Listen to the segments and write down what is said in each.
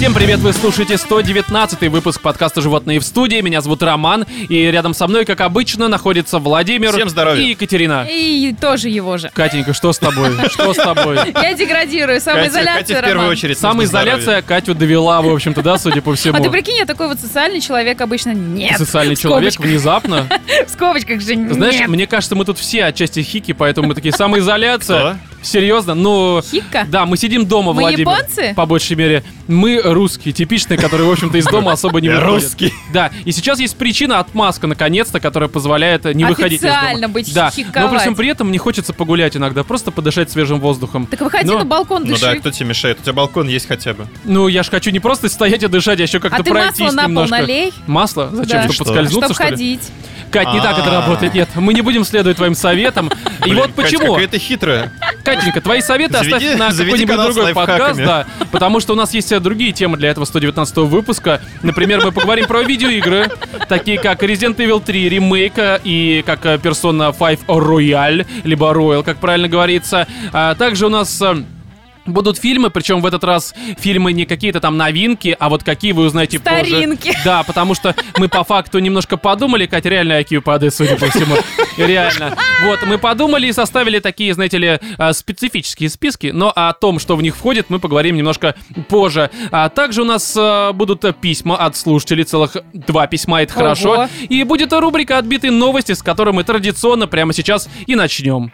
Всем привет, вы слушаете 119-й выпуск подкаста «Животные в студии». Меня зовут Роман, и рядом со мной, как обычно, находится Владимир. Всем здоровья. И Екатерина. И тоже его же. Катенька, что с тобой? Что с тобой? Я деградирую, самоизоляция, Катя в первую очередь. Самоизоляция Катю довела, в общем-то, да, судя по всему. А ты прикинь, я такой вот социальный человек обычно нет. Социальный В человек скобочках. внезапно. В скобочках же нет. Знаешь, мне кажется, мы тут все отчасти хики, поэтому мы такие, самоизоляция. Кто? Серьезно, ну... Хикка? Да, мы сидим дома, Мы Владимир. японцы? По большей мере. Мы русские, типичные, которые, в общем-то, из дома особо не выходят. Русский. Да, и сейчас есть причина, отмазка, наконец-то, которая позволяет не выходить из дома. Официально быть Да, хиковать. но при всем при этом мне хочется погулять иногда, просто подышать свежим воздухом. Так выходи Но- на балкон, Ну дыши. да, кто тебе мешает? У тебя балкон есть хотя бы. Ну, я ж хочу не просто стоять и дышать, а еще как-то А ты пройтись масло на пол немножко. налей, Масло? Зачем? Да. Чтобы Что? подскользнуться, чтоб что ли? ходить. Кать, не так это работает, нет. Мы не будем следовать твоим советам. И Блин, вот Катя, почему. какая ты хитрая. Катенька, твои советы Заведи- оставь на заведи какой-нибудь канал с другой подкаст, лайфхаками. да, потому что у нас есть другие темы для этого 119-го выпуска. Например, мы поговорим про видеоигры, такие как Resident Evil 3 ремейка и как Persona 5 Royal, либо Royal, как правильно говорится. А также у нас... Будут фильмы, причем в этот раз фильмы не какие-то там новинки, а вот какие вы узнаете позже. Старинки. Да, потому что мы по факту немножко подумали, Катя, реально IQ падает, судя по всему. Реально. Вот, мы подумали и составили такие, знаете ли, специфические списки, но о том, что в них входит, мы поговорим немножко позже. А также у нас будут письма от слушателей, целых 2 письма, это хорошо. Ого. И будет рубрика «Отбитые новости», с которой мы традиционно прямо сейчас и начнем.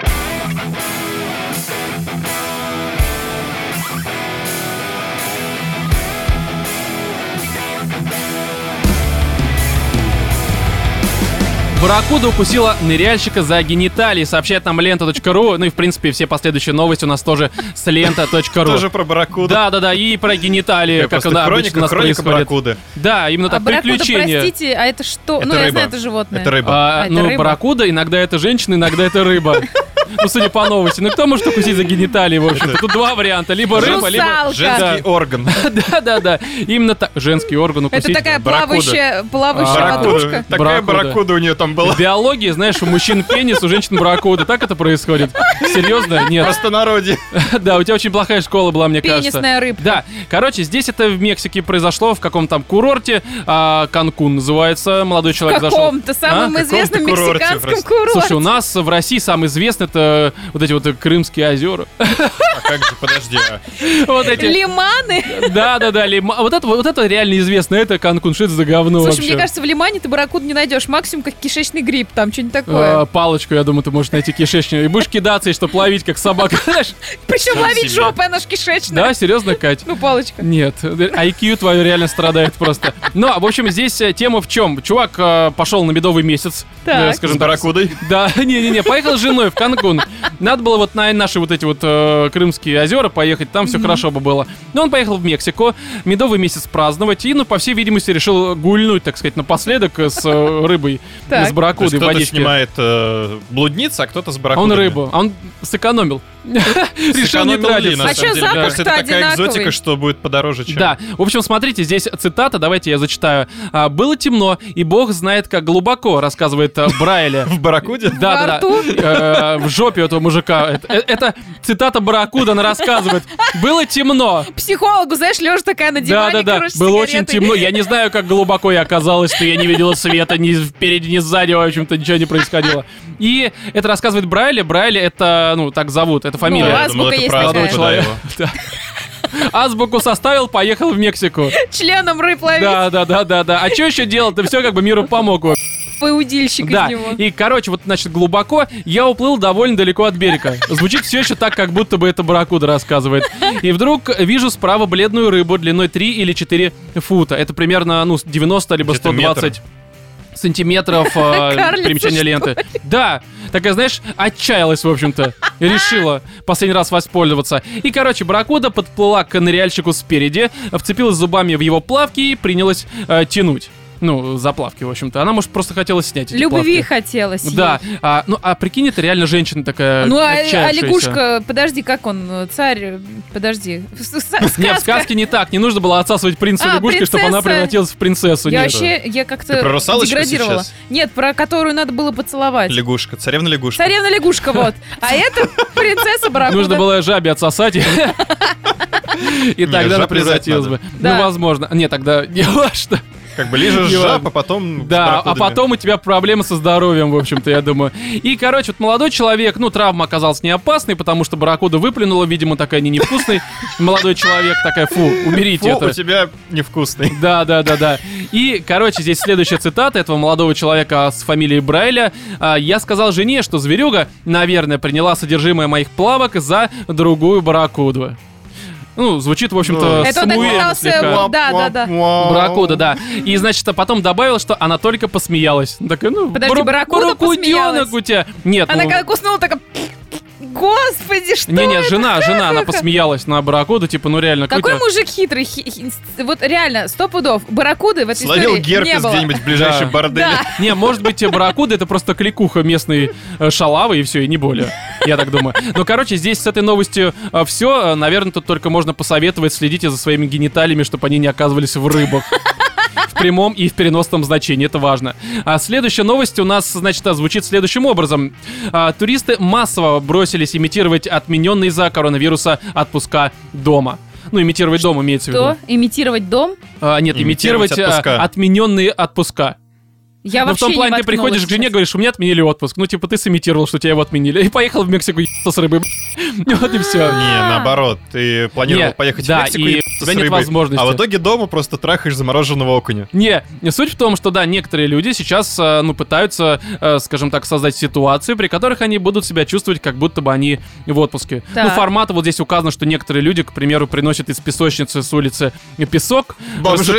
Барракуда укусила ныряльщика за гениталии, сообщает нам лента.ру. Ну и, в принципе, все последующие новости у нас тоже с лента.ру. Тоже про барракуду. Да, и про гениталии, как Просто она обычно у нас хроника происходит. барракуды. Да, именно так, барракуда, приключения. простите, а это что? Это Ну, я рыба. знаю, это животное. Это рыба. А, это ну, рыба. барракуда, иногда это женщина, иногда это рыба. Ну, судя по новости. Ну, кто может укусить за гениталии, в общем-то? Тут 2 варианта. Либо рыба, либо... Русалка. Женский орган. Да. Именно так. Женский орган укусить. Это такая барракуда. плавающая Барракуда. ватрушка. Такая Барракуда. барракуда у нее там была. В биологии, знаешь, у мужчин пенис, у женщин барракуда. Так это происходит? Серьезно? Нет. Простонародье. Да, у тебя очень плохая школа была, мне кажется. Пенисная рыбка. Да, короче, здесь это в Мексике произошло, в каком-то там курорте, Канкун называется, молодой В человек зашел. каком-то самом каком-то известном курорте мексиканском просто. курорте. Слушай, у нас в России самый известный это вот эти вот Крымские озера. А как же, подожди. Вот эти. Лиманы. Да, вот это реально известно, это Канкун, что это за говно Слушай, вообще? мне кажется, в Лимане ты барракуду не найдешь. Максимум как кишечный гриб, там что-нибудь такое. Палочку, я думаю, ты можешь найти кишечную. И будешь кидаться, и чтобы ловить, как собака. Знаешь? Причем сам ловить себе. жопой, она ж кишечная. Да, серьезно, Кать? Ну, палочка. Нет, IQ твое реально страдает просто. Ну, в общем, здесь тема в чем? Чувак пошел на медовый месяц, Так. скажем С так. барракудой? Да, не, поехал с женой в Канкун. Надо было вот на наши вот эти вот Крымские озера поехать, там все хорошо бы было. Но он поехал в Мексику, медовый месяц праздновать, и, ну, по всей видимости, решил гульнуть, так сказать, напоследок с рыбой, Так. с То есть барракудой в кто-то водичке. снимает блудниц, а кто-то с А барракудами. он рыбу, а он сэкономил. Решил не Сэкономил ли, тратиться. на А самом чё, деле? Мне запах-то кажется, это такая одинаковый. экзотика, что будет подороже, чем... Да, в общем, смотрите, здесь цитата, давайте я зачитаю. «Было темно, и Бог знает, как глубоко», рассказывает Брайле. В барракуде? Да. Во рту? В жопе этого мужика. Это цитата Барракуда, она рассказывает. Было темно. Психологу, знаешь, лежа такая на диване, Да. короче, Было очень сигаретой. темно. Я не знаю, как глубоко я оказалась, что я не видела света ни впереди, ни сзади, в общем-то, ничего не происходило. И это рассказывает Брайле. Брайле это, ну, так зовут, это фамилия. Ну, Я азбука думал, это есть про такая. азбуку, да, его. Азбуку составил, поехал в Мексику. Членом рыб ловить. Да. А что еще делать? Ты все как бы миру помог. Поудильщик Да, из него. и, короче, вот, значит, глубоко я уплыл довольно далеко от берега. Звучит все еще так, как будто бы это Барракуда рассказывает. И вдруг вижу справа бледную рыбу длиной 3 или 4 фута. Это примерно, 90 либо Где-то 120 сантиметров Карлица, примечания что ленты. Да, такая, знаешь, отчаялась, в общем-то. И решила последний раз воспользоваться. И, короче, барракуда подплыла к ныряльщику спереди, вцепилась зубами в его плавки и принялась тянуть. Ну, заплавки, в общем-то. Она, может, просто хотела снять эти Любви плавки. хотелось ей. Да, прикинь, это реально женщина такая Ну, а отчаявшаяся. лягушка, подожди, как он, царь, подожди. Нет, в сказке не так. Не нужно было отсасывать принца лягушкой, чтобы она принцесса. превратилась в принцессу. Я Нет. вообще, я как-то Ты про русалочку деградировала. сейчас? Нет, про которую надо было поцеловать. Лягушка, царевна-лягушка. Царевна лягушка, вот. А это принцесса Барракуда. Нужно было жабе отсосать. И тогда она облизать превратилась бы. надо. Да. Ну, возможно. Не, тогда не важно. Как бы лижешь Не жаб, важно. а потом... с Да, а барракудами. потом у тебя проблемы со здоровьем, в общем-то, я думаю. И, короче, вот молодой человек, ну, травма оказалась не опасной, потому что барракуда выплюнула, видимо, такая не невкусный. Молодой человек такая, фу, уберите Фу, это. у тебя невкусный. Да. И, короче, здесь следующая цитата этого молодого человека с фамилией Брайля. «Я сказал жене, что зверюга, наверное, приняла содержимое моих плавок за другую барракуду». Ну, звучит, в общем-то, Это он так самоуверенно пытался... слегка. Да. Барракуда, да. И, значит, потом добавил, что она только посмеялась. Такая, ну, Подожди, барракуда посмеялась? у тебя. Нет, Она ну... когда куснула, такая... Господи, что Не-не, это? жена, она посмеялась на барракуду, типа, ну реально, Какой какой-то... мужик хитрый. Вот реально, 100 пудов. Барракуды в этой Словил истории не герпес было. где-нибудь в ближайшем Да. борделе. Да. Не, может быть, барракуда это просто кликуха местной шалавы и все, и не более. Я так думаю. Но, короче, здесь с этой новостью все. Наверное, тут только можно посоветовать, следите за своими гениталиями, чтобы они не оказывались в рыбах. В прямом и в переносном значении, это важно. А следующая новость у нас, значит, звучит следующим образом. Туристы массово бросились имитировать отмененные из-за коронавируса отпуска дома. Ну, имитировать дом имеется в виду. Что? Имитировать дом? Нет, имитировать Имитировать отпуска. Отмененные отпуска. Я Ну, в вообще том плане, не ты приходишь к воткнулась жене, сейчас. говоришь, у меня отменили отпуск. Ну, типа, ты сымитировал, что тебя его отменили. И поехал в Мексику с рыбой. Вот и все. Не, наоборот, ты планировал Не, поехать да, в Мексику и и у тебя нет возможности. А в итоге дома просто трахаешь замороженного окуня. Не, суть в том, что, да, некоторые люди сейчас, ну, пытаются, скажем так, создать ситуацию, при которых они будут себя чувствовать, как будто бы они в отпуске. Так. Ну, формат вот здесь указано, что некоторые люди, к примеру, приносят из песочницы с улицы песок, Бомжи.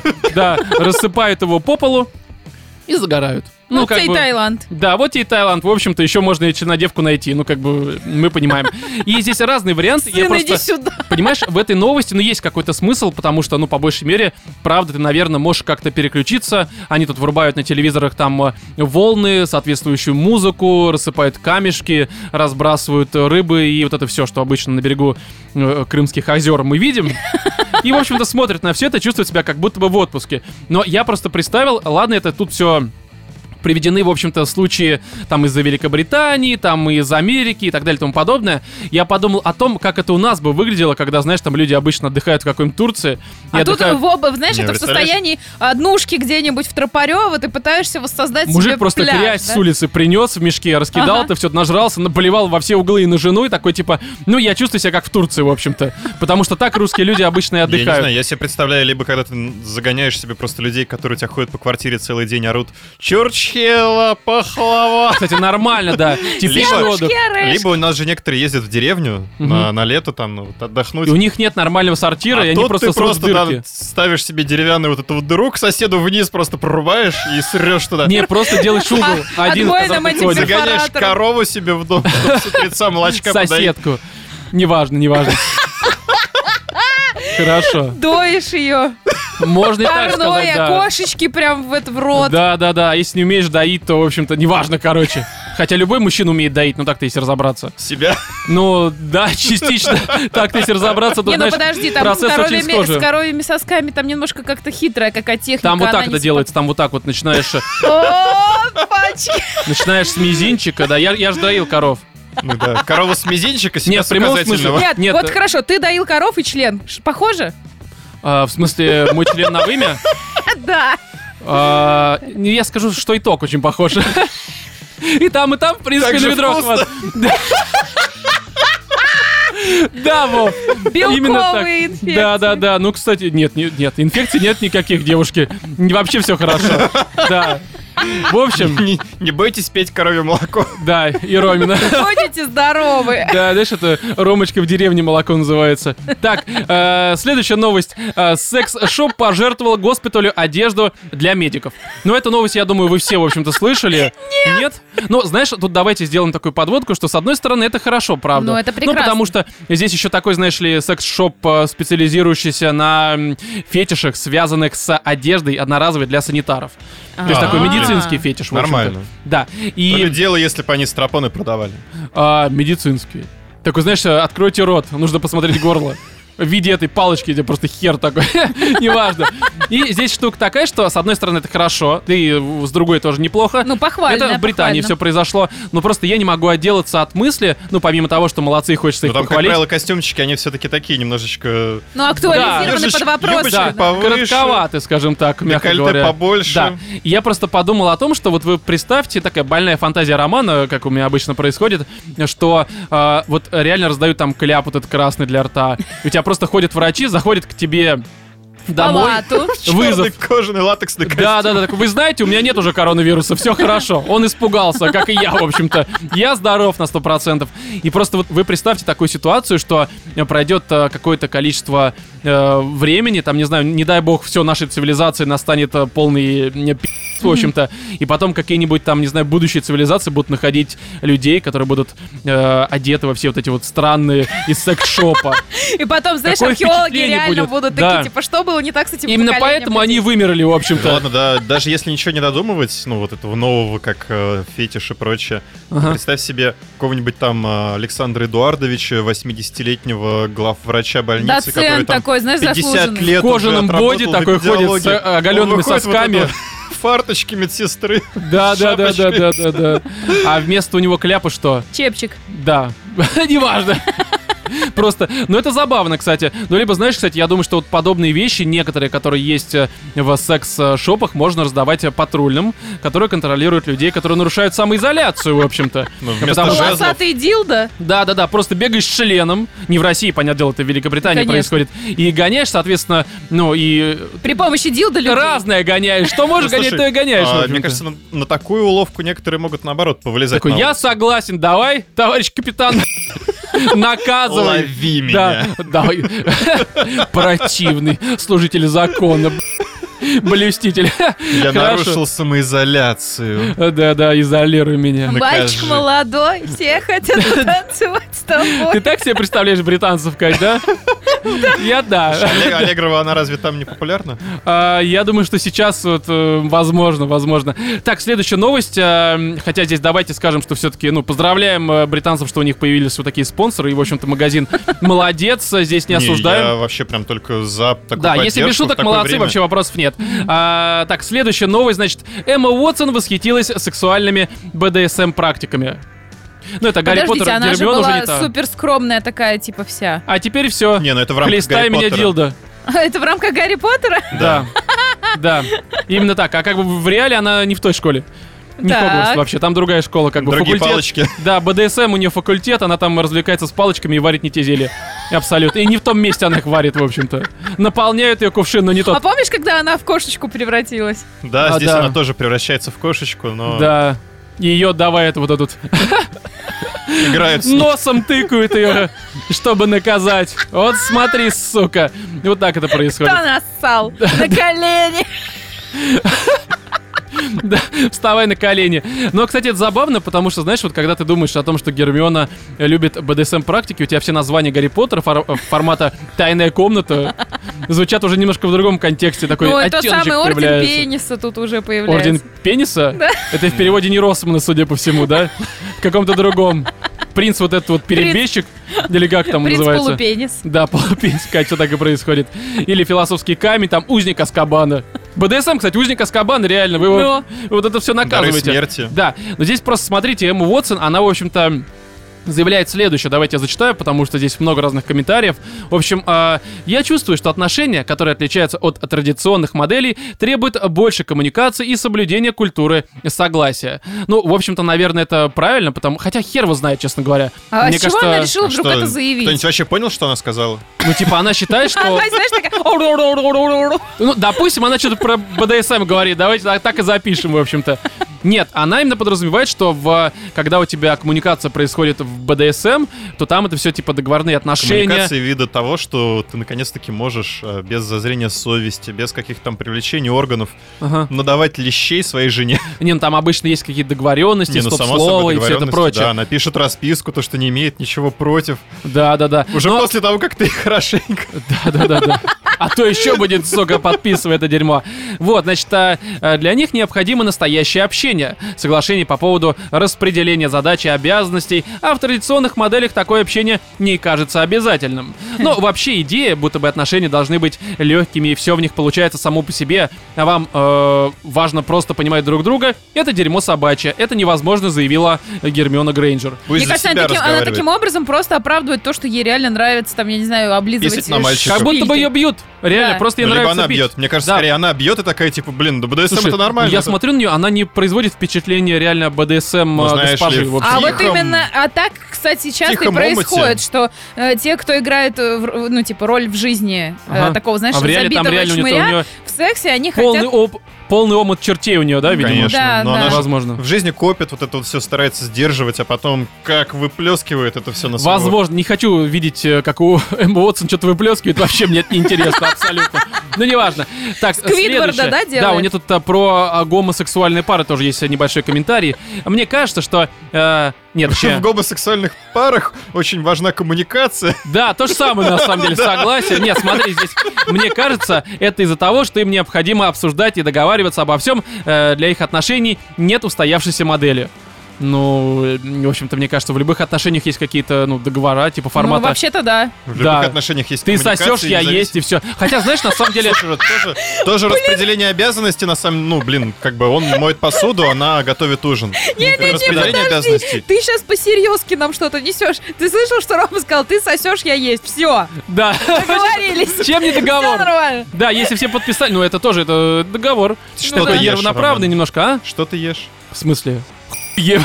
рассыпают его по полу и загорают. Ну, как тебе и бы- Таиланд. Да, вот и Таиланд. В общем-то, еще можно и чернодевку найти. Ну, как бы, мы понимаем. И здесь разные варианты. Я Сын, иди просто... сюда. Понимаешь, в этой новости, ну, есть какой-то смысл, потому что, ну, по большей мере, правда, ты, наверное, можешь как-то переключиться. Они тут врубают на телевизорах там волны, соответствующую музыку, рассыпают камешки, разбрасывают рыбы и вот это все, что обычно на берегу Крымских озер мы видим. И, в общем-то, смотрят на все это, чувствуют себя как будто бы в отпуске. Но я просто представил, ладно, это тут все... приведены, в общем-то, случаи там из-за Великобритании, там из Америки и так далее и тому подобное. Я подумал о том, как это у нас бы выглядело, когда, знаешь, там люди обычно отдыхают в какой-нибудь Турции. И А тут, отдыхают... знаешь, Не, это в представляешь? состоянии однушки где-нибудь в Тропарёво, ты пытаешься воссоздать себе Мужик просто пляж, грязь да? с улицы принес в мешке, раскидал Ага. это все, нажрался, наплевал во все углы и на жену, и такой, типа, ну, я чувствую себя как в Турции, в общем-то. Потому что так русские люди обычно и Я не отдыхают. знаю, я себе представляю, либо когда ты загоняешь себе просто людей, которые у тебя ходят по квартире целый день, орут «Чурчхела, пахлава!» Кстати, нормально, да. Типичный Либо- отдых. Керыш. Либо у нас же некоторые ездят в деревню на лето там, ну, вот отдохнуть. И у них нет нормального сортира, и А они тут просто ты срут в просто дырки. там ставишь себе деревянную вот эту вот дыру к соседу вниз, просто прорубаешь и срешь туда. Не, просто делаешь угол. Один, отбойным который этим приходит. перфоратором. Загоняешь корову себе в дом, чтобы с утреца молочка подоить. Соседку. Неважно. Хорошо. Доишь ее. Можно и так сказать, Парное, да. кошечки прям в рот. Да. Если не умеешь доить, то, в общем-то, неважно, короче. Хотя любой мужчина умеет доить, ну так-то если разобраться. Себя. Ну, да, частично. Так-то если разобраться, то, Не, ну знаешь, подожди, там процесс очень с схожий. коровьими сосками там немножко как-то хитрая какая техника. Там вот она так не это делается, там вот так вот начинаешь с мизинчика, да, я же доил коров. Ну да. Корова с мизинчика, себя Нет, с в прямом указательного. смысле. Нет, Нет, вот хорошо, ты доил коров и член. Похоже? В смысле, мой член на вымя? Да. Я скажу, что итог очень похож. И там, в принципе, Так на же ведро вкусно. хватит. Да, Вов. Именно так. Белковые инфекции. Да. Ну, кстати, нет, инфекций нет никаких, девушки. Вообще все хорошо. Да. В общем, Не бойтесь петь коровье молоко. да, и Ромина. Будете здоровы. Да, знаешь, это Ромочка в деревне молоко называется. Так, следующая новость. Секс-шоп пожертвовал госпиталю одежду для медиков. Ну, эту новость, я думаю, вы все, в общем-то, слышали. Нет? Ну, знаешь, тут давайте сделаем такую подводку, что, с одной стороны, это хорошо, правда. Ну, это прекрасно. Ну, потому что здесь еще такой, знаешь ли, секс-шоп, специализирующийся на фетишах, связанных с одеждой одноразовой для санитаров. То есть такой медицинский фетиш, в общем-то. Нормально. Да. То И... ли дело, если бы они стропоны продавали. медицинский. Такой, знаешь, откройте рот, нужно посмотреть горло. в виде этой палочки, где просто хер такой, неважно. И здесь штука такая, что с одной стороны это хорошо, и с другой тоже неплохо. Ну, похвально. Это в Британии все произошло, но просто я не могу отделаться от мысли, ну, помимо того, что молодцы, хочется их там, как похвалить. правило, костюмчики, они все-таки такие немножечко... Ну, актуализированы под вопрос. Да, коротковаты, скажем так, мягко декольте говоря. побольше. Да. И я просто подумал о том, что вот вы представьте, такая больная фантазия романа, как у меня обычно происходит, что вот реально раздают там кляп вот этот красный для рта. У тебя просто ходят врачи, заходят к тебе домой. Вызов. Кожаный латексный костюм. Да, такой, вы знаете, у меня нет уже коронавируса, все хорошо. Он испугался, как и я, в общем-то. Я здоров на 100%. И просто вот вы представьте такую ситуацию, что пройдет какое-то количество времени, там, не знаю, не дай бог, все нашей цивилизации настанет полный в общем-то, и потом какие-нибудь там, не знаю, будущие цивилизации будут находить людей, которые будут одеты во все вот эти вот странные из секс-шопа. И потом, знаешь, Такое археологи впечатление реально будет. будут Да. такие, типа, что было не так с этим Именно поколением поэтому они людей? вымерли, в общем-то. Ладно, да, даже если ничего не додумывать, ну, вот этого нового, как фетиш и прочее, Ага. представь себе какого-нибудь там Александра Эдуардовича, 80-летнего главврача больницы, который Доцент там такой, знаешь, 50 заслуженный. лет В кожаном уже боди отработал такой в ходит идеологии. с оголенными Он выходит сосками. вот это фарточки медсестры. Да. А вместо у него кляпа что? Чепчик. Да. Неважно. Просто, ну это забавно, кстати. Ну, либо, знаешь, кстати, я думаю, что вот подобные вещи, некоторые, которые есть в секс-шопах, можно раздавать патрульным, которые контролируют людей, которые нарушают самоизоляцию, в общем-то. Ну, вместо Потому что- жезлов. Волосатый дилдо. Да, просто бегаешь с членом, не в России, понятное дело, это в Великобритании Конечно. происходит, и гоняешь, соответственно, ну и При помощи дилдо людей. разное гоняешь, что можешь Ну, гонять, слушай, то и гоняешь. в мне общем-то. кажется, на такую уловку некоторые могут, наоборот, повылезать. Такой, на я улицу. согласен, давай, товарищ капитан, наказывай. Лови меня. Да, давай. Противный служитель закона, блюститель. Я Хорошо. нарушил самоизоляцию. Да, изолируй меня. Мальчик Накажи. молодой, все хотят танцевать с Ты тобой. так себе представляешь британцев, Кать, да? Я да. Аллегрова, она разве там не популярна? Я думаю, что сейчас вот возможно. Так, следующая новость. Хотя здесь давайте скажем, что все-таки, ну, поздравляем британцев, что у них появились вот такие спонсоры. И, в общем-то, магазин молодец, здесь не осуждаем. Я вообще прям только за такую Да, если без поддержку в шуток, такое молодцы, время. вообще вопросов нет. Так, следующая новость, значит, Эмма Уотсон восхитилась сексуальными БДСМ-практиками. Ну, это Гарри Подождите, Поттер, она же Гермиона уже не была та. супер скромная такая, типа, вся. А теперь все. Не, ну это в рамках Хлестай Гарри меня, Поттера. дилда. Это в рамках Гарри Поттера? Да, именно так. А как бы в реале она не в той школе. Не Так. Хогвартс вообще, там другая школа, как бы Другие факультет. палочки. Да, БДСМ у нее факультет, она там развлекается с палочками и варит не те зелья. Абсолютно. И не в том месте она их варит, в общем-то. Наполняют ее кувшин, но не А тот. помнишь, когда она в кошечку превратилась? Да, здесь да. она тоже превращается в кошечку, но Да. Ее давай это вот этот играют с ней. носом тыкают ее, чтобы наказать. Вот смотри, сука. Вот так это происходит. Кто нассал? На колени. Да, вставай на колени. Но, кстати, это забавно, потому что, знаешь, вот когда ты думаешь о том, что Гермиона любит БДСМ-практики, у тебя все названия Гарри Поттера формата «Тайная комната» звучат уже немножко в другом контексте. Такой Ну, это оттеночек самый орден появляется. пениса тут уже появляется. Орден пениса? Это в переводе не Росмана, судя по всему, да? В каком-то другом. Принц вот этот вот перебежчик, или как там он Принц называется? полупенис. Да, полупенис, что так и происходит. Или философский камень, там узник Азкабана. БДСМ, кстати, узник Азкабана, реально, вы его, Ну. вот это все Дары наказываете. смерти. Да, но здесь просто смотрите, Эмма Уотсон, она, в общем-то, заявляет следующее. Давайте я зачитаю, потому что здесь много разных комментариев. В общем, я чувствую, что отношения, которые отличаются от традиционных моделей, требуют больше коммуникации и соблюдения культуры согласия. Ну, в общем-то, наверное, это правильно, хотя хер его знает, честно говоря. А Мне с чего кажется, она решила вдруг Что, это заявить? Кто-нибудь вообще понял, что она сказала? ну, типа, она считает, что... Она, знаешь, такая... Ну, допустим, она что-то про БДСМ говорит, давайте так и запишем, в общем-то. Нет, она именно подразумевает, что когда у тебя коммуникация происходит в БДСМ, то там это все типа договорные отношения. Коммуникации вида того, что ты наконец-таки можешь без зазрения совести, без каких-то там привлечений органов Ага. надавать лещей своей жене. Не, ну там обычно есть какие-то договоренности, Не, ну, само стоп-слово собой, и все это договоренности, прочее. Да, напишет расписку, то, что не имеет ничего против. Да. Уже Но- после того, как ты хорошенько... Да. А то еще будет, сука, подписывай это дерьмо. Вот, значит, для них необходимо настоящее общение. общения. Соглашение по поводу распределения задач и обязанностей, а в традиционных моделях такое общение не кажется обязательным. Но вообще идея, будто бы отношения должны быть легкими и все в них получается само по себе, а вам важно просто понимать друг друга, это дерьмо собачье. Это невозможно, заявила Гермиона Грейнджер. Мне кажется, она таким образом просто оправдывает то, что ей реально нравится, там, я не знаю, облизывать на мальчика. Как будто бы ее бьют. Реально, Да. просто ей Либо нравится она бить. бьет. Мне кажется, Да. скорее она бьет и такая, типа, блин, да БДСМ Слушай, это нормально. я это- смотрю на нее, она не производит впечатление реально БДСМ Ну, знаешь госпожи. ли, в общем. А вот тихом- именно, так, кстати, часто и тихом происходит, омуте. что те, кто играет, ну, типа, роль в жизни Ага. такого, знаешь, А в реале там забитого реально у чмыря, нее в сексе они полный, хотят... полный омут чертей у нее, да, видимо? Конечно, Да, но да. она же Возможно. в жизни копит, вот это вот все старается сдерживать, а потом как выплескивает это все на своего. Возможно, не хочу видеть, как у Эммы Уотсон что-то выплескивает, вообще мне это неинтересно абсолютно. Ну, неважно. Так, Сквидварда, следующее. да, делает? Да, у нее тут про гомосексуальные пары тоже есть небольшой комментарий. Мне кажется, что... нет, Вообще вообще... в гомосексуальных парах очень важна коммуникация. Да, то же самое, на самом деле, согласен. Нет, смотри, здесь, мне кажется, это из-за того, что им необходимо обсуждать и договариваться обо всем. Для их отношений нет устоявшейся модели. Ну, в общем-то, мне кажется, в любых отношениях есть какие-то, договора, типа Ну, формата вообще-то да. В любых Да. отношениях есть «ты коммуникация, сосешь, я независимо- есть» и все. Хотя, знаешь, на самом деле... Слушай, вот тоже распределение обязанностей, на самом как бы он моет посуду, она готовит ужин. Распределение обязанностей. Ты сейчас по-серьезки нам что-то несешь. Ты слышал, что Рома сказал? Ты сосешь, я есть. Все. Да. Договорились. Чем не договор? Всё нормально. Да, если все подписали, это тоже это договор. Что ты Это ешь, равноправный Роман? немножко, а? Что ты ешь? В смысле? Ем.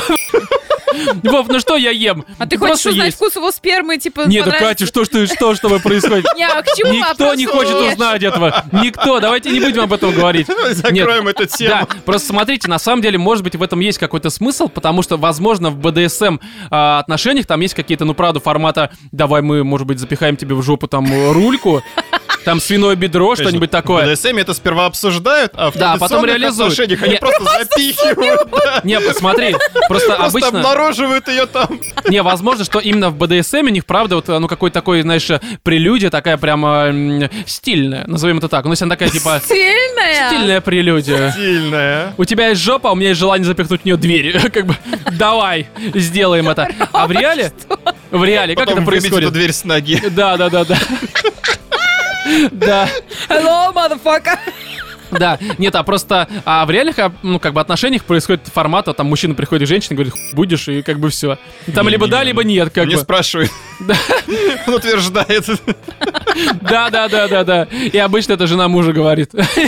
Вов, ну что я ем? А ты хочешь Просто узнать есть. вкус его спермы, типа, Нет, да, понравится? Катя, что с тобой происходит? Не, а к чему Никто вопрос? не хочет Ешь. узнать этого. Никто. Давайте не будем об этом говорить. Закроем эту тему. Да, просто смотрите, на самом деле, может быть, в этом есть какой-то смысл, потому что, возможно, в БДСМ отношениях там есть какие-то, правда, формата «давай мы, может быть, запихаем тебе в жопу там рульку», там свиное бедро, что-нибудь такое. В БДСМ это сперва обсуждают, а в Да, потом традиционных реализуют. отношениях они Нет. просто запихивают. да. Не, посмотри, просто Просто обычно... обнаруживают ее там. Не, возможно, что именно в БДСМ у них, правда, вот, какой-то такой, знаешь, прелюдия такая прямо стильная, назовем это так. Ну, если она такая, типа, Сильная? стильная прелюдия. Сильная. У тебя есть жопа, а у меня есть желание запихнуть в нее двери. Как бы, давай, сделаем это. А в реале? В реале, как Потом это выбить эту происходит? дверь с ноги. Да. Да, Hello, motherfucker. да. Нет, в реальных, отношениях происходит формата, там мужчина приходит к женщине, говорит, будешь, и как бы все. Там либо да, либо нет, как Не бы. спрашивай. Он утверждает. Да. И обычно это жена мужа говорит.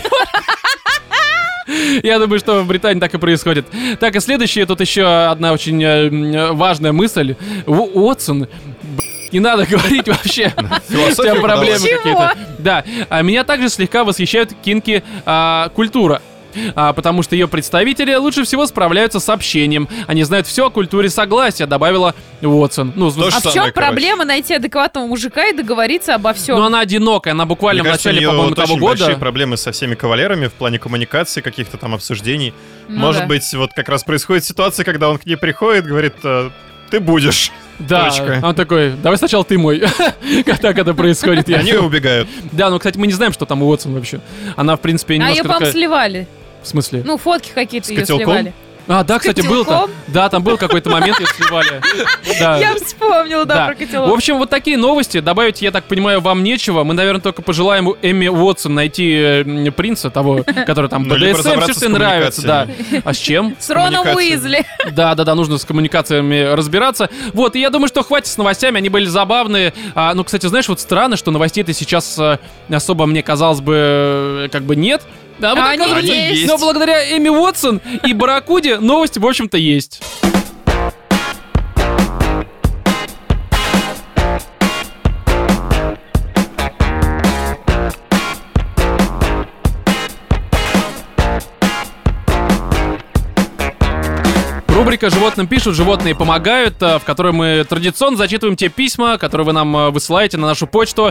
Я думаю, что в Британии так и происходит. Так, и следующая, тут еще одна очень важная мысль. Уотсон, не надо говорить вообще. У тебя Философию проблемы Чего? какие-то. Да. Меня также слегка восхищает кинки культура. Потому что ее представители лучше всего справляются с общением. Они знают все о культуре согласия, добавила Уотсон. То же А в самое, чем короче. проблема найти адекватного мужика и договориться обо всем? Но она одинокая, она буквально Мне в кажется, у начале, нее по-моему, вот того очень большие года. проблемы со всеми кавалерами в плане коммуникации, каких-то там обсуждений. Ну Может да. быть, вот как раз происходит ситуация, когда он к ней приходит, говорит, ты будешь. Да, Точка. он такой, давай сначала ты мой. Как так это происходит? И они убегают. Да, кстати, мы не знаем, что там у Уотсон вообще. Она, в принципе, А немножко ее, по-моему, такая... сливали. В смысле? Ну, фотки какие-то С ее котелком? сливали. Да, кстати, был-то. котелком? Да, там был какой-то момент, ее сливали. Да. Я вспомнила, да, про В котелок. общем, вот такие новости. Добавить, я так понимаю, вам нечего. Мы, наверное, только пожелаем Эмми Уотсон найти принца того, который там Ну, или БДСМ, все, разобраться что с ей нравится. Да. А с чем? С Роном коммуникацией. Уизли. Да, нужно с коммуникациями разбираться. Вот, и я думаю, что хватит с новостями, они были забавные. Кстати, знаешь, вот странно, что новостей-то сейчас особо, мне казалось бы, как бы нет. Да, вот Они оказывается, есть. но благодаря Эми Уотсон и Барракуде новости, в общем-то, есть. Рубрика «Животным пишут, животные помогают», в которой мы традиционно зачитываем те письма, которые вы нам высылаете на нашу почту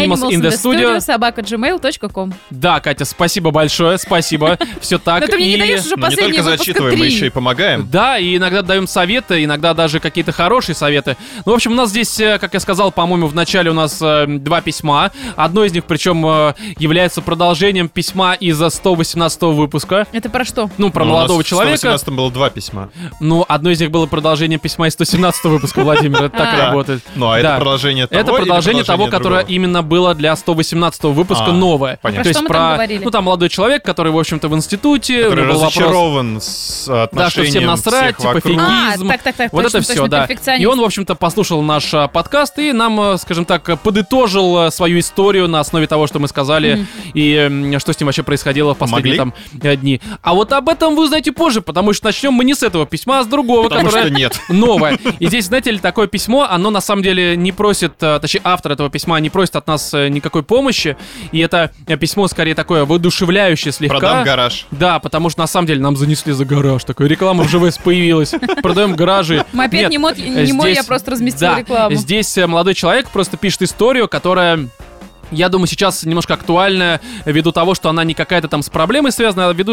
animalsinthestudio@gmail.com. Да, Катя, спасибо большое, спасибо. Все так. Но ты мне не даешь уже Но не последний только выпуск зачитываем, мы 3. еще и помогаем. Да, и иногда даем советы, иногда даже какие-то хорошие советы. Ну, в общем, у нас здесь, как я сказал, по-моему, в начале у нас 2 письма. Одно из них, причем, является продолжением письма из 118 выпуска. Это про что? Ну, про Ну, молодого у нас человека. В 118 было 2 письма. Ну, одно из них было продолжением письма из 117 выпуска, Владимир. Это так и Да. работает. Ну, а Да. это продолжение того Это или продолжение того, которое другого? именно было для 118 выпуска новое. понятно. То Про есть что мы там говорили? ну, там молодой человек, который, в общем-то, в институте. Который у него был вопрос. разочарован с отношением Да, что всем насрать, всех типа вокруг. фигизм. Так, Вот точно, это все, точно, да. перфекционист. И он, в общем-то, послушал наш подкаст и нам, скажем так, подытожил свою историю на основе того, что мы сказали, и что с ним вообще происходило в последние там дни. А вот об этом вы узнаете позже, потому что начнем мы не с этого письма, а с другого, Потому которое что нет. новое. И здесь, знаете ли, такое письмо, оно на самом деле не просит, точнее, автор этого письма не просит от нас никакой помощи, и это письмо скорее такое воодушевляющее слегка. Продам гараж. Да, потому что на самом деле нам занесли за гараж. Такая реклама в ЖВС появилась. Продаем гаражи. Мопед Нет, не мой, здесь- я просто разместил да, рекламу. здесь молодой человек просто пишет историю, которая... Я думаю, сейчас немножко актуальная ввиду того, что она не какая-то там с проблемой связана, а ввиду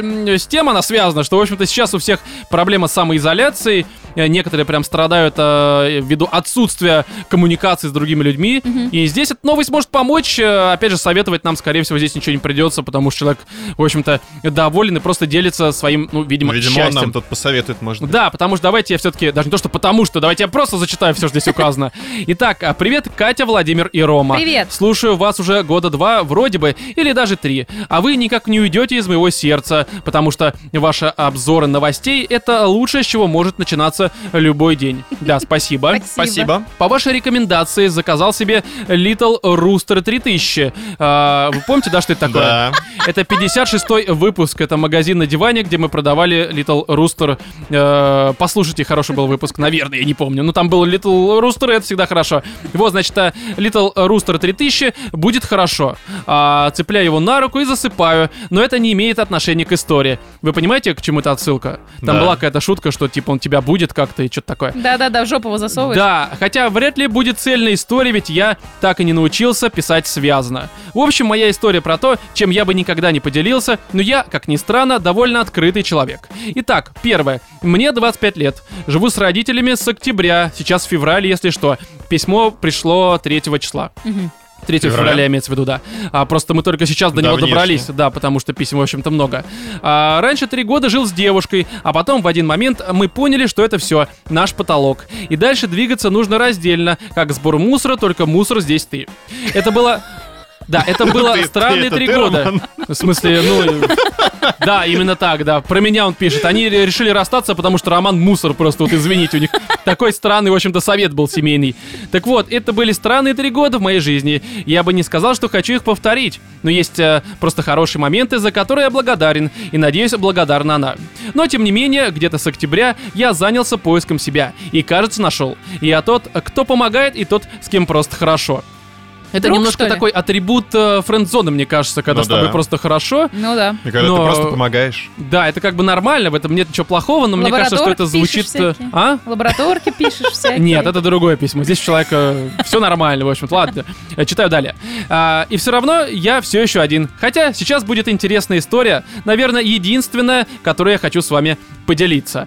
с тем она связана, что, в общем-то, сейчас у всех проблема с самоизоляцией. Некоторые прям страдают ввиду отсутствия коммуникации с другими людьми. И здесь эта новость может помочь. Опять же, советовать нам, скорее всего, здесь ничего не придется, потому что человек, в общем-то, доволен и просто делится своим, ну, видимо, Видимо, он счастьем. нам тут посоветует, может быть. Да, потому что давайте я все-таки, даже не то, что потому что, давайте я просто зачитаю все, что здесь указано. Итак, привет, Катя, Владимир и Рома. Привет. Слушаю вас уже года 2, вроде бы, или даже 3. А вы никак не уйдете из моего сердца, потому что ваши обзоры новостей — это лучшее, с чего может начинаться любой день. Да, спасибо. Спасибо. По вашей рекомендации заказал себе Little Rooster 3000. Вы помните, да, что это такое? Да. Это 56-й выпуск. Это магазин на диване, где мы продавали Little Rooster. Послушайте, хороший был выпуск, наверное, я не помню. Но там был Little Rooster, и это всегда хорошо. Вот, значит, Little Rooster 3000 будет хорошо. Цепляю его на руку и засыпаю. Но это не имеет отношения к истории. Вы понимаете, к чему это отсылка? Там Да. была какая-то шутка, что типа он тебя будет как-то и что-то такое. Да-да-да, в жопу его засовываешь. Да, хотя вряд ли будет цельная история, ведь я так и не научился писать связно. В общем, моя история про то, чем я бы никогда не поделился, но я, как ни странно, довольно открытый человек. Итак, первое. Мне 25 лет. Живу с родителями с октября, сейчас февраль, если что. Письмо пришло 3 числа. 3 февраля имеется в виду, да. Просто мы только сейчас до него Давнешний. добрались, да, потому что писем, в общем-то, много. Раньше 3 года жил с девушкой, а потом в один момент мы поняли, что это все наш потолок. И дальше двигаться нужно раздельно, как сбор мусора, только мусор здесь ты. Это было... Да, это было Ты- странные это 3 ты, года. Роман? В смысле, ну... Да, именно так, да. Про меня он пишет. Они решили расстаться, потому что Роман мусор просто, вот извините, у них такой странный, в общем-то, совет был семейный. Так вот, это были странные 3 года в моей жизни. Я бы не сказал, что хочу их повторить. Но есть просто хорошие моменты, за которые я благодарен. И, надеюсь, благодарна она. Но, тем не менее, где-то с октября я занялся поиском себя. И, кажется, нашел. Я тот, кто помогает, и тот, с кем просто хорошо. Это Друг, немножко что ли? такой атрибут френд-зоны, мне кажется, когда Ну с тобой да. просто хорошо. Ну да. И когда Но- ты просто помогаешь. Да, это как бы нормально, в этом нет ничего плохого, но мне кажется, что это Лабораторки звучит... пишешь всякие. А? Лабораторки пишешь всякие. Нет, это другое письмо. Здесь у человека все нормально, в общем-то. Ладно, читаю далее. И все равно я все еще один. Хотя сейчас будет интересная история, наверное, единственная, которую я хочу с вами поделиться.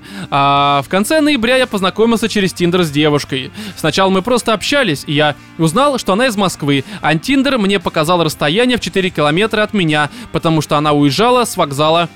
В конце ноября я познакомился через Тиндер с девушкой. Сначала мы просто общались, и я узнал, что она из Москвы, а Тиндер мне показал расстояние в 4 километра от меня, потому что она уезжала с вокзала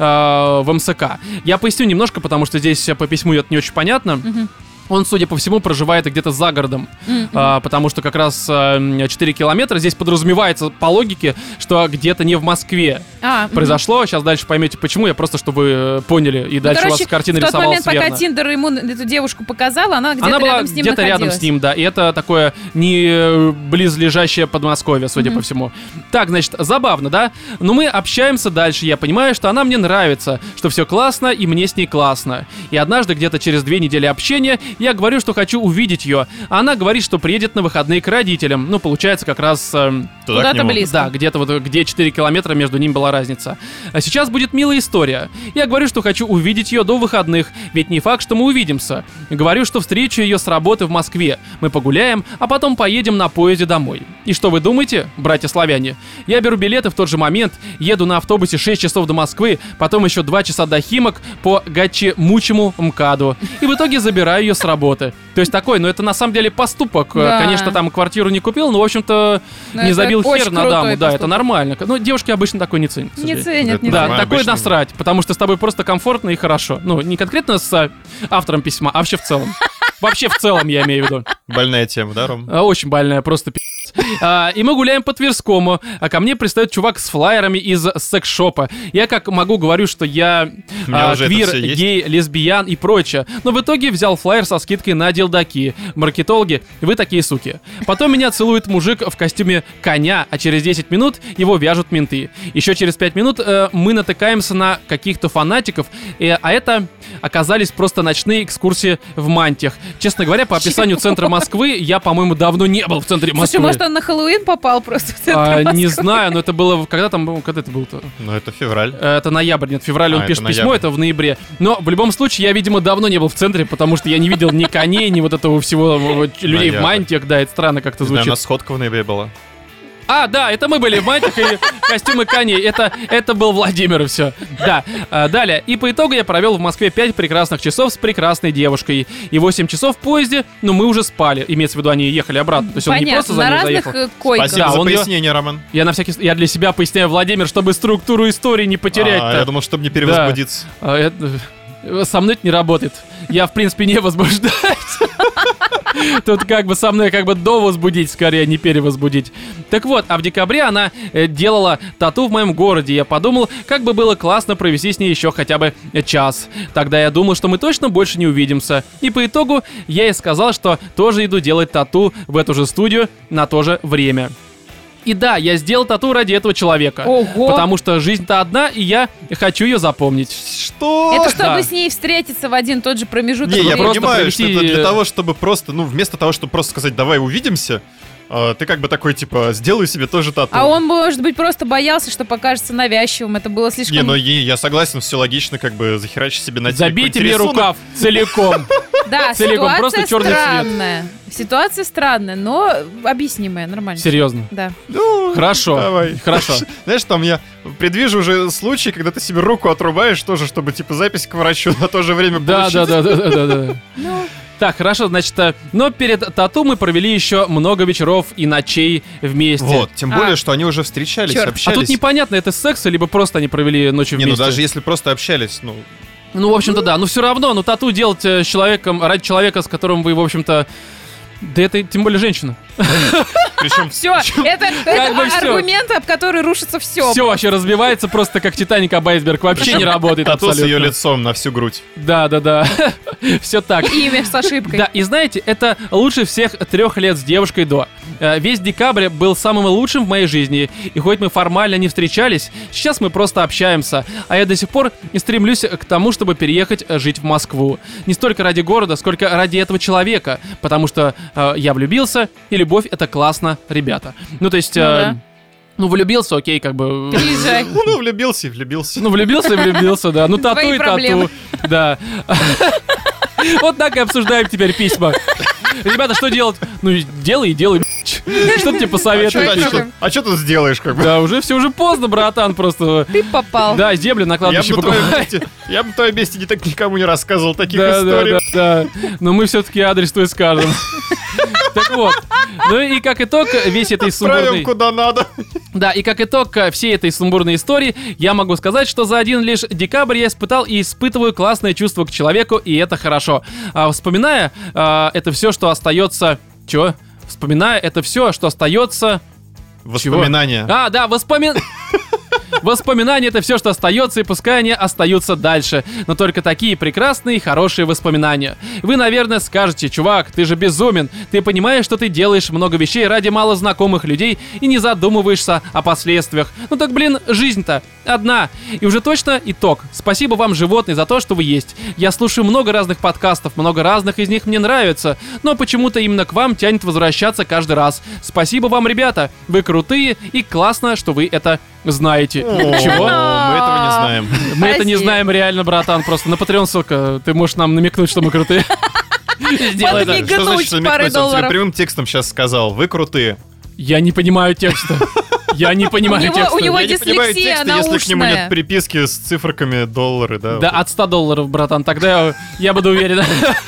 в МСК. Я поясню немножко, потому что здесь по письму это не очень понятно. Он, судя по всему, проживает где-то за городом, потому что как раз 4 километра здесь подразумевается по логике, что где-то не в Москве произошло. Сейчас дальше поймете почему, я просто, чтобы вы поняли, и дальше у вас картина в тот рисовалась момент, пока верно. Тиндер ему эту девушку показала, она где-то Она была рядом с ним где-то рядом находилась. с ним, да, и это такое не близлежащее Подмосковье, судя по всему. Так, значит, забавно, да? Но мы общаемся дальше, я понимаю, что она мне нравится, что все классно, и мне с ней классно. И однажды, где-то через 2 недели общения, я говорю, что хочу увидеть ее, а она говорит, что приедет на выходные к родителям. Ну, получается, как раз Туда к Куда-то нему. близко. Да, где-то вот где 4 километра между ними была разница. А сейчас будет милая история. Я говорю, что хочу увидеть ее до выходных, ведь не факт, что мы увидимся. Говорю, что встречу ее с работы в Москве. Мы погуляем, а потом поедем на поезде домой. И что вы думаете, братья славяне? Я беру билеты в тот же момент, еду на автобусе 6 часов до Москвы, потом еще 2 часа до Химок по Гачи-Мучему МКАДу. И в итоге забираю ее с работы. То есть такой, ну это на самом деле поступок. Да. Конечно, там квартиру не купил, но в общем-то Ну, не это забил очень хер на крутой даму. Да, поступок. это нормально. Ну, девушки обычно такой не ценят. к Не сожалению. ценят, не Это Да, ценят. нормально. такой обычно. насрать, потому что с тобой просто комфортно и хорошо. Ну, не конкретно с автором письма, а вообще в целом. Вообще в целом, я имею в виду. Больная тема, да, Ром? Очень больная, просто пи***ц. И мы гуляем по Тверскому, а ко мне пристает чувак с флаерами из секс-шопа. Я как могу говорю, что я У меня уже это квир, всё есть. гей, лесбиян и прочее. Но в итоге взял флаер со скидкой на дилдаки. Маркетологи, вы такие суки. Потом меня целует мужик в костюме коня, а через 10 минут его вяжут менты. Еще через 5 минут мы натыкаемся на каких-то фанатиков, а это оказались просто ночные экскурсии в мантиях. Честно говоря, по описанию центра Москвы, я, по-моему, давно не был в центре Москвы. Слушай, может, он на Хэллоуин попал просто в центр Не Москвы? знаю, но это было... Когда это было-то? Ну, это февраль. Это ноябрь, нет, в феврале он это пишет письмо, ноябрь. это в ноябре. Но в любом случае, я, видимо, давно не был в центре, потому что я не видел ни коней, ни вот этого всего людей в Ноябрь. мантиях. Да, это странно как-то Не знаю, у звучит. нас сходка в ноябре была. А, да, это мы были в мантиях и костюмы коней. Это был Владимир и все. Да. Далее. И по итогу я провел в Москве 5 прекрасных часов с прекрасной девушкой. И 8 часов в поезде, но мы уже спали. Имеется в виду, они ехали обратно. То есть он не Понятно, просто за на ней разных заехал. койках. Спасибо Да, за он её- пояснение, Роман. Я для себя поясняю, Владимир, чтобы структуру истории не потерять-то. Я думал, чтобы не перевозбудиться. Со мной это не работает. Я, в принципе, не возбуждаюсь. Тут как бы со мной как бы довозбудить, скорее, не перевозбудить. Так вот, а в декабре она делала тату в моем городе. Я подумал, как бы было классно провести с ней еще хотя бы час. Тогда я думал, что мы точно больше не увидимся. И по итогу я ей сказал, что тоже иду делать тату в эту же студию на то же время. И да, я сделал тату ради этого человека. Ого! Потому что жизнь-то одна, и я хочу ее запомнить. Что? Это чтобы Да. с ней встретиться в один тот же промежуток Не, я времени. просто понимаю, что провести- это для того, чтобы просто, ну, вместо того, чтобы просто сказать, давай увидимся, ты как бы такой, типа, сделай себе тоже тату. А он, может быть, просто боялся, что покажется навязчивым. Это было слишком... Не, ну я согласен, все логично, как бы захерачить себе на теле Забейте мне какой-нибудь рисунок. рукав целиком. Да, целиком, ситуация просто черный цвет. странная. Ситуация странная, но объяснимая, нормально. Серьезно. Да. Ну, Хорошо. Давай. Хорошо. Знаешь, там я предвижу уже случай, когда ты себе руку отрубаешь тоже, чтобы, типа, запись к врачу на то же время Да. Ну, Так, хорошо, значит, но перед тату мы провели еще много вечеров и ночей вместе. Вот, тем более, что они уже встречались, Чёрт. А общались. тут непонятно, это секс, либо просто они провели ночью Не, вместе. ну даже если просто общались, ну... Ну, в общем-то, да. Но все равно, тату делать с человеком, ради человека, с которым вы, в общем-то... Да это тем более женщина. Причем все, это бы всё. аргумент, об который рушится все. Все вообще разбивается просто как Титаник об айсберг. Вообще не работает тату с абсолютно. ее лицом на всю грудь. Да. Все так. Имя с ошибкой. Да, и знаете, это лучше всех 3 лет с девушкой до. Весь декабрь был самым лучшим в моей жизни, и хоть мы формально не встречались, сейчас мы просто общаемся, а я до сих пор не стремлюсь к тому, чтобы переехать жить в Москву. Не столько ради города, сколько ради этого человека, потому что я влюбился, и любовь — это классно, ребята. Ну, то есть... да. Ну, влюбился, окей, как бы... Приезжай. Ну, влюбился и влюбился. Ну, влюбился и влюбился, да. Ну, тату Твои и проблемы. тату. Да. Вот так и обсуждаем теперь письма. Ребята, что делать? Ну, делай и делай, б***ч. Что ты тебе посоветуешь? А что ты сделаешь, как бы? Да, уже поздно, братан, просто. Ты попал. Да, землю на Я кладбище бы на твоем покупай. месте- я бы на твоем месте не так никому не рассказывал таких Да. историй. Но мы все-таки адрес твой скажем. Так вот. Ну и как итог весь этой Отправим сумбурной... куда надо. Да, и как итог всей этой сумбурной истории, я могу сказать, что за один лишь декабрь я испытал и испытываю классное чувство к человеку, и это хорошо. Вспоминая это все, что остается... Чего? Вспоминая это все, что остается... Воспоминания. Да, Воспоминания — это все, что остается, и пускай они остаются дальше. Но только такие прекрасные и хорошие воспоминания. Вы, наверное, скажете: чувак, ты же безумен. Ты понимаешь, что ты делаешь много вещей ради малознакомых людей и не задумываешься о последствиях. Ну так, блин, жизнь-то одна. И уже точно итог. Спасибо вам, животные, за то, что вы есть. Я слушаю много разных подкастов, много разных из них мне нравится, но почему-то именно к вам тянет возвращаться каждый раз. Спасибо вам, ребята. Вы крутые, и классно, что вы это знаете. Чего? Мы этого не знаем. Мы это не знаем реально, братан. Просто на Patreon ссылка. Ты можешь нам намекнуть, что мы крутые. Сделай это. Что значит Гнуть парой намекнуть? Он тебе долларов. прямым текстом сейчас сказал: вы крутые. Я не понимаю текста. Я не понимаю текста. У него Я не понимаю дислексия текста, если к нему наушная. нет приписки с циферками доллары, да? Да, от $100, братан. Тогда я буду уверен.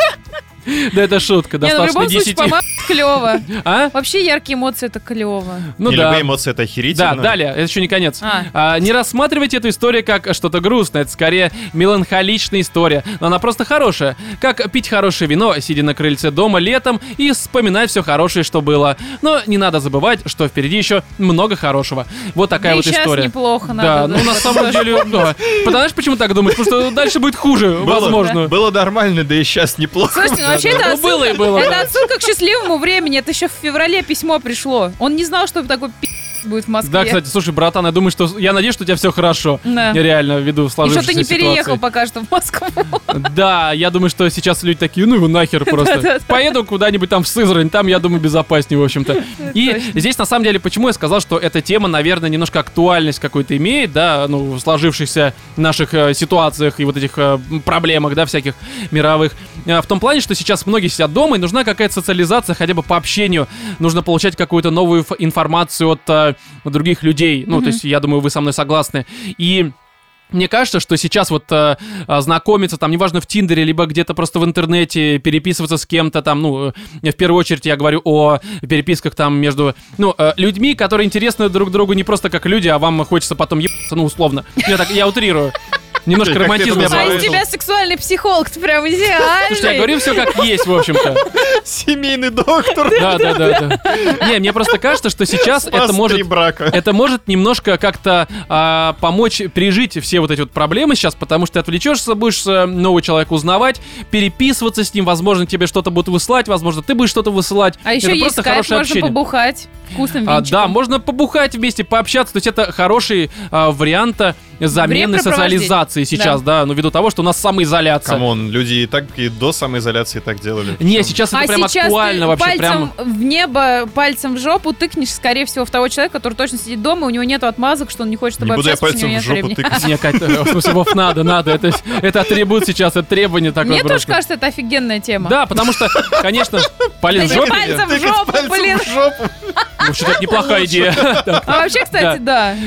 Да это шутка. Не, ну в Достаточно любом случае, 10. по-моему, клево. А? Вообще яркие эмоции — это клево. Ну И да. любые эмоции — это охерительно. Да, далее, это еще не конец. А. Не рассматривайте эту историю как что-то грустное, это скорее меланхоличная история, но она просто хорошая. Как пить хорошее вино, сидя на крыльце дома летом и вспоминать все хорошее, что было. Но не надо забывать, что впереди еще много хорошего. Вот такая Да вот и сейчас история. неплохо Да, надо. ну на самом деле, да. Знаешь, почему так думаешь? Потому что дальше будет хуже, возможно. Было нормально, да и сейчас неплохо. Слушайте, ну вообще это Ну, было и было, это да. отсылка к счастливому времени. Это еще в феврале письмо пришло. Он не знал, что такой будет в Москве. Да, кстати, слушай, братан, я надеюсь, что у тебя все хорошо. Да. Реально, ввиду И сложившейся что ты не ситуации. переехал пока что в Москву. Да, я думаю, что сейчас люди такие: ну его нахер просто. Да-да-да. Поеду куда-нибудь там в Сызрань, там, я думаю, безопаснее, в общем-то. И точно. здесь, на самом деле, почему я сказал, что эта тема, наверное, немножко актуальность какую-то имеет, да, ну, в сложившихся наших ситуациях и вот этих проблемах, да, всяких мировых. В том плане, что сейчас многие сидят дома, и нужна какая-то социализация хотя бы по общению. Нужно получать какую-то новую информацию от других людей. Ну, то есть, я думаю, вы со мной согласны. И мне кажется, что сейчас вот знакомиться, там, неважно, в Тиндере, либо где-то просто в интернете, переписываться с кем-то там, ну, в первую очередь я говорю о переписках там между, людьми, которые интересны друг другу не просто как люди, а вам хочется потом ебаться, ну, условно. Я утрирую. Немножко Как ты романтизм я это А называешь? из положил. тебя сексуальный психолог, ты прям идеальный. Слушайте, я говорю все как есть, в общем-то. Семейный доктор. Да. Не, мне просто кажется, что сейчас это Спас может... 3 брака. Это может немножко как-то помочь пережить все вот эти вот проблемы сейчас, потому что ты отвлечешься, будешь нового человека узнавать, переписываться с ним, возможно, тебе что-то будут высылать, возможно, ты будешь что-то высылать. А еще это есть просто скайп, хорошее можно общение. побухать вкусным Да, винчиком. можно побухать вместе, пообщаться, то есть это хороший вариант замены Времяпрепровождение. социализации сейчас, да, ну ввиду того, что у нас самоизоляция. Камон, люди и так и до самоизоляции так делали. Не, Причем- сейчас это А прям сейчас актуально ты вообще, пальцем прям... в небо, пальцем в жопу тыкнешь, скорее всего, в того человека, который точно сидит дома, у него нет отмазок, что он не хочет с Не тобой буду я общаться, потому что у пальцем в него нет жопу времени. тыкать. Не, Кать, в смысле, Вов, надо, это атрибут сейчас, это требование такое Мне тоже просто. кажется, это офигенная тема. Да, потому что, конечно, Полин, в Тыкать жопе... пальцем в Тыкать жопу, пальцем блин. в жопу. Вообще-то это неплохая идея. А вообще, кстати, да.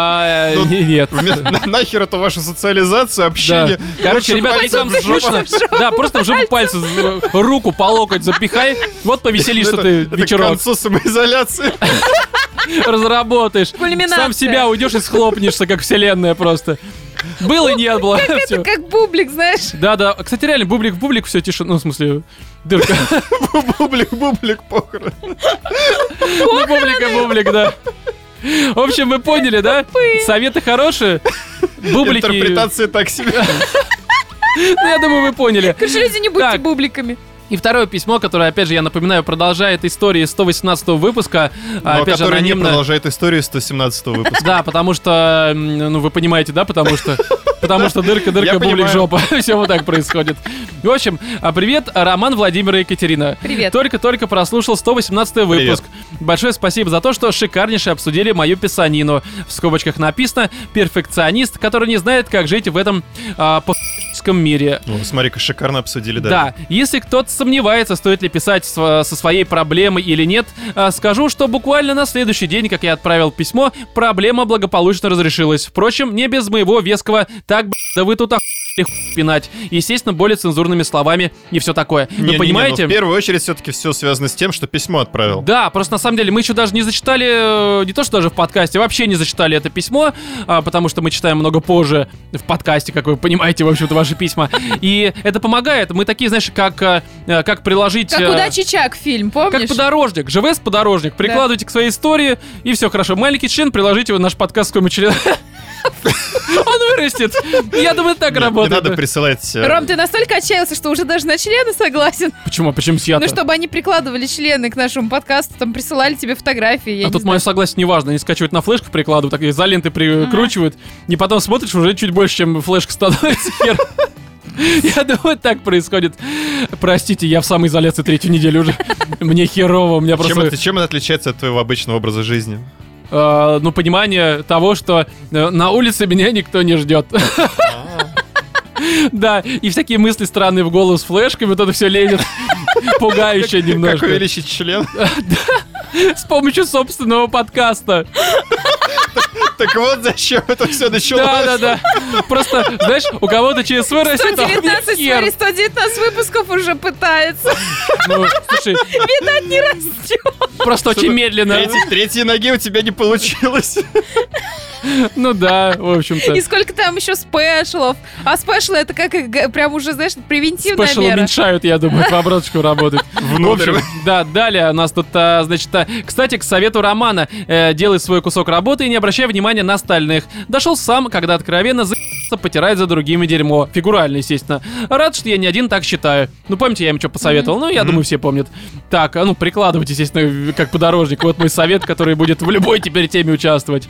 Ну, Нет. Нахер это ваша социализация, Да. общение. Короче, Лучше ребята, пальцем если вам в жопу. скучно, да, просто в жопу пальцы, руку по локоть запихай, вот повеселишься ты Это к вечерок, концу самоизоляции. разработаешь, Кульминация. сам себя уйдешь и схлопнешься, как вселенная просто. Было и не было. Это Всё. как бублик, знаешь. Да. Кстати, реально, бублик в бублик, все тише. Ну, в смысле, дырка. Бублик, похорон. Ну, бублик, да. В общем, вы поняли, да? Советы хорошие. Бублики. Интерпретация так себе. Ну, я думаю, вы поняли. Короче, люди, не будьте Так. бубликами. И второе письмо, которое, опять же, я напоминаю, продолжает истории 118 выпуска. Но Опять же, который не анонимно. продолжает историю 117 выпуска. Да, потому что, ну, вы понимаете, да, потому что дырка, Я бублик, понимаю. жопа. Все вот так происходит. В общем, привет, Роман, Владимир и Екатерина. Привет. Только прослушал 118 выпуск. Большое спасибо за то, что шикарнейше обсудили мою писанину. В скобочках написано «перфекционист, который не знает, как жить в этом по***ском мире». Ну, смотри-ка, шикарно обсудили, да. Да, если кто-то сомневается, стоит ли писать со своей проблемой или нет, скажу, что буквально на следующий день, как я отправил письмо, проблема благополучно разрешилась. Впрочем, не без моего веского «так, да вы тут пинать». Естественно, более цензурными словами и все такое. Не, Вы понимаете? в первую очередь все-таки все связано с тем, что письмо отправил. Да, просто на самом деле мы еще даже не зачитали, не то что даже в подкасте, вообще не зачитали это письмо, потому что мы читаем много позже в подкасте, как вы понимаете, в общем-то, ваши письма. И это помогает. Мы такие, знаешь, как приложить... Как удачи Чак фильм, Как помнишь? подорожник, ЖВС-подорожник. Прикладывайте к своей истории, и все хорошо. Маленький член, приложите его в наш подкаст к своему члену. Он вырастет. Я думаю, так Не работает. надо присылать... Ром, ты настолько отчаялся, что уже даже на члены согласен. Почему? Почему я-то? Ну, чтобы они прикладывали члены к нашему подкасту, там присылали тебе фотографии. я А не тут знаю. мое согласие не важно. Они скачивают на флешку, прикладывают, так изоленты прикручивают. И потом смотришь, уже чуть больше, чем флешка становится. Хер. Я думаю, так происходит. Простите, я в самоизоляции 3-ю неделю уже. Мне херово, у меня просто... Чем это отличается от твоего обычного образа жизни? Ну, понимание того, что на улице меня никто не ждет. Да, и всякие мысли странные в голову с флешкой, вот это все лезет. Пугающе Как немножко. увеличить член? С помощью собственного подкаста. Так вот зачем это все началось. Да. Просто, знаешь, у кого-то ЧСВ растет, а у меня 119, хер. смотри, 119 выпусков уже пытается. Ну, слушай, Видать, не растет. просто очень медленно. Третьей ноги у тебя не получилось. Ну да, в общем-то. И сколько там еще спешлов. А спешлы это как прям уже, знаешь, превентивная Спешл мера. уменьшают, я думаю, в обраточку работают. Внутрь. В общем, да, далее у нас тут, значит, кстати, к совету Романа. Делай свой кусок работы и не обращай внимания на остальных. Дошел сам, когда откровенно потирать за другими дерьмо. Фигурально, естественно. Рад, что я не один так считаю. Ну, помните, я им что посоветовал? Ну, я думаю, все помнят. Так, ну, прикладывайте, естественно, как подорожник. Вот мой совет, который будет в любой теперь теме участвовать.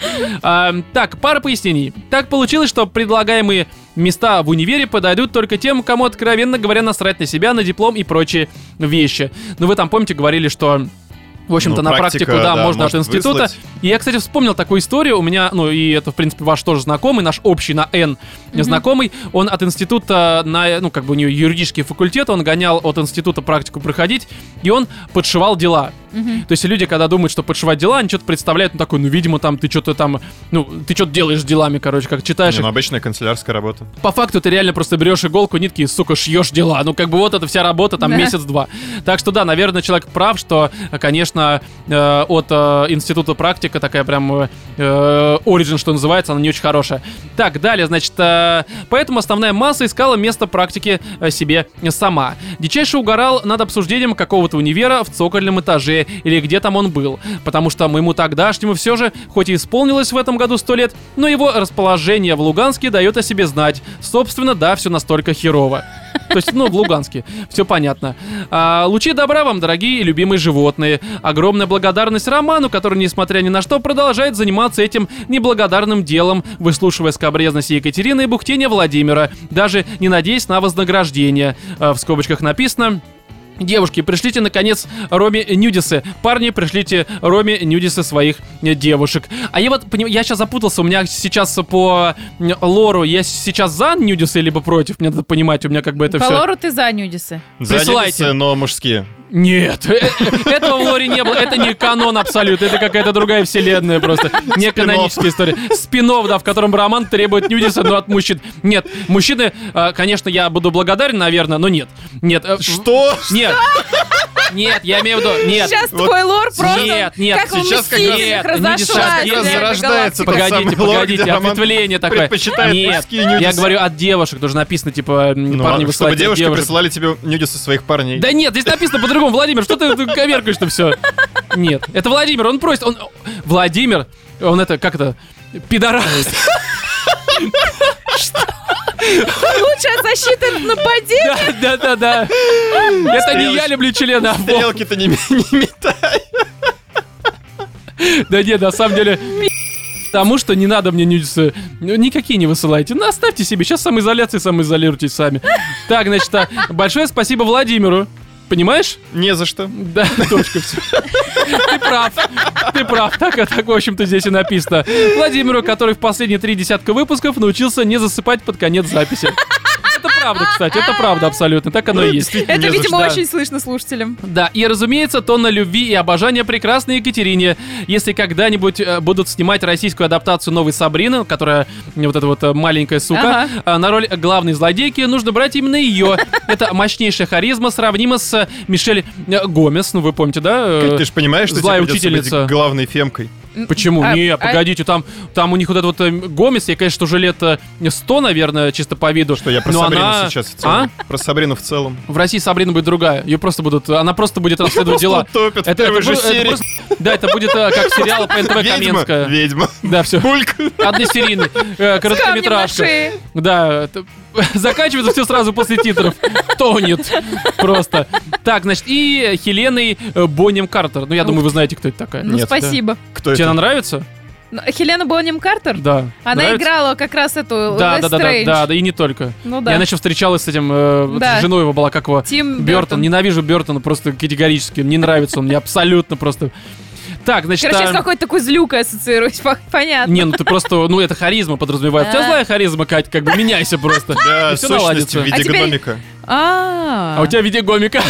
Так, пара пояснений. Так получилось, что предлагаемые места в универе подойдут только тем, кому, откровенно говоря, насрать на себя, на диплом и прочие вещи. Ну, вы там, помните, говорили, что... В общем-то, Ну, на практика, практику, да, да, можно от может института. выслать. И я, кстати, вспомнил такую историю. У меня, ну, и это, в принципе, ваш тоже знакомый, наш общий на N знакомый. Он от института на, ну, как бы у него юридический факультет, он гонял от института практику проходить, и он подшивал дела. То есть люди, когда думают, что подшивать дела, они что-то представляют, ну, такой, ну, видимо, там, ты что-то там, ну, ты что-то делаешь с делами, короче, как читаешь Не, их. ну, обычная канцелярская работа. По факту ты реально просто берешь иголку, нитки и, сука, шьешь дела. Ну, как бы вот это вся работа, там, Да. месяц-два. Так что, да, наверное, человек прав, что, конечно, от института практика такая прям origin, что называется, она не очень хорошая. Так, далее, значит, поэтому основная масса искала место практики себе сама. Дичайше угорал над обсуждением какого-то универа в цокольном этаже, или где там он был. Потому что моему тогдашнему все же, хоть и исполнилось в этом году 100 лет, но его расположение в Луганске дает о себе знать. Собственно, да, все настолько херово. То есть, ну, в Луганске. Все понятно. Лучи добра вам, дорогие и любимые животные. Огромная благодарность Роману, который, несмотря ни на что, продолжает заниматься этим неблагодарным делом, выслушивая скабрезности Екатерины и бухтение Владимира, даже не надеясь на вознаграждение. В скобочках написано... Девушки, пришлите, наконец, Роме нюдисы. Парни, пришлите Роме нюдисы своих девушек. А я вот, я сейчас запутался, у меня сейчас по лору, я сейчас за нюдисы, либо против? Мне надо понимать, у меня как бы это По все... лору ты за нюдисы. Присылайте. Занятия, но мужские. Нет, этого в лоре не было, это не канон абсолютно, это какая-то другая вселенная просто, не каноническая история. Спин-офф, да, в котором Роман требует нюдиса, но от мужчин. Нет, мужчины, конечно, я буду благодарен, наверное, но нет. Нет. Что? Нет. Нет, я имею в виду, нет. Сейчас Вот твой лор просто нет, как он сейчас как раз- Мстителях нет, разошлась. сейчас Как раз да, зарождается тот галактика. самый Погодите, лор, погодите, где Роман ответвление такое. предпочитает Нет, мужские нюдисы. я говорю от девушек, тоже написано, типа, Ну, парни чтобы высылают от девушки девушек. присылали тебе нюдисы своих парней. Да нет, здесь написано по-другому. Владимир, что ты коверкаешь-то все? Нет, это Владимир, он просит, Владимир, он это, как это, пидорас. Лучшая защита от нападения. Да. Это не я люблю члена, а Вов. Стрелки-то не метай. Да нет, на самом деле... Потому что не надо мне нюдисы. Никакие не высылайте. Ну, оставьте себе. Сейчас самоизоляции самоизолируйтесь сами. Так, значит, большое спасибо Владимиру. Понимаешь? Не за что. Да, точка, все. Ты прав. Так, в общем-то, здесь и написано. Владимиру, который в последние 3 десятка выпусков научился не засыпать под конец записи. Это правда, кстати, это правда абсолютно. Так оно и есть. Это, Не за видимо, что. очень слышно слушателям. Да, и, разумеется, тонна любви и обожания прекрасной Екатерине. Если когда-нибудь будут снимать российскую адаптацию новой Сабрины, которая вот эта вот маленькая сука, на роль главной злодейки, нужно брать именно ее. Это мощнейшая харизма, сравнима с Мишель Гомес, ну вы помните, да? Ты же понимаешь, что Злая тебе придется быть учительница. главной фемкой. Почему? Не, погодите, там у них вот этот вот Гомес, ей, конечно, уже лет 100, наверное, чисто по виду. Что, я про но Сабрину она... сейчас в целом. Про Сабрину в целом. В России Сабрина будет другая. Она просто будет расследовать дела. Утопят в первой же серии. Да, это будет как сериал по НТВ Каменская. Ведьма. Да, все. Бульк. Односерийный. Короткометражка. Да, заканчивается все сразу после титров. Тонет. Просто. Так, значит, и Хеленой Бонем Картер. Ну, я думаю, вы знаете, кто это такая. Ну, Нет, спасибо. Кто Тебе это? она нравится? Хелена Бонем Картер? Да. Она Нравится? играла как раз эту Да, Стрэндж. и не только. Ну да. Я еще встречалась с этим, Да. с женой его была, как его? Тим Бёртон. Ненавижу Бёртона просто категорически. Не нравится он мне абсолютно просто. Так, значит... Короче, с какой-то такой злюкой ассоциируюсь, понятно. Не, ну ты просто, это харизма подразумевает. У тебя злая харизма, Кать, как бы меняйся просто. Да, И всё сущность наладится. в виде А теперь- гномика. А у тебя в виде гомика.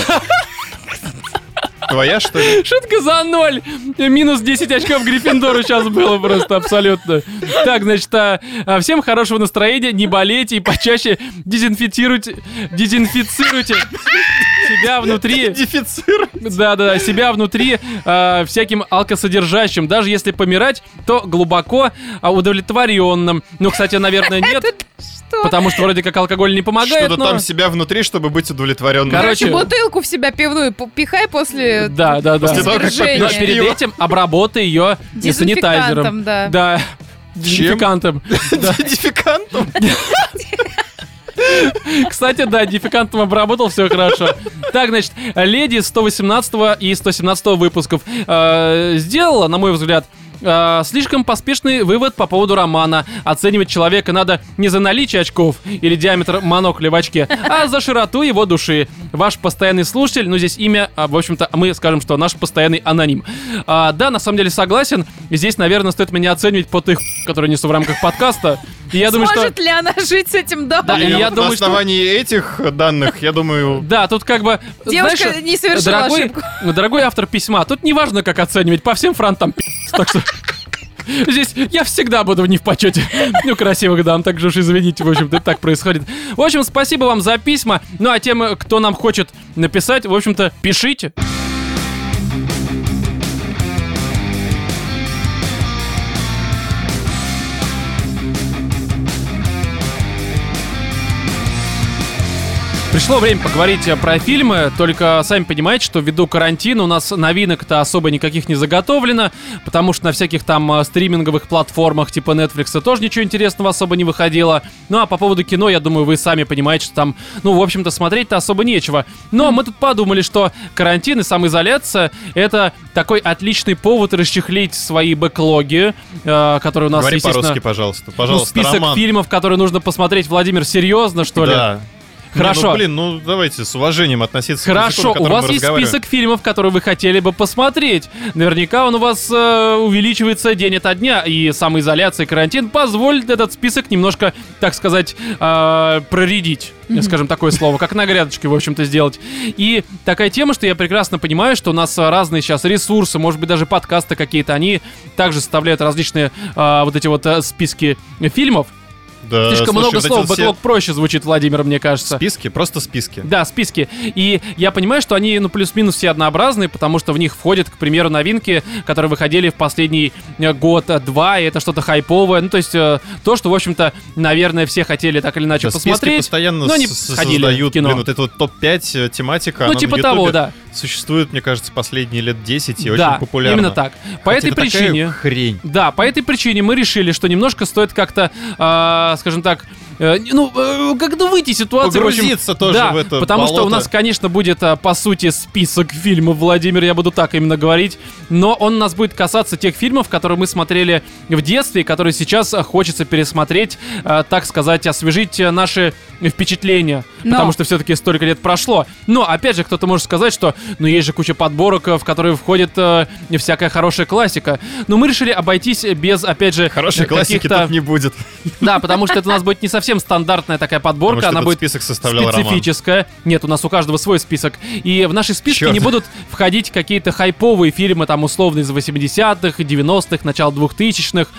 Твоя, что ли? Шутка за 0. Минус 10 очков Гриффиндору сейчас было просто абсолютно. Так, значит, всем хорошего настроения, не болейте и почаще дезинфицируйте себя внутри. Дефицировать. Да, себя внутри всяким алкосодержащим. Даже если помирать, то глубоко удовлетворенным. Ну, кстати, наверное, нет. Что? Потому что вроде как алкоголь не помогает, Что-то но... там себя внутри, чтобы быть удовлетворенным. Короче, бутылку в себя пивную пихай после... Да. После того, как Свержение. Но попьешь перед пиво. этим обработай ее санитайзером. Дезинфектантом, да. Да. Дезинфикантом. Да. Дефикантом. Кстати, да, дефикантом обработал, все хорошо. Так, значит, леди 118 и 117 выпусков сделала, на мой взгляд, слишком поспешный вывод по поводу романа. Оценивать человека надо не за наличие очков или диаметр монокля в очке, а за широту его души. Ваш постоянный слушатель, ну здесь имя, в общем-то, мы скажем, что наш постоянный аноним. Да, на самом деле согласен. Здесь, наверное, стоит меня оценивать по той которую несу в рамках подкаста. И я думаю, Сможет ли она жить с этим домом? Да, и я На думаю, что... основании этих данных, я думаю... Да, тут как бы... Девушка знаешь, не совершила ошибку. Дорогой автор письма, тут не важно, как оценивать, по всем фронтам так что... Здесь я всегда буду не в почете. Ну, красивых дам, так же уж извините, в общем-то, это так происходит. В общем, спасибо вам за письма. Ну, а тем, кто нам хочет написать, в общем-то, пишите. Пришло время поговорить про фильмы, только сами понимаете, что ввиду карантина у нас новинок-то особо никаких не заготовлено, потому что на всяких там стриминговых платформах типа Netflix тоже ничего интересного особо не выходило. Ну а по поводу кино, я думаю, вы сами понимаете, что там, ну, в общем-то, смотреть-то особо нечего. Но мы тут подумали, что карантин и самоизоляция — это такой отличный повод расчехлить свои бэклоги, которые у нас, Говори естественно... по-русски, пожалуйста. Ну, Пожалуйста, список Роман. фильмов, которые нужно посмотреть. Владимир, серьезно, что ли? Да. Хорошо. Не, ну, блин, ну давайте с уважением относиться к языку, Хорошо, на у котором вас мы есть разговариваем. список фильмов, которые вы хотели бы посмотреть. Наверняка он у вас увеличивается день ото дня, и самоизоляция и карантин позволит этот список немножко, так сказать, проредить. Скажем такое слово, как на грядочке, в общем-то, сделать. И такая тема, что я прекрасно понимаю, что у нас разные сейчас ресурсы, может быть, даже подкасты какие-то, они также составляют различные вот эти вот списки фильмов. Да, Слишком слушай, много вот эти слов, вот все бэклог проще звучит, Владимир, мне кажется. Списки, просто списки. Да, списки. И я понимаю, что они, ну, плюс-минус все однообразные, потому что в них входят, к примеру, новинки, которые выходили в последний год-два, и это что-то хайповое. Ну, то есть то, что, в общем-то, наверное, все хотели так или иначе Да, списки посмотреть, постоянно но не ходили в создают, кино. блин, вот это вот топ-5 тематика, Ну, она типа на того, Ютубе да. существует, мне кажется, последние лет 10 и Да, очень популярна. именно так. По Хотя этой это такая причине... хрень. Да, по этой причине мы решили, что немножко стоит как-то, скажем так, как-то выйти из ситуации. в общем, Погрузиться тоже да, в это потому что у болото. нас, конечно, будет, по сути, список фильмов, Владимир, я буду так именно говорить, но он у нас будет касаться тех фильмов, которые мы смотрели в детстве, и которые сейчас хочется пересмотреть, так сказать, освежить наши впечатления, потому что все-таки столько лет прошло. Но, опять же, кто-то может сказать, что, ну, есть же куча подборок, в которые входит всякая хорошая классика, но мы решили обойтись без, опять же, Хорошей классики каких-то... тут не будет. Да, потому что это у нас будет не совсем совсем стандартная такая подборка, Потому что она этот будет список составлял Роман. специфическая. Нет, у нас у каждого свой список. И в наши списки Чёрт. не будут входить какие-то хайповые фильмы, там, условно, из 80-х, 90-х, начала 2000-х.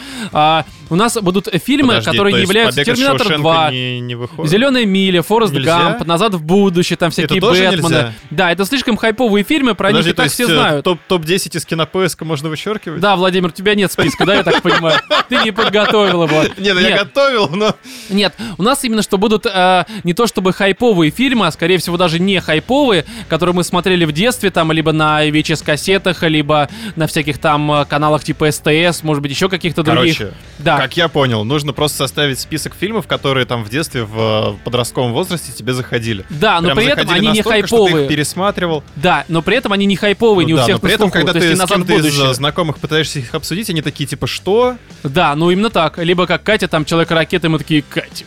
У нас будут фильмы, Подожди, которые то не есть являются «Побег из «Терминатор Шоушенка» 2», не выходит? «Зеленая миля», «Форест Нельзя? Гамп», «Назад в будущее», там всякие Это тоже Бэтмены. нельзя? Да, это слишком хайповые фильмы, про них Подожди, и то так есть все знают. топ-10 из Кинопоиска можно вычеркивать? Да, Владимир, у тебя нет списка, да, я так понимаю? Ты не подготовил его. Не, ну я готовил, но... Нет, у нас именно что будут не то чтобы хайповые фильмы, а скорее всего даже не хайповые, которые мы смотрели в детстве, там, либо на VHS-кассетах, либо на всяких там каналах типа СТС, может быть, еще каких-то других. Короче, Да. как я понял, нужно просто составить список фильмов, которые там в детстве, в подростковом возрасте тебе заходили. Да, но Прям при этом заходили они не настолько, что ты их хайповые. пересматривал. Да, но при этом они не хайповые, не у Ну да, всех но при на этом, слуху, когда то есть ты и с «Назад в кем-то из будущее». знакомых пытаешься их обсудить, они такие, типа, что? Да, ну именно так. Либо как Катя, там Человек-ракета, и мы такие: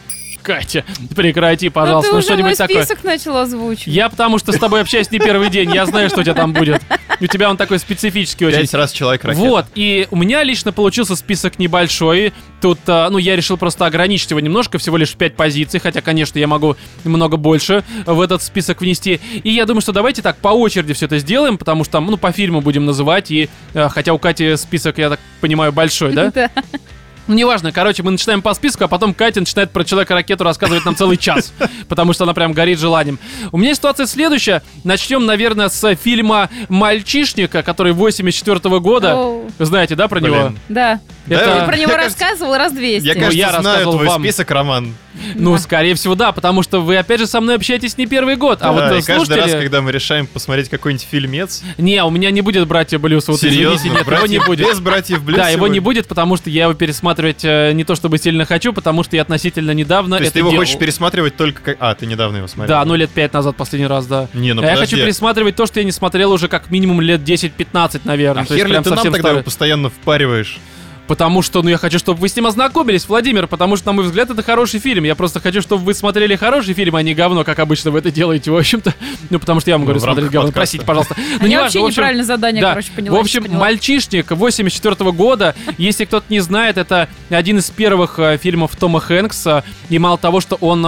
Катя, прекрати, Ну, пожалуйста, ты ну уже мой что-нибудь такое. список начал озвучивать. Я потому что с тобой общаюсь не первый день, я знаю, что у тебя там будет. У тебя он такой специфический очень. 5 раз Человек-ракета. Вот, и у меня лично получился список небольшой. Тут, я решил просто ограничить его немножко, всего лишь 5 позиций, хотя, конечно, я могу много больше в этот список внести. И я думаю, что давайте так по очереди все это сделаем, потому что там, по фильму будем называть, и хотя у Кати список, я так понимаю, большой, да? Да. Ну, неважно, короче, мы начинаем по списку, а потом Катя начинает про Человека-ракету рассказывать нам целый час, потому что она прям горит желанием. У меня ситуация следующая. Начнем, наверное, с фильма «Мальчишника», который 84 года. Оу. Вы знаете, да, про Блин. него? Да. Это, Ты про него Мне кажется, рассказывал раз 200. Я, кажется, я знаю рассказывал твой вам. список, Роман. ну, скорее всего, да, потому что вы, опять же, со мной общаетесь не первый год. А Да, вот и каждый раз, слушатели... когда мы решаем посмотреть какой-нибудь фильмец, Не, у меня не будет «Братья Блюз». Вот серьезно, извините, нет, его не братьев- будет. без братьев Блюз Да, его сегодня? не будет, потому что я его пересматривать не то чтобы сильно хочу, потому что я относительно недавно То есть это ты его делал. хочешь пересматривать только как... А, ты недавно его смотрел. Да, лет 5 назад последний раз, да. Не, ну А я подожди. хочу пересматривать то, что я не смотрел уже как минимум лет 10-15, наверное. А То есть хер ли прям ты нам совсем тогда его старый. постоянно впариваешь? Потому что, я хочу, чтобы вы с ним ознакомились, Владимир, потому что, на мой взгляд, это хороший фильм. Я просто хочу, чтобы вы смотрели хороший фильм, а не говно, как обычно вы это делаете, в общем-то. Потому что я вам говорю в смотреть рамках говно. подкаста. Простите, пожалуйста. А я неважно, вообще в общем, неправильное задание, да. короче, поняла. В общем, поняла. «Мальчишник» 84 года, если кто-то не знает, это один из первых фильмов Тома Хэнкса, и мало того, что он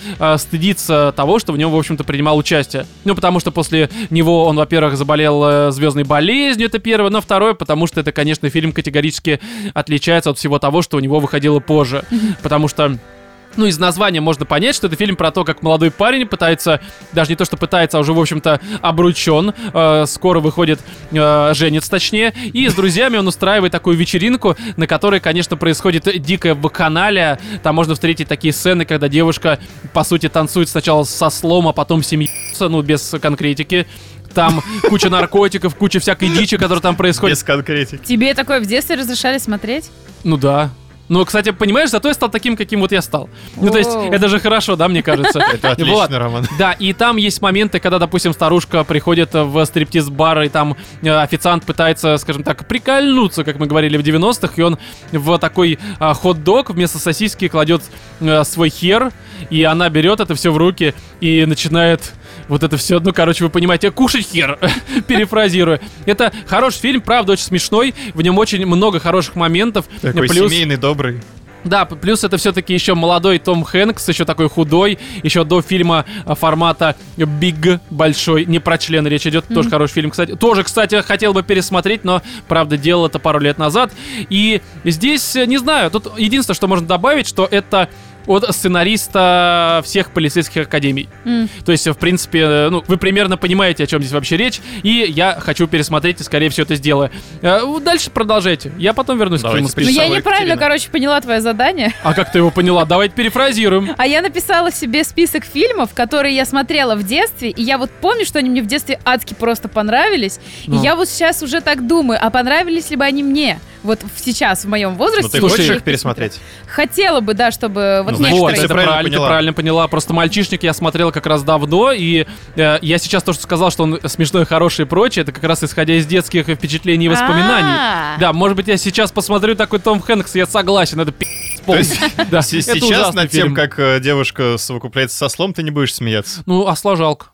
стыдится того, что в нем, в общем-то, принимал участие. Потому что после него он, во-первых, заболел звездной болезнью, это первое, но второе, потому что это, конечно, фильм категорически отличается от всего того, что у него выходило позже. Потому что из названия можно понять, что это фильм про то, как молодой парень пытается, даже не то, что пытается, а уже, в общем-то, обручен, скоро выходит, женится точнее, и с друзьями он устраивает такую вечеринку, на которой, конечно, происходит дикая вакханалия. Там можно встретить такие сцены, когда девушка, по сути, танцует сначала со слом, а потом семьется, без конкретики. Там куча наркотиков, куча всякой дичи, которая там происходит. Без конкретики. Тебе такое в детстве разрешали смотреть? Ну да. Кстати, понимаешь, зато я стал таким, каким вот я стал. То есть, Воу. это же хорошо, да, мне кажется. Это отлично, Вот. Роман. Да, и там есть моменты, когда, допустим, старушка приходит в стриптиз-бар, и там официант пытается, скажем так, прикольнуться, как мы говорили в 90-х, и он в такой хот-дог вместо сосиски кладет свой хер, и она берет это все в руки и начинает вот это все, вы понимаете, кушать хер, перефразируя. Это хороший фильм, правда, очень смешной, в нем очень много хороших моментов. Такой Плюс- семейный, добрый. Да, плюс это все-таки еще молодой Том Хэнкс, еще такой худой, еще до фильма формата Big, большой, не про член речь идет, тоже хороший фильм, кстати. Тоже, кстати, хотел бы пересмотреть, но, правда, делал это пару лет назад. И здесь, не знаю, тут единственное, что можно добавить, что это от сценариста всех полицейских академий. То есть, в принципе, вы примерно понимаете, о чем здесь вообще речь, и я хочу пересмотреть и, скорее всего, это сделаю. Дальше продолжайте. Я потом вернусь к Давайте фильму. список. Я Екатерина. неправильно, поняла твое задание. А как ты его поняла? Давайте перефразируем. А я написала себе список фильмов, которые я смотрела в детстве, и я вот помню, что они мне в детстве адски просто понравились. Ну. И я вот сейчас уже так думаю, а понравились ли бы они мне? Вот сейчас, в моем возрасте. Ну ты Слушай, хочешь я их пересмотреть? Хотела бы, да, чтобы вот значит, Вот, ты некоторые... всё это правильно ты поняла. правильно поняла. Просто «Мальчишник» я смотрел как раз давно, и я сейчас то, что сказал, что он смешной, хороший и прочее, это как раз исходя из детских впечатлений и воспоминаний. А. Да, может быть, я сейчас посмотрю такой Том Хэнкс, я согласен, это пи***ц То полный. есть Да, это сейчас ужасный над тем, фильм. как девушка совокупляется со слом, ты не будешь смеяться? Осла жалко.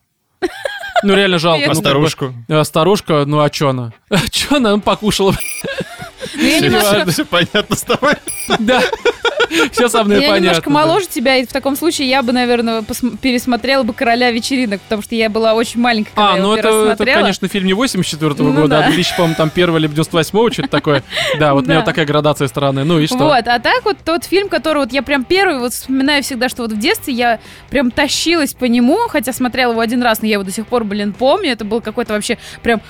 Реально жалко. А Ну, как бы, старушку? Старушка, а чё она? Чё она покушала? Ну, я немножко... Все понятно с тобой. Да. Все со мной Я понятно. немножко моложе тебя, и в таком случае я бы, наверное, пересмотрела бы «Короля вечеринок», потому что я была очень маленькая, когда я его первый раз это, смотрела. конечно, фильм не 84-го Ну года, да. а 2000, по-моему, там 1-го или 98-го, что-то такое. Да, вот у меня Да. такая градация стороны. Ну и что? Вот, а так вот тот фильм, который вот я прям первый вот вспоминаю всегда, что вот в детстве я прям тащилась по нему, хотя смотрела его один раз, но я его до сих пор, помню. Это был какой-то вообще прям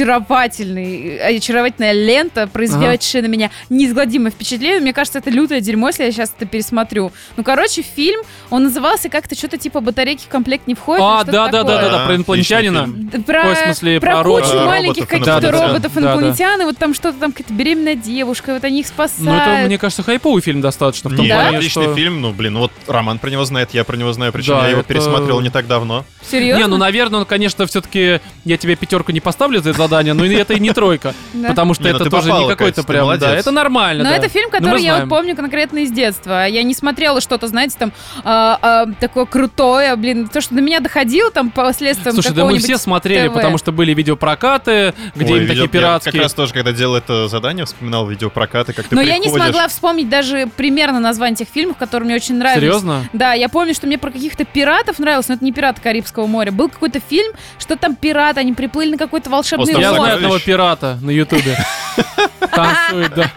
очаровательная лента, произведшая на меня неизгладимое впечатление. Мне кажется, это лютое дерьмо, если я сейчас это пересмотрю. Ну, короче, фильм, он назывался как-то что-то типа «Батарейки в комплект не входят». или что-то такое. Да, про инопланетянина. Про, Ой, в смысле, про про кучу роботов, маленьких каких-то инопланетян. роботов, Да, инопланетян, и вот там что-то там, какая-то беременная девушка, вот они их спасают. Ну, это, мне кажется, хайповый фильм достаточно. В том Нет, плане, отличный что... фильм, ну, блин, вот Роман про него знает, я про него знаю, причем Да, я его это- пересмотрел не так давно. Серьезно? Не, ну, наверное, он, конечно, все-таки... Я тебе 5 не поставлю за это задание, но это и не 3. Да. Потому что Не, ну это ты тоже попала, не какой-то Катя, ты прям... Да, молодец. это нормально, Но да. это фильм, Ну, мы который я вот знаем. помню конкретно из детства. Я не смотрела что-то, знаете, там такое крутое, то, что до меня доходило там последствиям Слушай, да мы какого-нибудь все смотрели, ТВ. потому что были видеопрокаты, где Ой, им такие Я пиратские. как раз тоже, когда делал это задание, вспоминал видеопрокаты, как ты Но я не приходишь. смогла вспомнить даже примерно название тех фильмов, которые мне очень нравились. Серьезно? Да, я помню, что мне про каких-то пиратов нравилось, но это не «Пираты Карибского моря». Был какой-то фильм, что там пираты, они приплыли на какой-то волшебный «Остров Я лодке. знаю сокровищ». одного пирата на Ютубе. Танцует, да.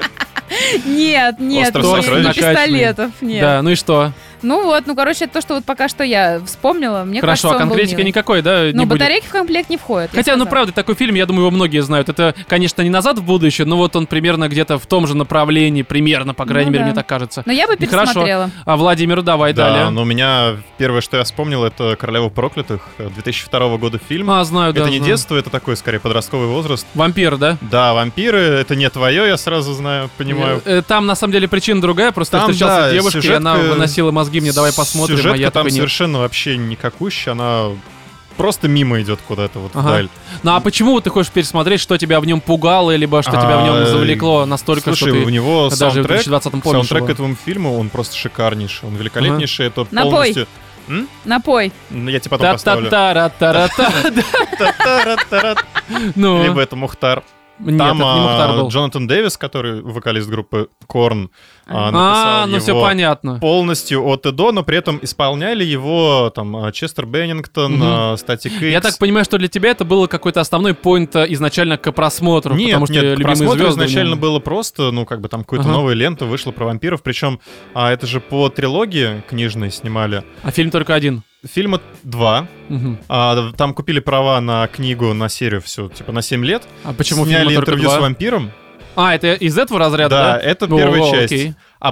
Нет, «Остров не сокровищ». пистолетов, нет. Да, ну и что? Ну вот, короче, это то, что вот пока что я вспомнила. Мне Хорошо, кажется, а он был конкретики милый. никакой, да, Но не будет? батарейки в комплект не входят. я Хотя, ну сказала. правда, такой фильм, я думаю, его многие знают. Это, конечно, не «Назад в будущее», но вот он примерно где-то в том же направлении, примерно, по крайней Ну мере, да. мне так кажется. Но я бы Ну, хорошо. пересмотрела. А Владимир, давай Да, далее. но у меня первое, что я вспомнил, это «Королева проклятых», 2002 года фильм. А, знаю, да. Это не знаю. детство, это такой, скорее, подростковый возраст. Вампир, да? Да, вампиры, это не твое, я сразу знаю, понимаю. Там, на самом деле, причина другая. Просто Там, я встречался да, с девушкой, и сюжетка- она выносила мозги мне, давай посмотрим, а Сюжетка я там такой, нет. совершенно вообще никакущая, она просто мимо идет куда-то вот Ага. вдаль. Ну а почему вот ты хочешь пересмотреть, что тебя в нем пугало, либо что тебя в нем завлекло настолько, Слушай, что у ты него даже в саундтрек, 2020-м помнишь саундтрек его? к этому фильму, он просто шикарнейший, он великолепнейший, это Напой. полностью... Напой. Ну, я тебе потом поставлю. Та-та-та-ра-та-ра-та. Та-та-ра-та-ра. Ну, Либо это Мухтар. нет, Там это не Мухтар был. Джонатан Дэвис, который вокалист группы Корн, написал Ну все его понятно. полностью от и до, но при этом исполняли его там Честер Беннингтон, Статик Икс. Я так понимаю, что для тебя это было какой-то основной поинт изначально к просмотру, Нет, потому что нет, к любимые просмотру звезды. в нем. изначально было просто, ну, как бы там какая-то Ага. новая лента вышла про вампиров, причем это же по трилогии книжной снимали. А фильм только один. Фильма 2. Мгм. Там купили права на книгу, на серию все, типа на 7 лет. А почему Сняли фильма только интервью с 2? вампиром. А, это из этого разряда, Да, да? это О, первая часть. окей. А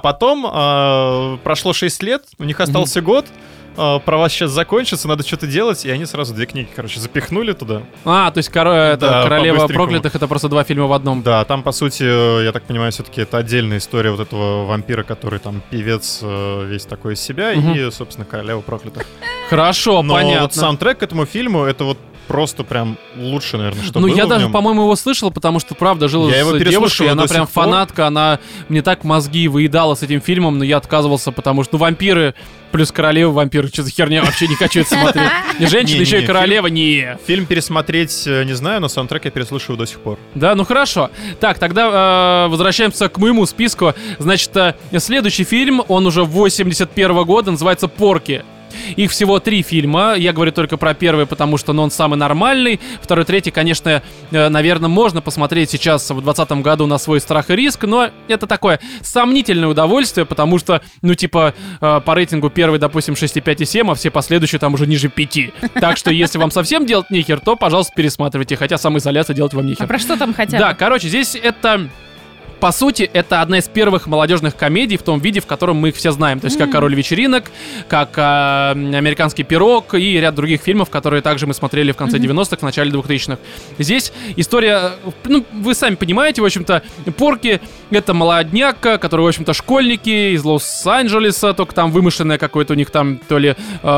потом прошло 6 лет, у них остался год, права сейчас закончатся, надо что-то делать, и они сразу 2 книги, короче, запихнули туда. А, то есть это Да, «Королева по-быстренькому. проклятых» — это просто 2 фильма в одном. Да, там, по сути, я так понимаю, все-таки это отдельная история вот этого вампира, который там певец весь такой из себя, Мгм. и, собственно, «Королева проклятых». Хорошо, Но понятно. вот саундтрек к этому фильму, это вот просто прям лучше, наверное, что Ну, было я в даже, нем. по-моему, его слышал, потому что, правда, жил Я его с переслушиваю девушкой, она до прям сих пор. фанатка, она мне так мозги выедала с этим фильмом, но я отказывался, потому что, ну, вампиры плюс королева вампиры, что за херня, вообще не хочу это смотреть. Не женщина, Не-не-не, еще и фильм- королева, не. Фильм пересмотреть не знаю, но саундтрек я переслушиваю до сих пор. Да, ну хорошо. Так, тогда возвращаемся к моему списку. Значит, следующий фильм, он уже 81 года, называется «Порки». Их всего 3 фильма. Я говорю только про первый, потому что он самый нормальный. Второй, третий, конечно, наверное, можно посмотреть сейчас в 2020 году на свой страх и риск, но это такое сомнительное удовольствие, потому что, ну, типа, по рейтингу первый, допустим, 6,5 и 7, а все последующие там уже ниже 5. Так что, если вам совсем делать нехер, то, пожалуйста, пересматривайте. Хотя самоизоляция делать вам А нехер. про что там хотя бы? Да, короче, здесь это... По сути, это одна из первых молодежных комедий в том виде, в котором мы их все знаем. То есть как «Король вечеринок», как «Американский пирог» и ряд других фильмов, которые также мы смотрели в конце 90-х, в начале 2000-х. Здесь история, ну, вы сами понимаете, в общем-то, Порки — это молодняк, который, в общем-то, школьники из Лос-Анджелеса, только там вымышленное какое-то у них там, то ли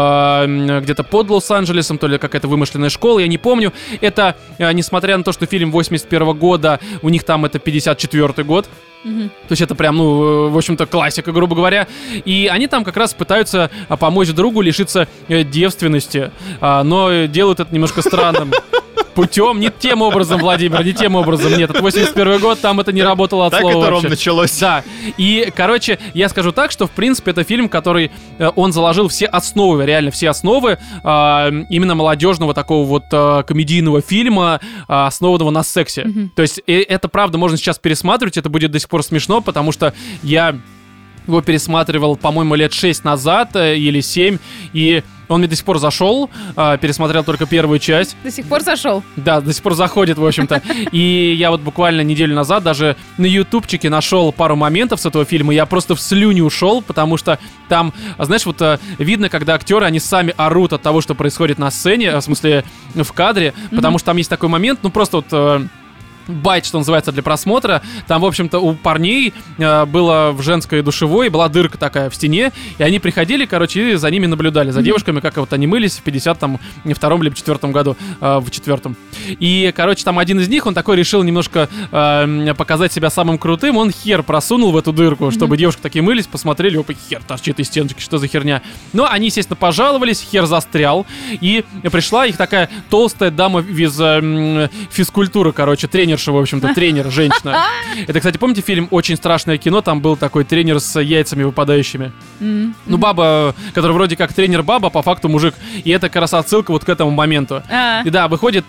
где-то под Лос-Анджелесом, то ли какая-то вымышленная школа, я не помню. Это, несмотря на то, что фильм 81 года, у них там это 54-й год. То есть это прям, ну, в общем-то, классика, грубо говоря. И они там как раз пытаются помочь другу лишиться девственности, но делают это немножко странным. Путем, не тем образом, Владимир, не тем образом. Нет, это 81 год, там это не работало от так слова это, вообще. Ром, началось. Да, и, короче, я скажу так, что, в принципе, это фильм, который, он заложил все основы, реально все основы именно молодежного такого вот комедийного фильма, основанного на сексе. То есть это, правда, можно сейчас пересматривать, это будет до сих пор смешно, потому что я его пересматривал, по-моему, лет 6 назад или 7, и он мне до сих пор зашел, пересмотрел только первую часть. До сих пор зашел? Да, до сих пор заходит, в общем-то. И я вот буквально неделю назад даже на ютубчике нашел пару моментов с этого фильма, я просто в слюни ушел, потому что там, знаешь, вот видно, когда актеры, они сами орут от того, что происходит на сцене, в смысле в кадре, потому что там есть такой момент, ну просто вот... байт, что называется, для просмотра. Там, в общем-то, у парней было в женской душевой, была дырка такая в стене, и они приходили, короче, и за ними наблюдали, за девушками, как вот они мылись в 52-м либо 4-м году, в 4-м. И, короче, там один из них, он такой решил немножко показать себя самым крутым, он хер просунул в эту дырку, чтобы девушки такие мылись, посмотрели, опа, хер торчит из стеночки, что за херня. Но они, естественно, пожаловались, хер застрял, и пришла их такая толстая дама из физкультуры, короче, тренерша, в общем-то, тренер, женщина. Это, кстати, помните фильм «Очень страшное кино», там был такой тренер с яйцами выпадающими. Ну, баба, которая вроде как тренер-баба, по факту мужик. И это как раз отсылка вот к этому моменту. И да, выходит,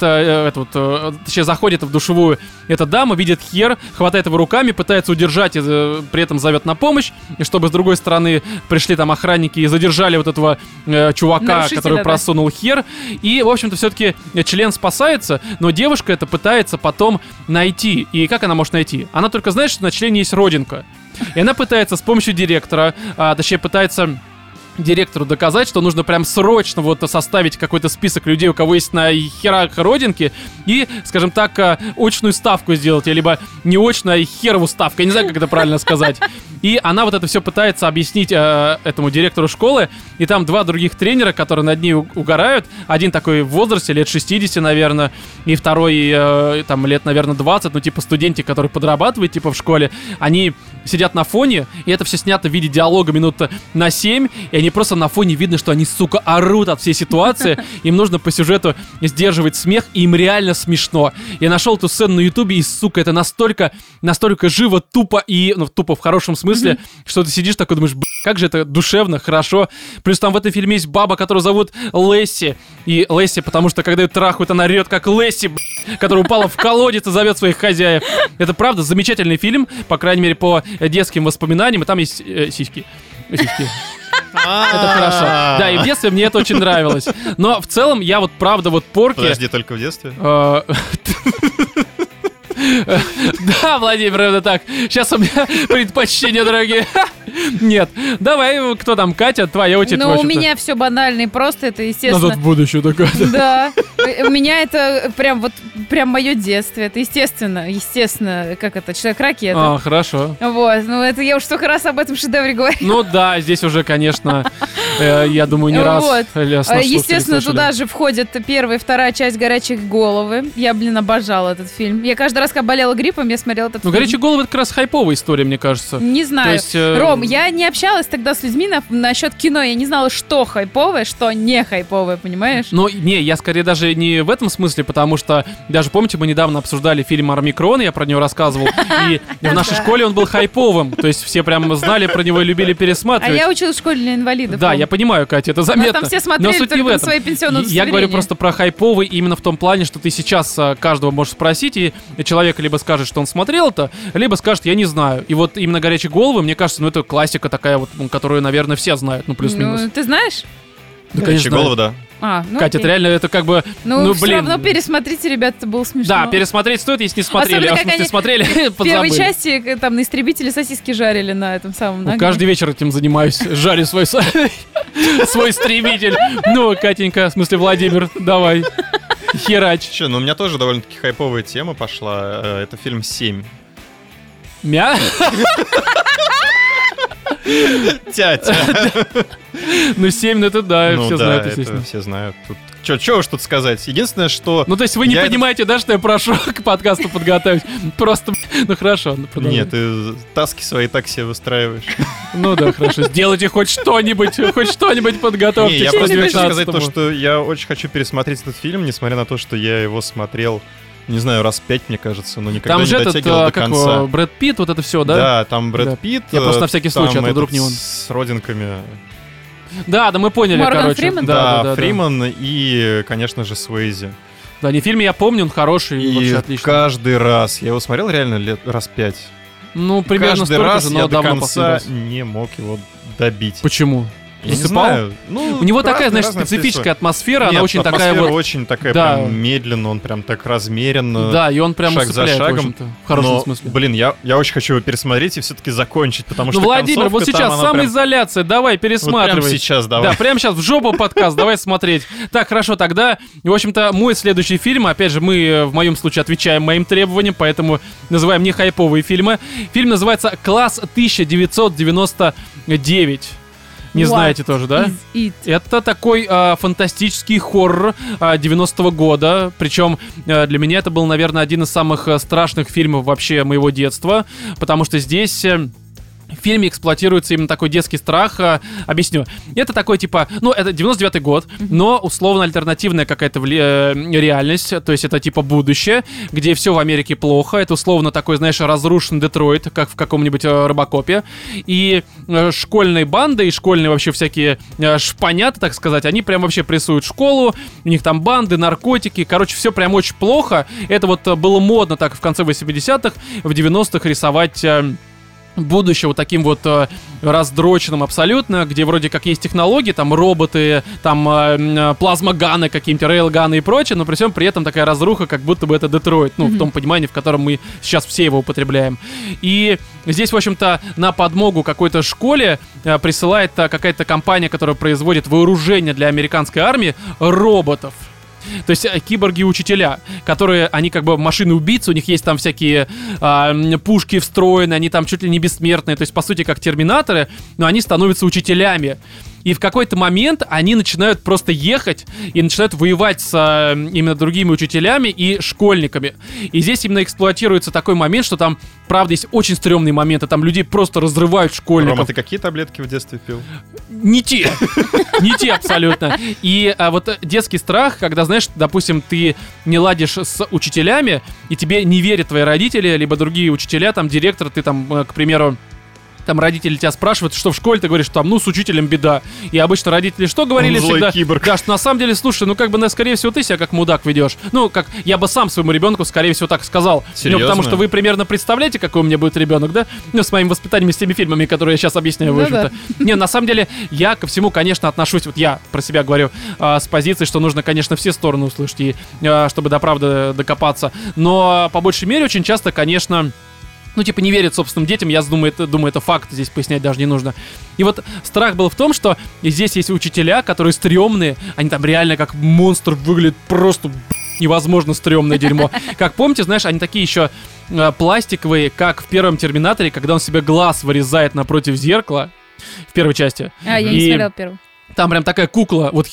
точнее, заходит в душевую эта дама, видит хер, хватает его руками, пытается удержать, и при этом зовет на помощь, и чтобы с другой стороны пришли там охранники и задержали вот этого чувака, который просунул хер. И, в общем-то, все-таки член спасается, но девушка это пытается потом найти. И как она может найти? Она только знает, что на члене есть родинка. И она пытается с помощью директора, точнее, пытается директору доказать, что нужно прям срочно вот составить какой-то список людей, у кого есть на херах родинки, и, скажем так, очную ставку сделать, либо не очную, а херову ставку, я не знаю, как это правильно сказать. И она вот это все пытается объяснить этому директору школы, и там два других тренера, которые над ней угорают, один такой в возрасте, лет 60, наверное, и второй там лет, наверное, 20, ну типа студентик, который подрабатывает типа в школе, они сидят на фоне, и это все снято в виде диалога минут на 7, и они просто на фоне видно, что они, сука, орут от всей ситуации. Им нужно по сюжету сдерживать смех, и им реально смешно. Я нашел эту сцену на ютубе, и, сука, это настолько живо, тупо, и, ну, тупо в хорошем смысле, что ты сидишь такой, думаешь, как же это душевно, хорошо. Плюс там в этом фильме есть баба, которую зовут Лесси. И Лесси, потому что когда ее трахают, она орет, как Лесси, которая упала в колодец и зовет своих хозяев. Это правда замечательный фильм, по крайней мере, по детским воспоминаниям, и там есть сиськи. Это хорошо. Да, и в детстве мне это очень нравилось. Но в целом я вот правда вот порки... Подожди, только в детстве? Да, Владимир, это так. Сейчас у меня предпочтения, дорогие. Нет. Давай, кто там, Катя, твоя очередь. Ну, у меня все банально и просто, это, естественно... Назад в будущее такое. Да. У меня это прям мое детство. Это естественно, как это, Человек-ракета. Хорошо. Вот, ну это я уж столько раз об этом шедевре говорила. Ну да, здесь уже, конечно, я думаю, не раз. Естественно, туда же входит первая и вторая часть «Горячих головы». Я, обожала этот фильм. Я каждый раз, когда болела гриппом, я смотрела этот фильм. Ну, «Горячие головы» — это как раз хайповая история, мне кажется. Не знаю. Ром, я не общалась тогда с людьми насчет кино. Я не знала, что хайповое, что не хайповое, понимаешь? Ну, не, я скорее даже не в этом смысле, потому что, даже помните, мы недавно обсуждали фильм «Армикрон», я про него рассказывал, и в нашей школе он был хайповым, то есть все прям знали про него и любили пересматривать. А я училась в школе для инвалидов. Да, я понимаю, Катя, это заметно. Там все смотрели только на свои пенсионные удостоверения. Я говорю просто про хайповый именно в том плане, что ты сейчас каждого можешь спросить, и человек либо скажет, что он смотрел это, либо скажет, я не знаю. И вот именно «Горячие головы», мне кажется, ну это классика такая вот, которую, наверное, все знают, ну плюс-минус. Ну, ты знаешь? Да, «Горячие головы», да. Катя, это реально, это как бы, все равно пересмотрите, ребята, это было смешно. Да, пересмотреть стоит, если не смотрели. Особенно, а если смотрели, подзабыли. В первой части там на «Истребителе» сосиски жарили на этом самом. Каждый вечер этим занимаюсь, жарю свой истребитель. Ну, Катенька, в смысле, Владимир, давай, херач. Че, ну у меня тоже довольно-таки хайповая тема пошла. Это фильм «7». Тятя. Ну, 7, ну это да, все знают, естественно. Все знают. Че уж тут сказать? Единственное, что... Ну, то есть вы не понимаете, да, что я прошу к подкасту подготовить? Просто Ну хорошо, продолжай. Нет, ты таски свои так себе выстраиваешь. Ну да, хорошо. Сделайте хоть что-нибудь подготовьте. Не, я к просто хочу 19-му. сказать то, что я очень хочу пересмотреть этот фильм, несмотря на то, что я его смотрел, не знаю, раз 5, мне кажется, но никогда Там не же этот, дотягивал до как конца. его, Брэд Питт, вот это все, да? Да, там Да. Брэд Питт. Я просто на всякий случай, там а то вдруг этот не он. с родинками. Да, мы поняли, Морган короче. Фриман? Да. Фриман и, конечно же, Суэйзи. Да, не фильм я помню, он хороший, И вообще отлично. каждый раз, я его смотрел реально раз 5. Ну, примерно Каждый столько раз же, я но до давно конца последний раз. не мог его добить. Почему? Я не Засыпал? знаю. Ну, У него такая, разные знаешь, специфическая атмосфера, она Нет, очень такая атмосфера вот... очень такая Да. прям медленно, он прям так размеренно. Да, и он прям шаг за усыпляет, шагом. в общем-то, в хорошем Но, смысле. блин, я очень хочу его пересмотреть и все-таки закончить, потому Ну, что Владимир, вот концовка там, сейчас она прям- самоизоляция, давай, Вот прямо пересматривай. сейчас давай. Да, прямо сейчас в жопу подкаст, давай смотреть. Так, хорошо, тогда, в общем-то, мой следующий фильм, опять же, мы в моем случае отвечаем моим требованиям, поэтому называем не хайповые фильмы. Фильм называется «Класс 1999». Не What знаете тоже, да? is it? Это такой фантастический хоррор 90-го года. Причем для меня это был, наверное, один из самых страшных фильмов вообще моего детства. Потому что здесь... В фильме эксплуатируется именно такой детский страх. Объясню. Это такой типа... Ну, это 99-й год, но условно альтернативная какая-то реальность. То есть это типа будущее, где все в Америке плохо. Это условно такой, знаешь, разрушенный Детройт, как в каком-нибудь Робокопе. И школьные банды, и школьные вообще всякие шпанята, так сказать, они прям вообще прессуют школу. У них там банды, наркотики. Короче, все прям очень плохо. Это вот было модно так в конце 80-х, в 90-х рисовать... будущее вот таким вот раздроченным абсолютно, где вроде как есть технологии, там роботы, там плазмоганы какие-нибудь, рейлганы и прочее, но при всем при этом такая разруха, как будто бы это Детройт, ну, в том понимании, в котором мы сейчас все его употребляем. И здесь, в общем-то, на подмогу какой-то школе присылает какая-то компания, которая производит вооружение для американской армии, роботов. То есть киборги-учителя, которые, они как бы машины-убийцы, у них есть там всякие пушки встроены, они там чуть ли не бессмертные, то есть по сути как терминаторы, но они становятся учителями. И в какой-то момент они начинают просто ехать и начинают воевать с именно другими учителями и школьниками. И здесь именно эксплуатируется такой момент, что там, правда, есть очень стрёмные моменты. Там людей просто разрывают школьников. Рома, ты какие таблетки в детстве пил? Не те. Не те абсолютно. И вот детский страх, когда, знаешь, допустим, ты не ладишь с учителями, и тебе не верят твои родители, либо другие учителя, там, директор, ты там, к примеру, там родители тебя спрашивают, что в школе, ты говоришь, что там, ну, с учителем беда. И обычно родители что говорили Он злой всегда? киборг. Да, что на самом деле, слушай, ну, как бы, скорее всего, ты себя как мудак ведешь. Ну, как я бы сам своему ребенку, скорее всего, так сказал. Серьезно? Ну, потому что вы примерно представляете, какой у меня будет ребенок, да? Ну, с моим воспитанием, с теми фильмами, которые я сейчас объясняю, в Ну общем-то. Не, на самом деле, я ко всему, конечно, отношусь, вот я про себя говорю, с позиции, что нужно, конечно, все стороны услышать, и чтобы до правды докопаться. Но, по большей мере, очень часто, конечно... Ну, типа, не верят собственным детям, я думаю, это факт, здесь пояснять даже не нужно. И вот страх был в том, что здесь есть учителя, которые стрёмные, они там реально как монстр выглядят, просто невозможно стрёмное дерьмо. Как помните, знаешь, они такие еще пластиковые, как в первом Терминаторе, когда он себе глаз вырезает напротив зеркала, в первой части. Я не смотрел первую. Там прям такая кукла, вот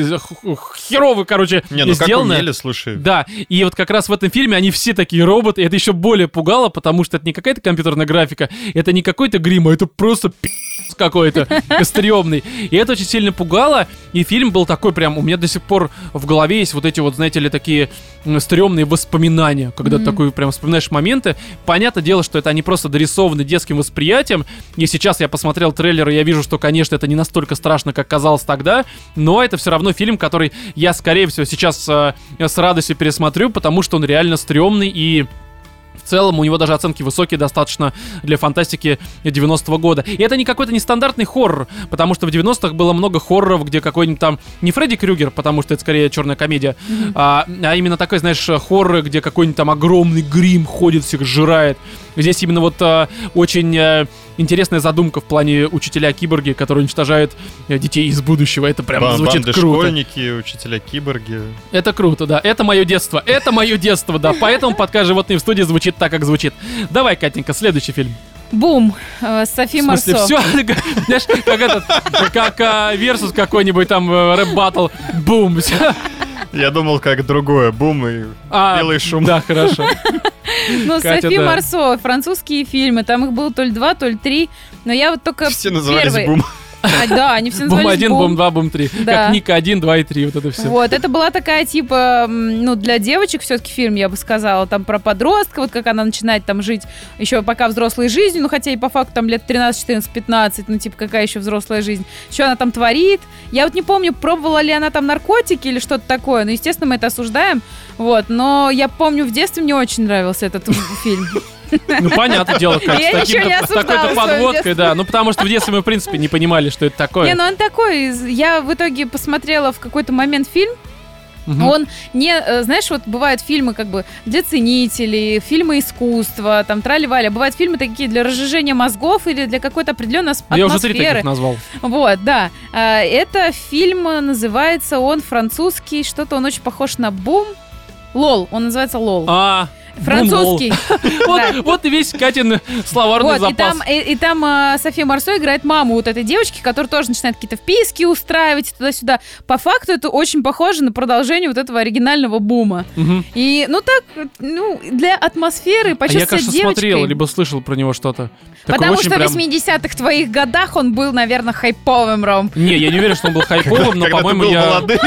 херово, короче, Не, ну как сделана. умели, слушай. Да, и вот как раз в этом фильме они все такие роботы, и это еще более пугало, потому что это не какая-то компьютерная графика, это не какой-то грим, а это просто какой-то стрёмный. И это очень сильно пугало, и фильм был такой прям, у меня до сих пор в голове есть вот эти вот, знаете ли, такие стрёмные воспоминания, когда ты такой прям вспоминаешь моменты. Понятное дело, что это они просто дорисованы детским восприятием, и сейчас я посмотрел трейлер, и я вижу, что, конечно, это не настолько страшно, как казалось тогда, но это все равно фильм, который я, скорее всего, сейчас с радостью пересмотрю, потому что он реально стрёмный, и в целом у него даже оценки высокие достаточно для фантастики 90-го года. И это не какой-то нестандартный хоррор, потому что в 90-х было много хорроров, где какой-нибудь там, не Фредди Крюгер, потому что это скорее черная комедия, а именно такой, знаешь, хоррор, где какой-нибудь там огромный грим ходит, всех жирает. Здесь именно вот очень интересная задумка в плане учителя-киборги, которые уничтожают детей из будущего. Это прям звучит банды круто. школьники, учителя-киборги. Это круто, да. Это мое детство. Это мое детство, да. Поэтому подкаст «Животные в студии» звучит так, как звучит. Давай, Катенька, следующий фильм. Бум. Софи В смысле, Марсо. все, знаешь, как этот, как версус какой-нибудь там рэп-баттл. Бум. Я думал, как другое. Бум и белый шум. Да, хорошо. Ну, Софи Марсо, французские фильмы, там их было то ли 2, то ли 3, но я вот только Все назывались первый. «Бум». Да, они все назывались Бум-1, Бум-2, Бум-3. Да. Как Ника 1, 2 и 3, вот это все. Вот, это была такая, типа, ну, для девочек все-таки фильм, я бы сказала, там про подростка, вот как она начинает там жить еще пока взрослой жизнью, ну, хотя и по факту там лет 13, 14, 15, ну, типа, какая еще взрослая жизнь, что она там творит. Я вот не помню, пробовала ли она там наркотики или что-то такое, но, естественно, мы это осуждаем, вот, но я помню, в детстве мне очень нравился этот фильм. Ну, понятное дело, как Я ничего не с осуждала такой-то в своем подводкой, детстве. да. Ну, потому что в детстве мы, в принципе, не понимали, что это такое. Не, ну он такой, я в итоге посмотрела в какой-то момент фильм. Мгм. Он не, знаешь, вот бывают фильмы как бы для ценителей, фильмы искусства, там трали-вали, а бывают фильмы такие для разжижения мозгов или для какой-то определенной Я уже 3 атмосферы. таких назвал. Вот, да. Это фильм называется, он французский, что-то он очень похож на «Бум». «Лол», он называется «Лол». Французский. Да. Вот и весь Катин словарный Вот, запас. и там София Марсо играет маму вот этой девочки, которая тоже начинает какие-то вписки устраивать туда-сюда. По факту это очень похоже на продолжение вот этого оригинального «Бума». Мгм. И, ну так, ну, для атмосферы А я, почувствовать кажется, девочкой. смотрел, либо слышал про него что-то. Такой Потому очень что в прям- 80-х твоих годах он был, наверное, хайповым, Ром. Не, я не уверен, что он был хайповым, но, Когда ты по-моему, был я... молодым,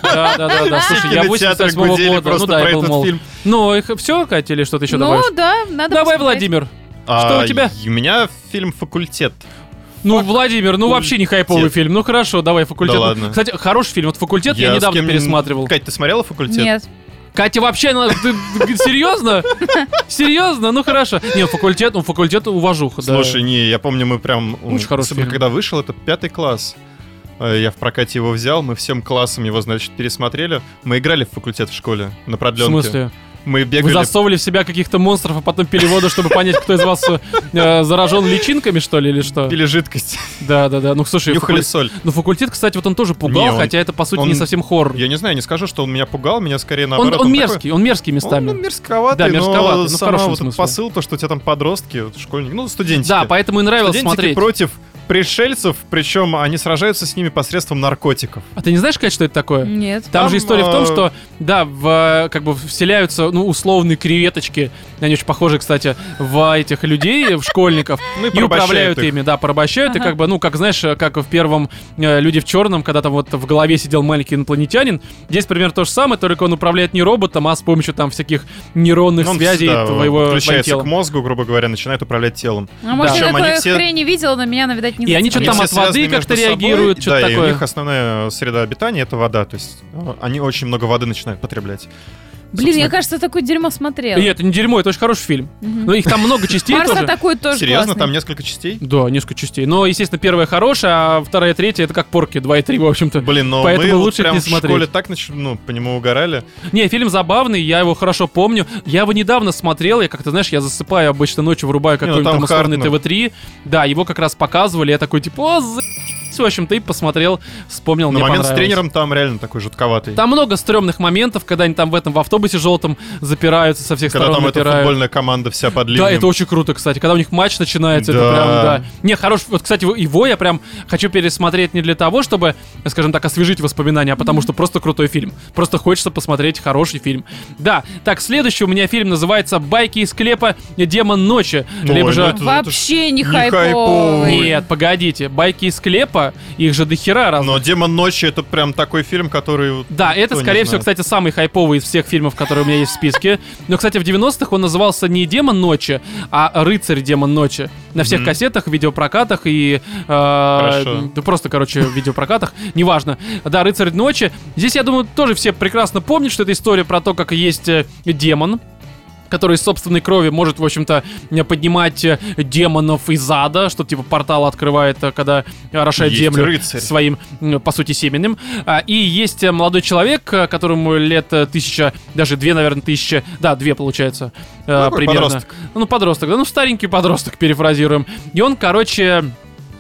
Да. Слушай, я кинотеатры 88-го гудели года. Ну просто да, про я был этот молод. фильм. Ну, их все, Катя, или что-то еще добавишь? Ну да, надо Давай, посмотреть. Владимир. Что у тебя? У меня фильм «Факультет». Ну, Владимир, ну вообще не хайповый «Факультет». фильм. Ну хорошо, давай, «Факультет». Да ладно. Кстати, хороший фильм. Вот «Факультет» я с недавно кем- пересматривал. Кать, ты смотрела «Факультет»? Нет. Катя, вообще, ты серьезно? Серьезно? Ну хорошо. Не, «Факультет», уважуха, да. Слушай, не, я помню, мы прям... Очень хороший особенно фильм. когда вышел, это 5 класс. Я в прокате его взял, мы всем классом его, значит, пересмотрели. Мы играли в «Факультет» в школе на В продленке. смысле? Мы Вы бегали... засовывали в себя каких-то монстров, а потом пили воду, чтобы понять, кто из вас заражен личинками, что ли, или что? Пили жидкость. Да. Ну, слушай, Нюхали соль. Ну, «Факультет», кстати, вот он тоже пугал, Не, он- хотя это, по сути, он- не совсем хоррор. Я не знаю, не скажу, что он меня пугал, меня скорее наоборот... Он такой- мерзкий местами. Он мерзковатый, Да, мерзковатый, но но в сама хорошем вот этот смысле. посыл, то, что у тебя там подростки, вот школьники, ну, студентики. Да, поэтому и нравилось Студентики смотреть. против пришельцев, причем они сражаются с ними посредством наркотиков. А ты не знаешь, Кать, что это такое? Нет. Там же история в том, э, что, да, как бы вселяются, ну, условные креветочки, они очень похожи, кстати, в этих людей, в школьников, Ну и и управляют порабощают их. ими, да, порабощают, и Ага. как бы, ну, как, знаешь, как в первом «Люди в черном», когда там вот в голове сидел маленький инопланетянин, здесь примерно то же самое, только он управляет не роботом, а с помощью там всяких нейронных Он, связей да, твоего подключается тела. к мозгу, грубо говоря, начинает управлять телом. А может, я Причем они такой все- хрень не видела, на меня, видать, не И они зацепило. что-то там все от воды связаны как-то между собой. реагируют, что-то Да, и у такое. них основная среда обитания — это вода, то есть они очень много воды начинают потреблять. Блин, Собственно, я, кажется, такое дерьмо смотрела. Нет, это не дерьмо, это очень хороший фильм. Но их там много частей Марс тоже. атакует тоже Серьезно, классный. там несколько частей? Да, несколько частей. Но, естественно, первая хорошая, а вторая, третья — это как порки, 2 и 3, в общем-то. Блин, но Поэтому мы вот лучше прям не в смотреть. школе так по нему угорали. Не, фильм забавный, я его хорошо помню. Я его недавно смотрел, я как-то, знаешь, я засыпаю обычно ночью, врубаю какой-нибудь там там условный хардно. ТВ-3. Да, его как раз показывали, я такой, типа, о, в общем-то, и посмотрел, вспомнил, Но мне момент с понравилось. тренером там реально такой жутковатый. Там много стрёмных моментов, когда они там в этом в автобусе желтом запираются, со всех Когда сторон там эта напирают. футбольная команда вся под ливнем. Да, это очень круто, кстати. Когда у них матч начинается, это Да. прям, да. Не, хорош. Вот, кстати, его я прям хочу пересмотреть не для того, чтобы, скажем так, освежить воспоминания, а потому что просто крутой фильм. Просто хочется посмотреть хороший фильм. Да, так, следующий у меня фильм называется «Байки из склепа. Демон ночи». Ой, Либо ну же... это- Вообще не не хайповый. хайповый. Нет, погодите. «Байки из склепа», их же дохера разных. Но «Демон ночи» — это прям такой фильм, который... вот Да, это, никто не скорее всего, знает. кстати, самый хайповый из всех фильмов, которые у меня есть в списке. Но, кстати, в 90-х он назывался не «Демон ночи», а «Рыцарь Демон ночи». На всех Мгм. кассетах, видеопрокатах и... Хорошо. да просто, короче, в видеопрокатах, неважно. Да, «Рыцарь ночи». Здесь, я думаю, тоже все прекрасно помнят, что это история про то, как есть демон, который из собственной крови может, в общем-то, поднимать демонов из ада, что типа портал открывает, когда орошает Есть землю рыцарь. своим, по сути, семенем. И есть молодой человек, которому лет 1000, даже 2, наверное, 1000, да, 2 получается, Такой примерно. подросток. Ну, подросток, да, ну, старенький подросток, перефразируем. И он, короче...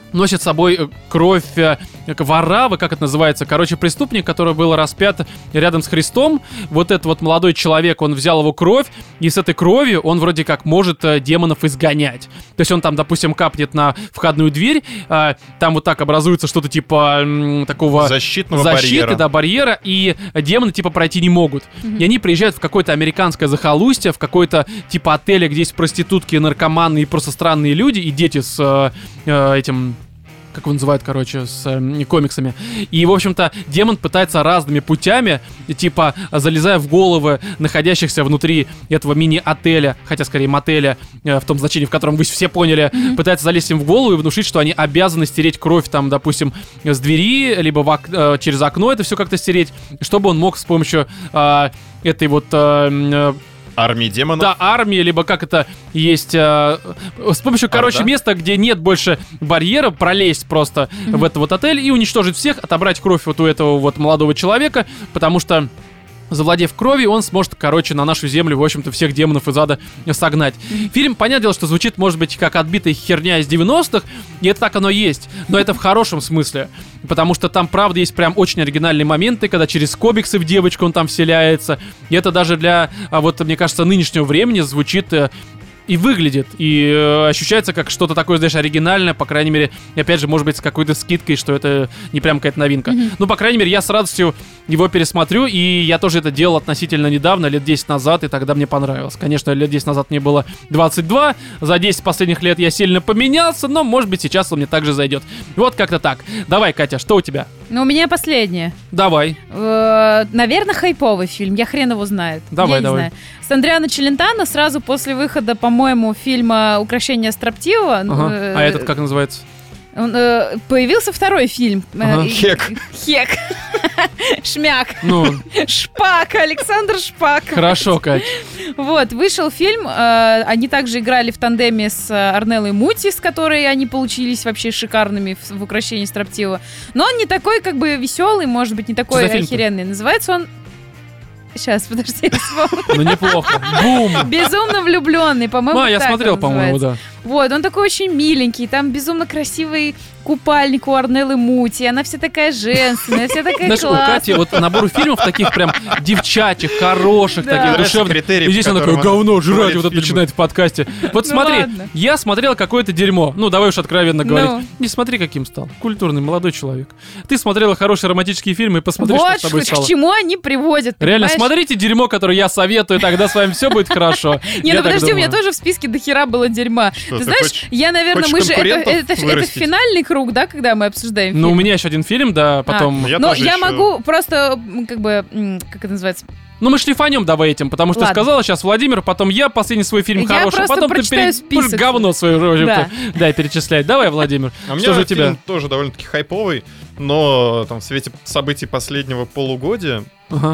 носит с собой кровь Варавы, как это называется, короче, преступник, который был распят рядом с Христом. Вот этот вот молодой человек, он взял его кровь, и с этой кровью он вроде как может демонов изгонять. То есть он там, допустим, капнет на входную дверь, там вот так образуется что-то типа такого... Защитного барьера, и демоны типа пройти не могут. И они приезжают в какое-то американское захолустье, в какой-то типа отеле, где есть проститутки, наркоманы и просто странные люди, и дети с этим... как его называют, короче, с комиксами. И, в общем-то, демон пытается разными путями, типа, залезая в головы находящихся внутри этого мини-отеля, хотя, скорее, мотеля, в том значении, в котором вы все поняли, пытается залезть им в голову и внушить, что они обязаны стереть кровь, там, допустим, с двери, либо через окно это все как-то стереть, чтобы он мог с помощью этой вот... армии демонов. Да, армии, либо как это есть... с помощью, короче, места, где нет больше барьера, пролезть просто в этот вот отель и уничтожить всех, отобрать кровь вот у этого вот молодого человека, потому что, завладев кровью, он сможет, короче, на нашу землю, в общем-то, всех демонов из ада согнать. Фильм, понятное дело, что звучит, может быть, как отбитая херня из 90-х, и это так оно есть, но это в хорошем смысле, потому что там, правда, есть прям очень оригинальные моменты, когда через комиксы в девочку он там вселяется, и это даже для, вот, мне кажется, нынешнего времени звучит... и выглядит, и ощущается как что-то такое, знаешь, оригинальное, по крайней мере, и опять же, может быть, с какой-то скидкой, что это не прям какая-то новинка. Ну, по крайней мере, я с радостью его пересмотрю, и я тоже это делал относительно недавно, лет 10 назад, и тогда мне понравилось. Конечно, лет 10 назад мне было 22, за 10 последних лет я сильно поменялся, но, может быть, сейчас он мне также зайдет. Вот как-то так. Давай, Катя, что у тебя? Ну, у меня последнее. Давай. Наверное, хайповый фильм, я хрен его знает. Давай. Не знаю. С Андриано Челентано сразу после выхода, по-моему, фильма «Укрощение строптивого». А этот как называется? Появился второй фильм. Хек. Шмяк. Ну. Шпак. Александр Шпак. Хорошо, Кать. Вот, вышел фильм. Они также играли в тандеме с Арнеллой Мути, с которой они получились вообще шикарными в «Укрощении строптивого». Но он не такой, как бы, веселый, может быть, не такой охеренный. Называется он... Сейчас, подожди, я вспомню. Ну, неплохо. Бум! «Безумно влюбленный», по-моему, я смотрел, по-моему, да. Вот, он такой очень миленький, там безумно красивый купальник у Арнеллы Мути, она вся такая женственная, вся такая классная. Знаешь, у Кати вот набор фильмов таких прям девчачьих, хороших, таких душевных. И здесь она такое говно жрать вот это начинает в подкасте. Вот смотри, я смотрел какое-то дерьмо. Ну, давай уж откровенно говорить. Не смотри, каким стал. Культурный, молодой человек. Ты смотрела хорошие романтические фильмы и посмотри, что с тобой стало. Вот к чему они приводят, реально, смотрите дерьмо, которое я советую, тогда с вами все будет хорошо. Не, ну подожди, у меня тоже в списке дохера было дерьма. Ты знаешь, я, наверное, мы же... Это финальный круг, да, когда мы обсуждаем фильм? Ну, у меня еще один фильм, да, потом... Но я могу просто, как бы, как это называется... Ну, мы шлифанем давай этим, потому что сказала сейчас Владимир, потом я последний свой фильм хороший, потом ты говно свое да, перечислять. Давай, Владимир, что же у тебя? Фильм тоже довольно-таки хайповый, но там в свете событий последнего полугодия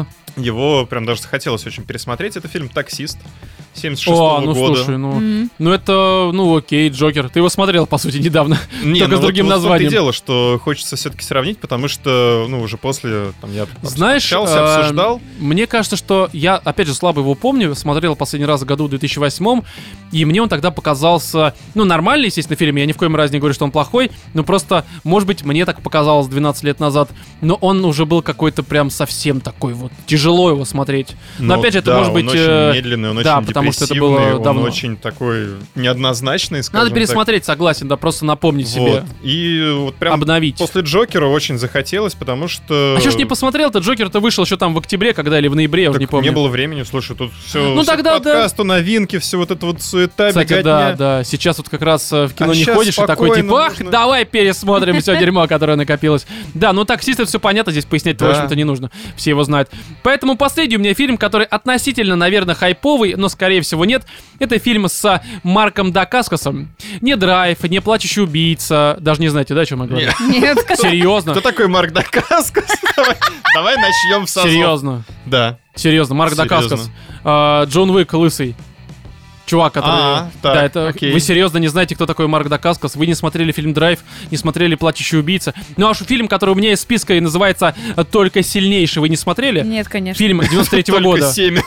его прям даже захотелось очень пересмотреть. Это фильм «Таксист» 76-го года. Слушай, ну это, окей, Джокер. Ты его смотрел, по сути, недавно, только с другим названием. Вот дело, что хочется все-таки сравнить, потому что, уже после, я общался, обсуждал. Мне кажется, что я, опять же, слабо его помню, смотрел последний раз в году 2008, и мне он тогда показался, нормальный, естественно, фильм, я ни в коем разе не говорю, что он плохой, но просто, может быть, мне так показалось 12 лет назад, но он уже был какой-то прям совсем такой вот, тяжело его смотреть. Но опять же, это может быть... он очень медленный, он очень потому что это было давно. Он очень такой неоднозначный, скажем Надо пересмотреть, согласен, да, просто напомнить себе. И вот прям обновить. После «Джокера» очень захотелось, потому что... А что ж не посмотрел-то? «Джокер»-то вышел еще там в октябре, когда или в ноябре, я уже не помню. Не было времени, слушай, тут все, тогда подкасты, новинки, все вот это вот суета, кстати, беготня. да, сейчас вот как раз в кино не ходишь, и такой типа, давай пересмотрим все дерьмо, которое накопилось. Да, «Таксист» это все понятно, здесь пояснять-то, в общем-то, не нужно. Все его знают. Поэтому последний у меня фильм, который относительно, наверное, хайповый, но, скорее всего, нет. Это фильм с Марком Дакаскосом. Не «Драйв», не «Плачущий убийца». Даже не знаете, да, о чем я говорю? Нет. Серьезно? Кто такой Марк Дакаскос? Давай начнем с азов. Серьезно? Да. Серьезно, Марк Дакаскос. Джон Уик лысый. Чувак, который... Вы серьезно не знаете, кто такой Марк Дакаскос? Вы не смотрели фильм «Драйв», не смотрели «Плачущий убийца». Ну, а фильм, который у меня из списка и называется «Только сильнейший», вы не смотрели? Нет, конечно. Фильм 93-го года. Только 7.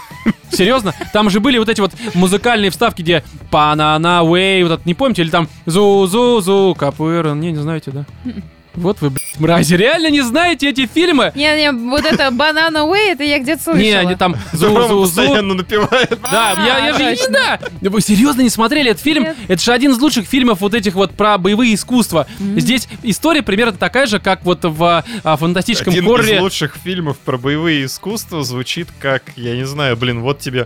Серьезно? Там же были вот эти вот музыкальные вставки, где «Банана Way», вот это, не помните? Или там «Зу-зу-зу», «Капуэра», не знаете, да? Вот вы, мрази, реально не знаете эти фильмы? Не, вот это Banana Way, это я где-то слышала. Не, они там Рома постоянно напевает. Да, я же не знаю. Вы серьезно не смотрели этот фильм? Нет. Это же один из лучших фильмов вот этих вот про боевые искусства. Здесь история примерно такая же, как вот в фантастическом хорроре. Один из лучших фильмов про боевые искусства звучит как, я не знаю, вот тебе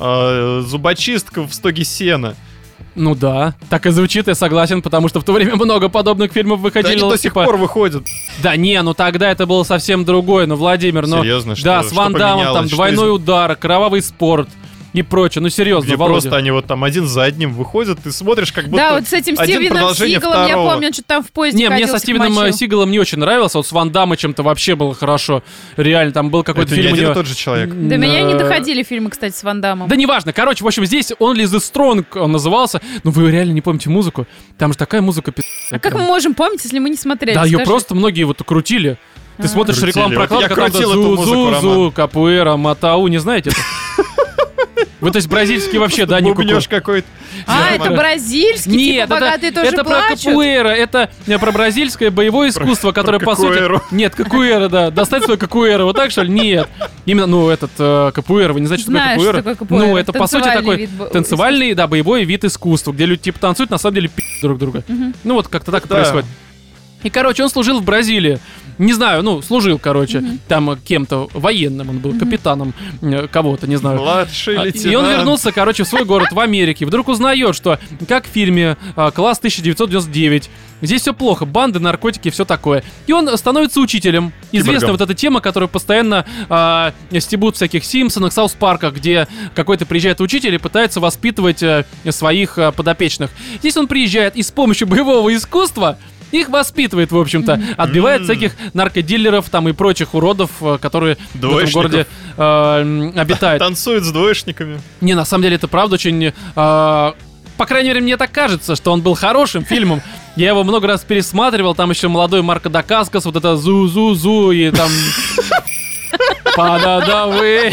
зубочистка в стоге сена. Ну да, так и звучит, я согласен, потому что в то время много подобных фильмов Да выходило. они до сих типа... пор выходят. Да не, ну тогда это было совсем другое, Владимир, Серьезно, да, что с Ван Даммом, там поменялось? «Двойной удар», «Кровавый спорт» и прочее, ну серьезно, Где Володя. просто они вот там один за одним выходят, ты смотришь, как будто Да, вот с этим один Стивеном продолжение Сигалом, я второго. помню, он что-то там в поезде Не, мне ходил, со всех Стивеном мочил. Сигалом не очень нравился, вот с Ван Даммом чем-то вообще было хорошо. Реально, там был какой-то Это не фильм у один и него... тот же человек. До меня не доходили фильмы, кстати, с Ван Даммом. Да неважно, короче, в общем, здесь Only the Strong он назывался. Ну вы реально не помните музыку? Там же такая музыка А как мы можем помнить, если мы не смотрели? Да, ее Скажи. просто многие вот крутили. Ты смотришь Крутили. рекламу Вот прокладка, я там крутил эту музыку, зу-зу-зу, Роман. капуэра, матау, не знаете это? Вы, то есть, бразильский вообще, да, не куку. Бубнёж какой-то. Это бразильский, Нет, типа богатые тоже это про плачут. капуэра, это про бразильское боевое искусство, которое, по сути... какуэру. Нет, капуэра, да. Достать свою капуэру, вот так, что ли? Нет. Именно, капуэра, вы не знаете, что такое Знаю, капуэра? что такое капуэра. Ну, это, по сути, Танцевальный такой вид танцевальный, да, боевой вид искусства, где люди, типа, танцуют, на самом деле, друг друга. Ну, вот как-то так и Да. происходит. И, короче, он служил в Бразилии. Не знаю, служил, короче, там кем-то военным, он был капитаном кого-то, не знаю. Младший И лейтенант. он вернулся, короче, в свой город в Америке. Вдруг узнает, что, как в фильме «Класс 1999», здесь все плохо, банды, наркотики, все такое. И он становится учителем. Известная Киборгом. вот эта тема, которую постоянно стебут в всяких Симпсонах, Саус-Парках, где какой-то приезжает учитель и пытается воспитывать своих подопечных. Здесь он приезжает и с помощью боевого искусства их воспитывает, в общем-то, отбивает всяких наркодилеров там и прочих уродов, которые в этом Двоечников. городе обитают. Танцует с двоечниками. Не, на самом деле это правда очень... по крайней мере, мне так кажется, что он был хорошим фильмом. Я его много раз пересматривал, там еще молодой Марко Дакаскос, вот это зу-зу-зу, и там... Панадавей,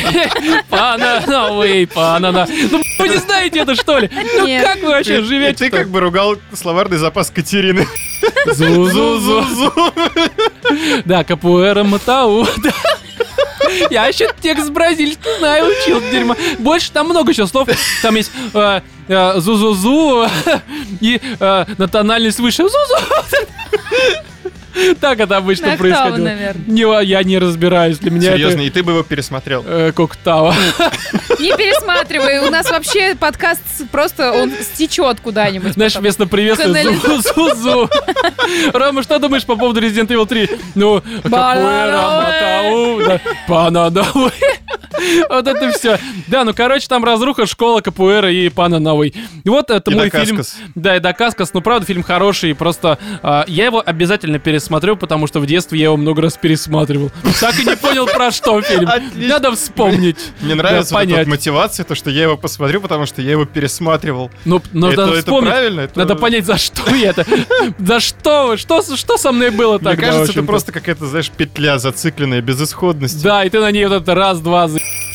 панана. Ну, вы не знаете это, что ли? Ну, Нет. как вы вообще И живете? ты как бы ругал словарный запас Катерины. Зу-зу-зу. Да, капуэра матау. Да. Я еще текст бразильский знаю, учил дерьмо. Больше там много еще слов. Там есть зу-зу-зу и на тональность выше. Зу-зу. Так это обычно На октаву, происходило. наверное. Я не разбираюсь, для меня Серьезно, это и ты бы его пересмотрел. коктава. Не пересматривай, у нас вообще подкаст просто, он стечет куда-нибудь. Знаешь, потом. вместо приветствия зу-зу-зу. Рома, что думаешь по поводу Resident Evil 3? Ну, капуэра, матау, да, панадавей. Вот это все. Да, короче, там разруха, школа, капуэра и панадавей. И вот это И мой фильм. Дакаскос. Да, и Дакаскос. Ну, правда, фильм хороший. Просто я его обязательно пересмотрю, потому что в детстве я его много раз пересматривал. Так и не понял, про что фильм. Отлично. Надо вспомнить. Мне нравится Да, вот эта понять. вот мотивация, то, что я его посмотрю, потому что я его пересматривал. Ну, надо это вспомнить. правильно? Это- Надо понять, за что я это. За что? Что со мной было Мне тогда? в кажется, это общем-то? просто какая-то, знаешь, петля зацикленная, безысходность. Да, и ты на ней вот это раз-два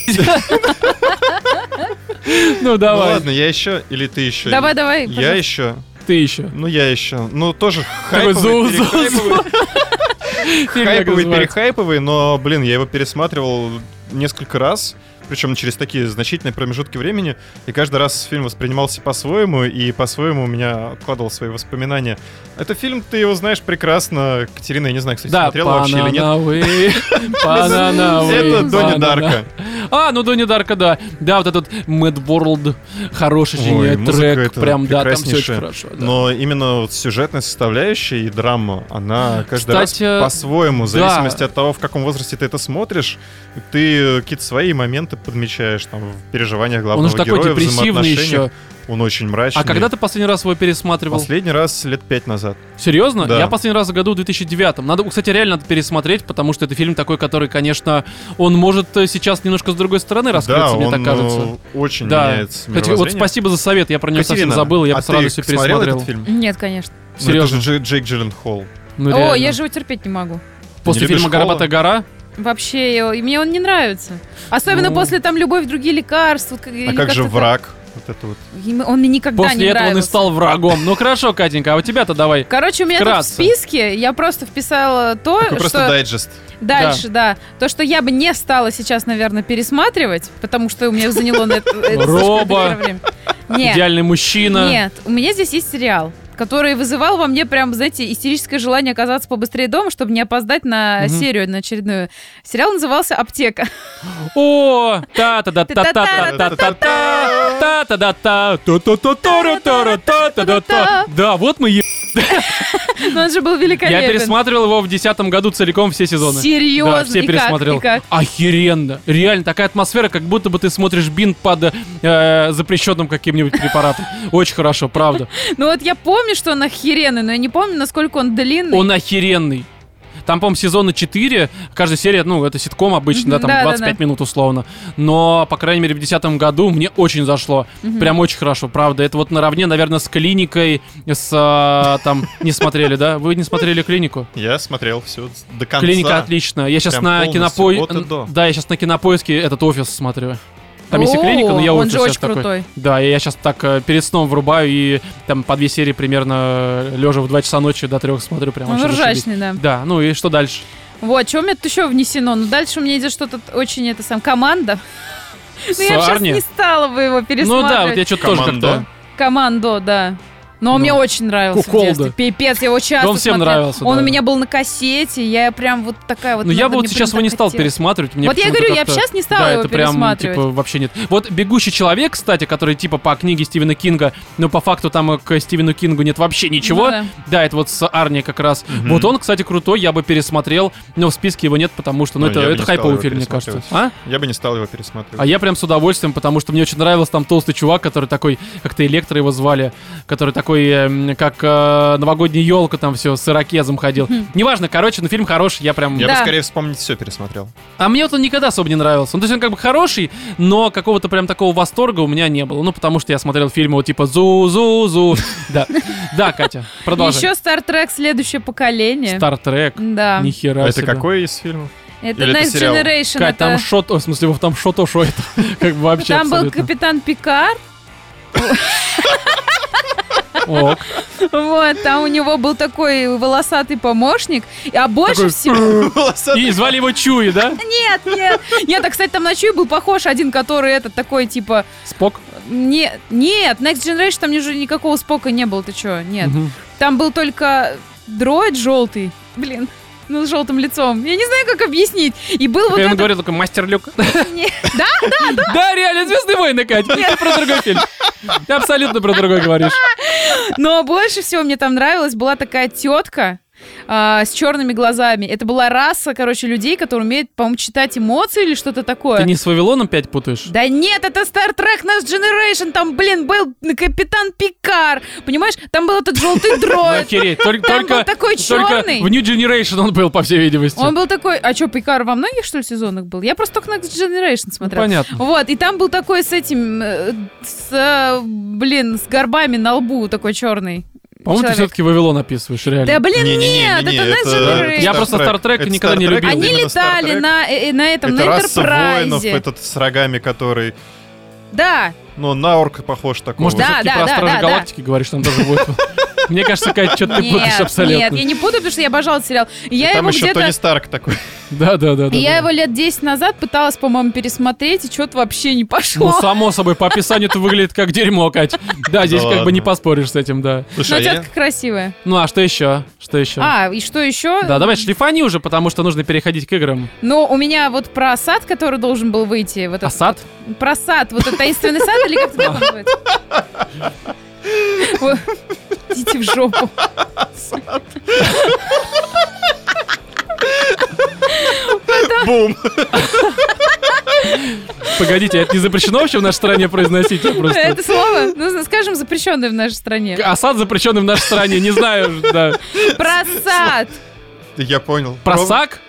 Ну, Ну давай. ладно, я еще, или ты еще? Давай, Я пожалуйста. еще. Ты еще. Ну, я еще. Ну, тоже Такой хайповый, зу-зу-зу. хайповый, перехайповый, но, блин, я его пересматривал несколько раз, причем через такие значительные промежутки времени, и каждый раз фильм воспринимался по-своему, и по-своему у меня откладывал свои воспоминания. Это фильм, ты его знаешь прекрасно. Катерина, я не знаю, кстати, Да, смотрела вообще или нет. Пананавей. Это Донни Дарка. Донни Дарка, да. Да, вот этот Mad World, хороший Ой, музыка трек, это прям, да, там все очень прекраснейшая. хорошо. да. Но именно вот сюжетная составляющая и драма, она каждый Кстати, раз по-своему, в да. зависимости от того, в каком возрасте ты это смотришь, ты какие-то свои моменты подмечаешь там в переживаниях главного Он же такой героя, в депрессивный взаимоотношениях. еще. Он очень мрачный. А когда ты последний раз его пересматривал? Последний раз лет 5 назад. Серьезно? Да. Я последний раз в году в 2009. Надо, кстати, реально надо пересмотреть, потому что это фильм такой, который, конечно, он может сейчас немножко с другой стороны раскрыться, Да, мне он так кажется. очень Да. меняется Кстати, вот мировоззрение. спасибо за совет, я про него совсем Катерина, забыл, я а бы с радостью ты смотрел пересмотрел. этот фильм? Нет, конечно. Серьезно? Ну, это же Джейк Джилленхол. Ну, О, реально. я же его терпеть не могу. После Не любишь фильма Холла? «Горбатая гора»? Вообще, и мне он не нравится. Особенно после там «Любовь, другие лекарства». А как же «Враг»? Вот это вот. Он мне никогда После не этого нравился. он и стал врагом. Ну хорошо, Катенька, а у тебя-то давай. Короче, у меня тут в списке, я просто вписала то, Такой что... просто дайджест. Дальше, да. То, что я бы не стала сейчас, наверное, пересматривать, потому что у меня заняло на это Роба. время. Нет. Идеальный мужчина. Нет, у меня здесь есть сериал, который вызывал во мне прям, знаете, истерическое желание оказаться побыстрее дома, чтобы не опоздать на серию, на очередную. Сериал назывался «Аптека». О, та-та-та-та-та-та-та-та-та-та-та-та-та-та-та-та. Да, вот мы Но он же был великолепен. Я пересматривал его в 2010 году целиком все сезоны. Серьезно? Да, все пересмотрел. И как? Охеренно. Реально, такая атмосфера, как будто бы ты смотришь бинт под запрещенным каким-нибудь препаратом. Очень хорошо, правда. Ну вот я помню, что он охеренный, но я не помню, насколько он длинный. Он охеренный. Там, по-моему, сезона 4, каждая серия, ну, это ситком обычно, да, там Да, 25 да. минут условно. Но, по крайней мере, в 2010 году мне очень зашло. Прям очень хорошо, правда. Это вот наравне, наверное, с «Клиникой», там, не смотрели, да? Вы не смотрели «Клинику»? Я смотрел все до конца. «Клиника» отлично. Я сейчас Прям на полностью, от и до. Да, я сейчас на Кинопоиске этот «Офис» смотрю. Там есть и «Клиника», но я он «Офис» же сейчас очень такой. крутой. Да, и я сейчас так перед сном врубаю и там по 2 серии примерно лежа в 2 часа ночи до 3 смотрю. Прям Он вообще зашибись. ржачный, да. Да, ну и что дальше? Вот, что у меня тут еще внесено? Ну, дальше у меня идет что-то очень, «Команда». Ну, я бы сейчас Арни? не стала бы его Ну пересматривать. да, вот я что-то тоже «Командо». как-то... «Командо», да. Но он Ну, мне очень нравился в Куколда. детстве. Пипец, я его часто Да он всем смотрела. нравился, Он да. у меня был на кассете, я прям вот такая вот... Ну я надо, бы вот мне сейчас прям его не так стал хотелось. пересматривать. Мне Вот я почему-то говорю, я бы как-то- сейчас не стала да, его это прям, пересматривать. типа, вообще нет. Вот «Бегущий человек», кстати, который типа по книге Стивена Кинга, но по факту там к Стивену Кингу нет вообще ничего. Ну да. Да, это вот с Арни как раз. Вот он, кстати, крутой, я бы пересмотрел, но в списке его нет, потому что, ну, Ну, я бы это не стал хайповый его фильм, мне кажется. пересматривать. А? Я бы не стал его пересматривать. А я прям с удовольствием, потому что мне очень нравился там толстый чувак, который такой, как-то Электро его звали, который такой, как новогодняя елка, там все с ирокезом ходил. Неважно, короче, ну фильм хороший, я прям... Я Да. бы скорее вспомнить все пересмотрел. А мне вот он никогда особо не нравился. Ну, то есть он как бы хороший, но какого-то прям такого восторга у меня не было. Ну, потому что я смотрел фильмы вот типа «Зу-зу-зу». Да, да, Катя, продолжай. Еще «Стартрек. Следующее поколение». «Стартрек». Да. Нихера Это себе. какой из фильмов? Это Или это Next сериал? Generation. Кать, там это... шот, в смысле, там шото, шо это? Как бы вообще Там был абсолютно. капитан Пикар. Ок. Вот, там у него был такой волосатый помощник. А больше Такой- всего... И звали его Чуи, да? Нет, нет. Нет, а, кстати, там на Чуи был похож один, который этот такой, типа... Спок. Нет, Next Generation, там никакого Спока не было, ты чё? Нет. Мгм. Там был только дроид желтый. Блин. Ну, с желтым лицом. Я не знаю, как объяснить. И был вот И он этот... говорил такой «Мастер Люк». Не- Да? Да, реально, «Звездные войны», Кать. Ты про другой фильм. Ты абсолютно про другой говоришь. Но больше всего мне там нравилась, была такая тетка с черными глазами. Это была раса, короче, людей, которые умеют, по-моему, читать эмоции или что-то такое. Ты не с «Вавилоном» 5 путаешь? Да нет, это Star Trek Next Generation, там, блин, был капитан Пикар, понимаешь? Там был этот желтый Ну, дроид. охереть. Только Там был такой только черный. в New Generation он был, по всей видимости. Он был такой, а что, Пикар во многих, что ли, сезонах был? Я просто только Next Generation Ну, смотрела. понятно. Вот, и там был такой с этим, с горбами на лбу, такой черный. По-моему, ты человек. все-таки «Вавилон» описываешь, реально. Да блин, Не-не-не-не-не, нет, это Next это- Generation. Я просто Star Trek Это никогда не Star Trek, любил. Они именно Star летали Trek. на этом, Это на раса воинов, Энтерпрайзе. этот с рогами, который... Да, Ну, на орка похож такого. Может, ты Да, все-таки да, про да, «Стражи да, Галактики» говоришь, там тоже будет. Мне кажется, Кать, что-то ты путаешь нет, абсолютно. нет, я не путаю, потому что я обожала этот сериал. И я Там его еще где-то... Тони Старк такой. Да. И я его лет 10 назад пыталась, по-моему, пересмотреть, и что-то вообще не Ну, пошло. само собой, по описанию это выглядит как дерьмо, Кать. Да, здесь Да как бы ладно. не поспоришь с этим, да. Но Слушай, а я... тетка красивая. Ну, а что еще? Что еще? А, и что еще? Да, давай шлифани уже, потому что нужно переходить к играм. Ну, у меня вот про сад, который должен был выйти. Вот этот Асад? вот. Про сад. Вот этот таинственный сад, или как это называется? Вот. Идите в жопу. Бум! Погодите, это не запрещено вообще в нашей стране произносить? Я просто... Это слово, ну, скажем, запрещенное в нашей стране. Асад запрещенный в нашей стране, не знаю, да. Про сад. Я понял. Просак?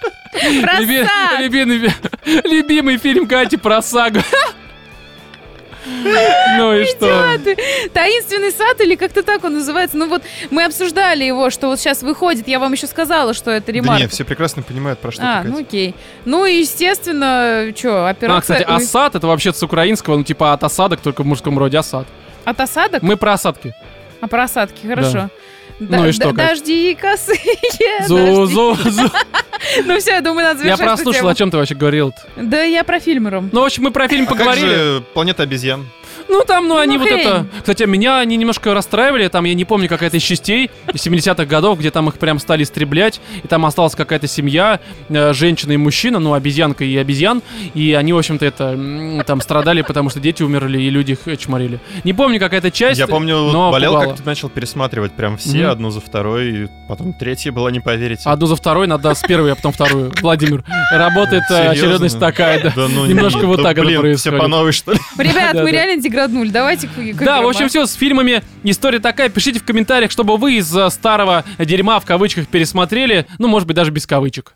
Про сад. Любимый фильм Кати про сагу. Ну и что? Таинственный сад или как-то так он называется. Ну вот мы обсуждали его, что вот сейчас выходит. Я вам еще сказала, что это ремарка. Да нет, все прекрасно понимают, про что ты, Катя. Ну окей. Ну и естественно, что, операция... Кстати, осад это вообще с украинского, ну типа от осадок, только в мужском роде осад. От осадок? Мы про осадки. А про осадки, хорошо. Ну и что, Кать? Дожди косые. Зу. Ну все, я думаю, надо Я завершать эту прослушал, тему. о чем ты вообще говорил. Да я про фильм, Ром. Ну, в общем, мы про фильм А как поговорили. же «Планета обезьян»? Ну, там, ну, они вот хрень. это... Кстати, меня они немножко расстраивали. Там, я не помню, какая-то из частей 70-х годов, где там их прям стали истреблять. И там осталась какая-то семья, женщина и мужчина, ну, обезьянка и обезьян. И они, в общем-то, это... Там страдали, потому что дети умерли, и люди их чморили. Не помню, какая-то часть, Я помню, но болел, пугало. как ты начал пересматривать прям все, одну за второй, и потом третья была, не поверите. Одну за второй, надо с первой, а потом вторую. Владимир, работает Серьезно? очередность такая, да. Да ну Немножко вот так это блин, происходит. все по новой, что ли? Ребят, Да, мы да. реально деграднули. Давайте к Да, в играм, общем, а? все, с фильмами история такая. Пишите в комментариях, чтобы вы из старого дерьма в кавычках пересмотрели. Ну, может быть, даже без кавычек.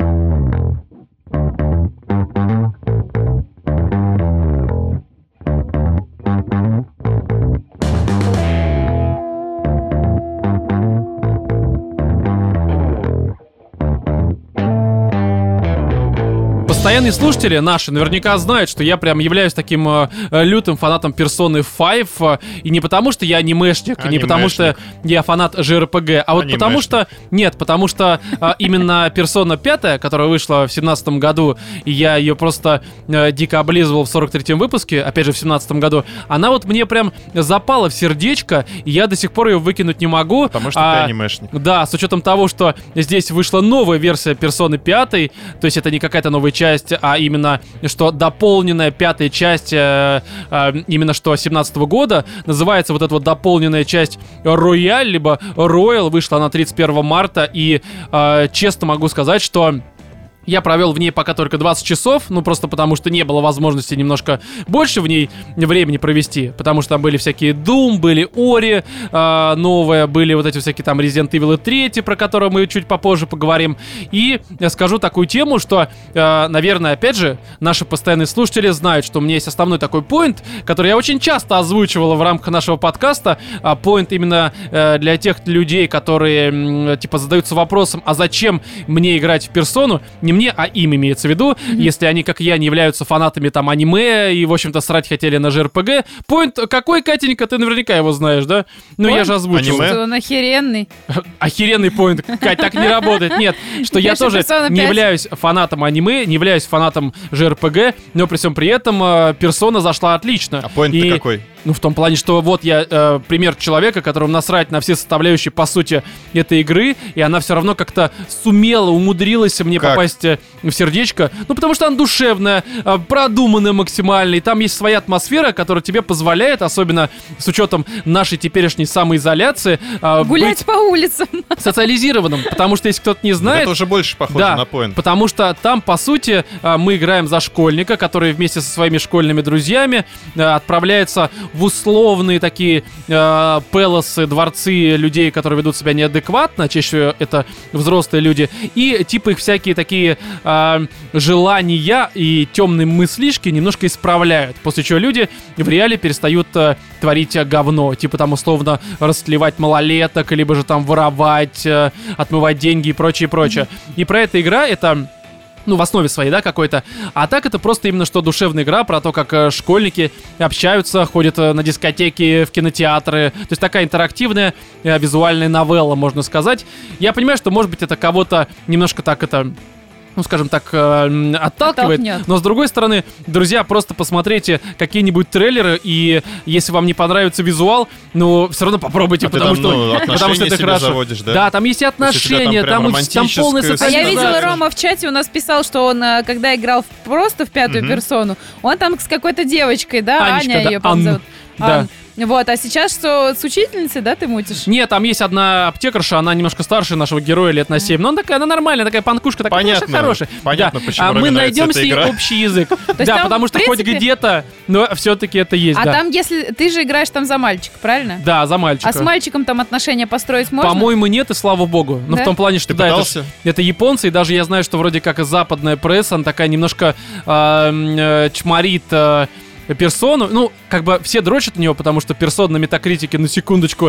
Постоянные слушатели наши наверняка знают, что я прям являюсь таким лютым фанатом Persona 5. И не потому, что я анимешник, не потому, что я фанат JRPG, а вот потому что... Нет, потому что именно Persona 5, которая вышла в 17 году, и я ее просто дико облизывал в 43-м выпуске, опять же в 17 году, она вот мне прям запала в сердечко, и я до сих пор ее выкинуть не могу. Потому что ты анимешник. Да, с учетом того, что здесь вышла новая версия Persona 5, то есть это не какая-то новая часть, а именно, что дополненная пятая часть именно что 17-го года, называется вот эта вот дополненная часть Royal, либо Royal, вышла она 31 марта, и честно могу сказать, что я провел в ней пока только 20 часов, ну просто потому что не было возможности немножко больше в ней времени провести, потому что там были всякие Doom, были Ori новые, были вот эти всякие там Resident Evil 3, про которые мы чуть попозже поговорим. И я скажу такую тему, что, наверное, опять же, наши постоянные слушатели знают, что у меня есть основной такой поинт, который я очень часто озвучивал в рамках нашего подкаста, поинт именно для тех людей, которые типа задаются вопросом, а зачем мне играть в персону? Не мне, а им имеется в виду, если они, как я, не являются фанатами там аниме и, в общем-то, срать хотели на JRPG. Поинт какой, Катенька, ты наверняка его знаешь, да? Ну, я же озвучил. Аниме? Что он охеренный. Охеренный поинт, Кать, так не работает. Нет, что я тоже Persona не 5. являюсь фанатом аниме, не являюсь фанатом JRPG, но при всем при этом персона зашла отлично. А поинт-то какой? Ну, в том плане, что вот я пример человека, которому насрать на все составляющие, по сути, этой игры, и она все равно как-то сумела, умудрилась мне попасть в сердечко. Ну, потому что она душевная, продуманная максимально, и там есть своя атмосфера, которая тебе позволяет, особенно с учетом нашей теперешней самоизоляции, Гулять быть по улицам. социализированным. Потому что, если кто-то не знает... Это уже больше похоже на поинт. Потому что там, по сути, мы играем за школьника, который вместе со своими школьными друзьями отправляется в условные такие пэлосы, дворцы людей, которые ведут себя неадекватно, чаще всего это взрослые люди, и типа их всякие такие желания и темные мыслишки немножко исправляют, после чего люди в реале перестают творить говно, типа там условно растлевать малолеток, либо же там воровать, отмывать деньги и прочее, прочее. И про эта игра, это... Ну, в основе своей, да, какой-то. А так это просто именно что душевная игра про то, как школьники общаются, ходят на дискотеки, в кинотеатры. То есть такая интерактивная визуальная новелла, можно сказать. Я понимаю, что, может быть, это кого-то немножко так это... ну, скажем так, отталкивает. Оттолкнет. Но, с другой стороны, друзья, просто посмотрите какие-нибудь трейлеры, и если вам не понравится визуал, ну, все равно попробуйте, потому что это хорошо. Заводишь, да? Да, там есть и отношения, там полная романтическое А я видела, социализация. Рома в чате у нас писал, что он, когда играл просто в пятую персону, он там с какой-то девочкой, да, Анечка, Аня да, ее, по-моему, зовут. Да. Ан. Вот, а сейчас что, с учительницей, да, ты мутишь? Нет, там есть одна аптекарша, она немножко старше нашего героя лет на 7, но она такая, она нормальная, такая панкушка, такая Понятно, хорошая. понятно, Да. почему А мы Роме нравится найдем эта с ней игра. общий язык. есть Да, там, потому что в хоть принципе- где-то, но все-таки это есть, А да. там, если ты же играешь там за мальчика, правильно? Да, за мальчика. А с мальчиком там отношения построить можно? По-моему, нет, и слава богу. Но Да? в том плане, что Ты да, пытался? это японцы, и даже я знаю, что вроде как и западная пресса, она такая немножко чморит персону. Ну, как бы все дрочат на него, потому что персона на метакритике, на секундочку,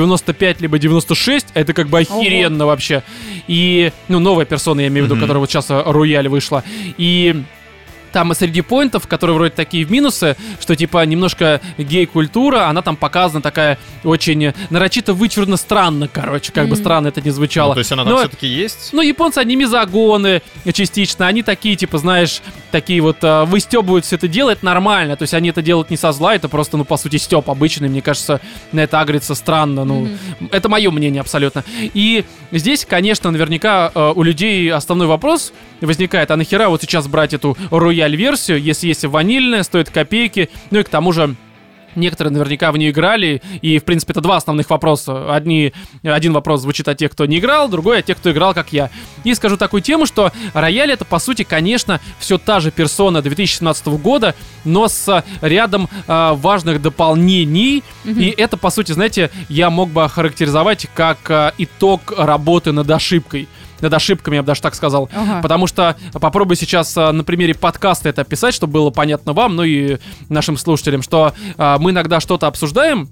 95 либо 96, это как бы охеренно вообще. И, ну, новая персона, я имею в виду, которая вот сейчас Рояль вышла. И там среди поинтов, которые вроде такие в минусы, что типа немножко гей-культура, она там показана такая очень нарочито вычурно странно, короче, как бы странно это не звучало. Ну, то есть она там все-таки есть? Ну, японцы, они мизогоны частично, они такие, типа, знаешь, такие вот выстебывают все это дело, это нормально, то есть они это делают не со зла, это просто, ну, по сути, стёб обычный, мне кажется, на это агрится странно, ну, это мое мнение абсолютно. И здесь, конечно, наверняка у людей основной вопрос возникает, а нахера вот сейчас брать эту рояль-версию, если есть ванильная, стоит копейки, ну и к тому же некоторые наверняка в нее играли, и, в принципе, это два основных вопроса. Один вопрос звучит от тех, кто не играл, другой от тех, кто играл, как я. И скажу такую тему, что рояль — это, по сути, конечно, все та же персона 2017 года, но с рядом важных дополнений. И это, по сути, знаете, я мог бы охарактеризовать как итог работы над ошибкой. Над ошибками, я бы даже так сказал. Потому что попробуй сейчас на примере подкаста это описать, чтобы было понятно вам, ну и нашим слушателям, что мы иногда что-то обсуждаем,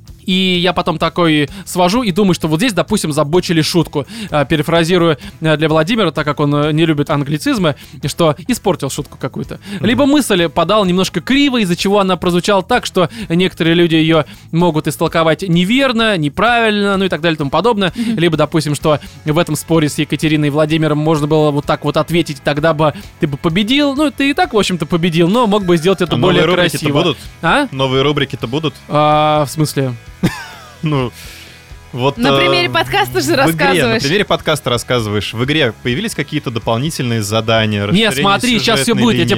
и я потом такой свожу и думаю, что вот здесь, допустим, забочили шутку. Перефразирую для Владимира, так как он не любит англицизмы, что испортил шутку какую-то. Либо мысль подал немножко криво, из-за чего она прозвучала так, что некоторые люди ее могут истолковать неверно, неправильно, ну и так далее и тому подобное. Либо, допустим, что в этом споре с Екатериной и Владимиром можно было вот так вот ответить, тогда бы ты бы победил. Ну, ты и так, в общем-то, победил, но мог бы сделать это более красиво. Будут? Новые рубрики-то будут? В смысле? Ну, вот, на примере подкаста же рассказываешь. На примере подкаста рассказываешь. В игре появились какие-то дополнительные задания? Не, смотри, сейчас все будет. Я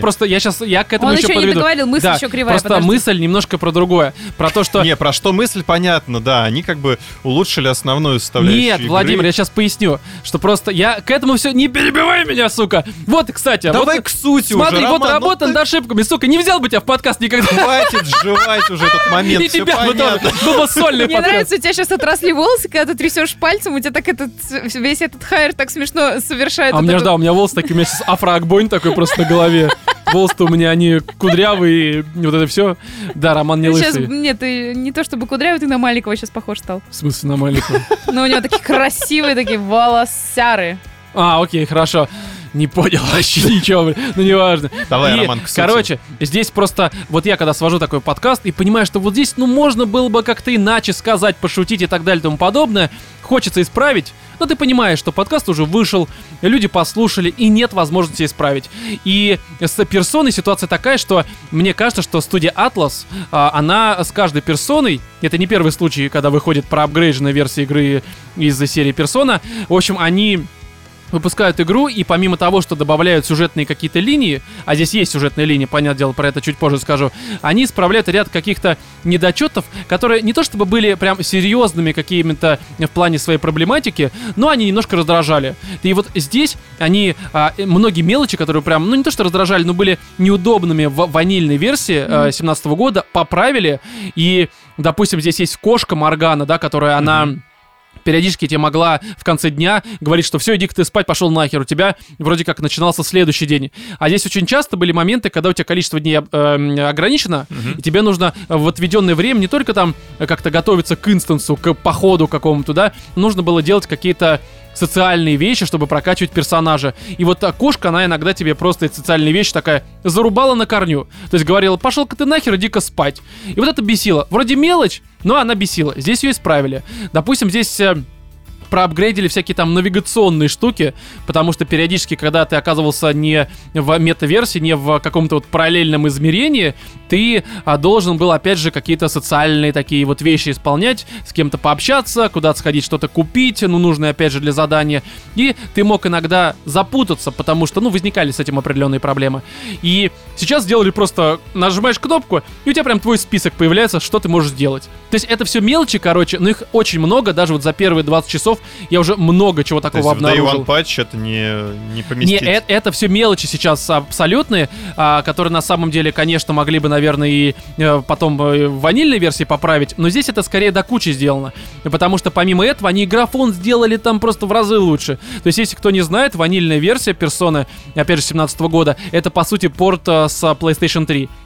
к этому еще подведу. Он еще не договорил, мысль еще кривая. Просто мысль немножко про другое. Про то, что... Не, про что мысль понятно, да. Они как бы улучшили основную составляющую Нет, игры. Владимир, я сейчас поясню. Что просто я к этому все... Не перебивай меня, сука! Вот, кстати... Давай вот, к сути смотри, уже, вот Роман, работа над ошибками, сука. Не взял бы тебя в подкаст никогда. Хватит жевать уже этот момент, и все тебя понятно. Было сольный Мне подкаст. нравится, у тебя сейчас отросли волосы, когда ты трясешь пальцем, у тебя так весь этот хайр так смешно совершает. А у меня волосы такие, у меня сейчас афроагбонь такой просто на голове. Волосы-то у меня, они кудрявые, вот это все. Да, Роман не лысый. Сейчас, нет, ты не то чтобы кудрявый, ты на Маликова сейчас похож стал. В смысле на Маликова? Но у него такие красивые такие волосяры. Окей, хорошо. Не понял вообще ничего, ну неважно. Давай, Роман, к сути. Короче, здесь просто, вот я когда свожу такой подкаст и понимаю, что вот здесь, ну, можно было бы как-то иначе сказать, пошутить и так далее и тому подобное, хочется исправить, но ты понимаешь, что подкаст уже вышел, люди послушали, и нет возможности исправить. И с персоной ситуация такая, что мне кажется, что студия Atlas, она с каждой персоной, это не первый случай, когда выходит проапгрейдженная версия игры из серии Persona, в общем, они выпускают игру, и помимо того, что добавляют сюжетные какие-то линии, а здесь есть сюжетные линии, понятное дело, про это чуть позже скажу, они исправляют ряд каких-то недочетов, которые не то чтобы были прям серьезными какими-то в плане своей проблематики, но они немножко раздражали. И вот здесь они многие мелочи, которые прям, ну не то что раздражали, но были неудобными в ванильной версии 2017 года, поправили. И, допустим, здесь есть кошка Моргана, да, которая она... периодически тебе могла в конце дня говорить, что все, иди-ка ты спать, пошел нахер, у тебя вроде как начинался следующий день. А здесь очень часто были моменты, когда у тебя количество дней ограничено, и тебе нужно в отведенное время не только там как-то готовиться к инстансу, к походу какому-то, да, нужно было делать какие-то социальные вещи, чтобы прокачивать персонажа. И вот кошка, она иногда тебе просто эти социальные вещи такая зарубала на корню. То есть говорила, пошел-ка ты нахер, иди-ка спать. И вот это бесило. Вроде мелочь, но она бесила. Здесь ее исправили. Допустим, здесь... проапгрейдили всякие там навигационные штуки, потому что периодически, когда ты оказывался не в мета-версии, не в каком-то вот параллельном измерении, ты должен был, опять же, какие-то социальные такие вот вещи исполнять, с кем-то пообщаться, куда-то сходить, что-то купить, ну, нужное, опять же, для задания, и ты мог иногда запутаться, потому что, ну, возникали с этим определенные проблемы. И сейчас сделали просто, нажимаешь кнопку, и у тебя прям твой список появляется, что ты можешь сделать. То есть это все мелочи, короче, но их очень много, даже вот за первые 20 часов я уже много чего такого обнаружил. То есть в Day One Patch это не поместить? Не, это все мелочи сейчас абсолютные, которые на самом деле, конечно, могли бы, наверное, и потом в ванильной версии поправить, но здесь это скорее до кучи сделано, потому что помимо этого они графон сделали там просто в разы лучше. То есть, если кто не знает, ванильная версия Persona, опять же, 2017 года, это, по сути, порт с PlayStation 3.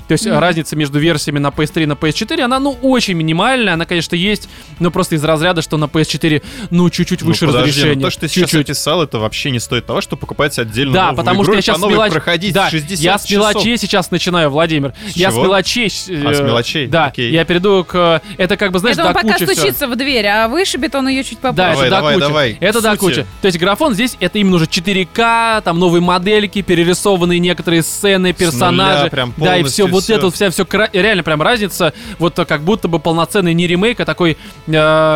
То есть разница между версиями на PS3 и на PS4, она, очень минимальная. Она, конечно, есть, но просто из разряда, что на PS4, чуть-чуть выше разрешения. То, что ты сейчас описал, это вообще не стоит того, что покупать отдельно да, новую потому игру что я сейчас проходить 60 я с мелочей сейчас начинаю, Владимир. Я с мелочей. С мелочей? Да, окей. Я перейду к... Это как бы, знаешь, это он пока все. стучится в дверь, а вышибет он ее чуть попозже. Да, давай. Это до кучи. То есть графон здесь это именно уже 4К, там новые модельки, перерисованные некоторые сцены, персонажи. Прям да, и все вот это, все реально прям разница. Вот как будто бы полноценный не ремейк, а такой, не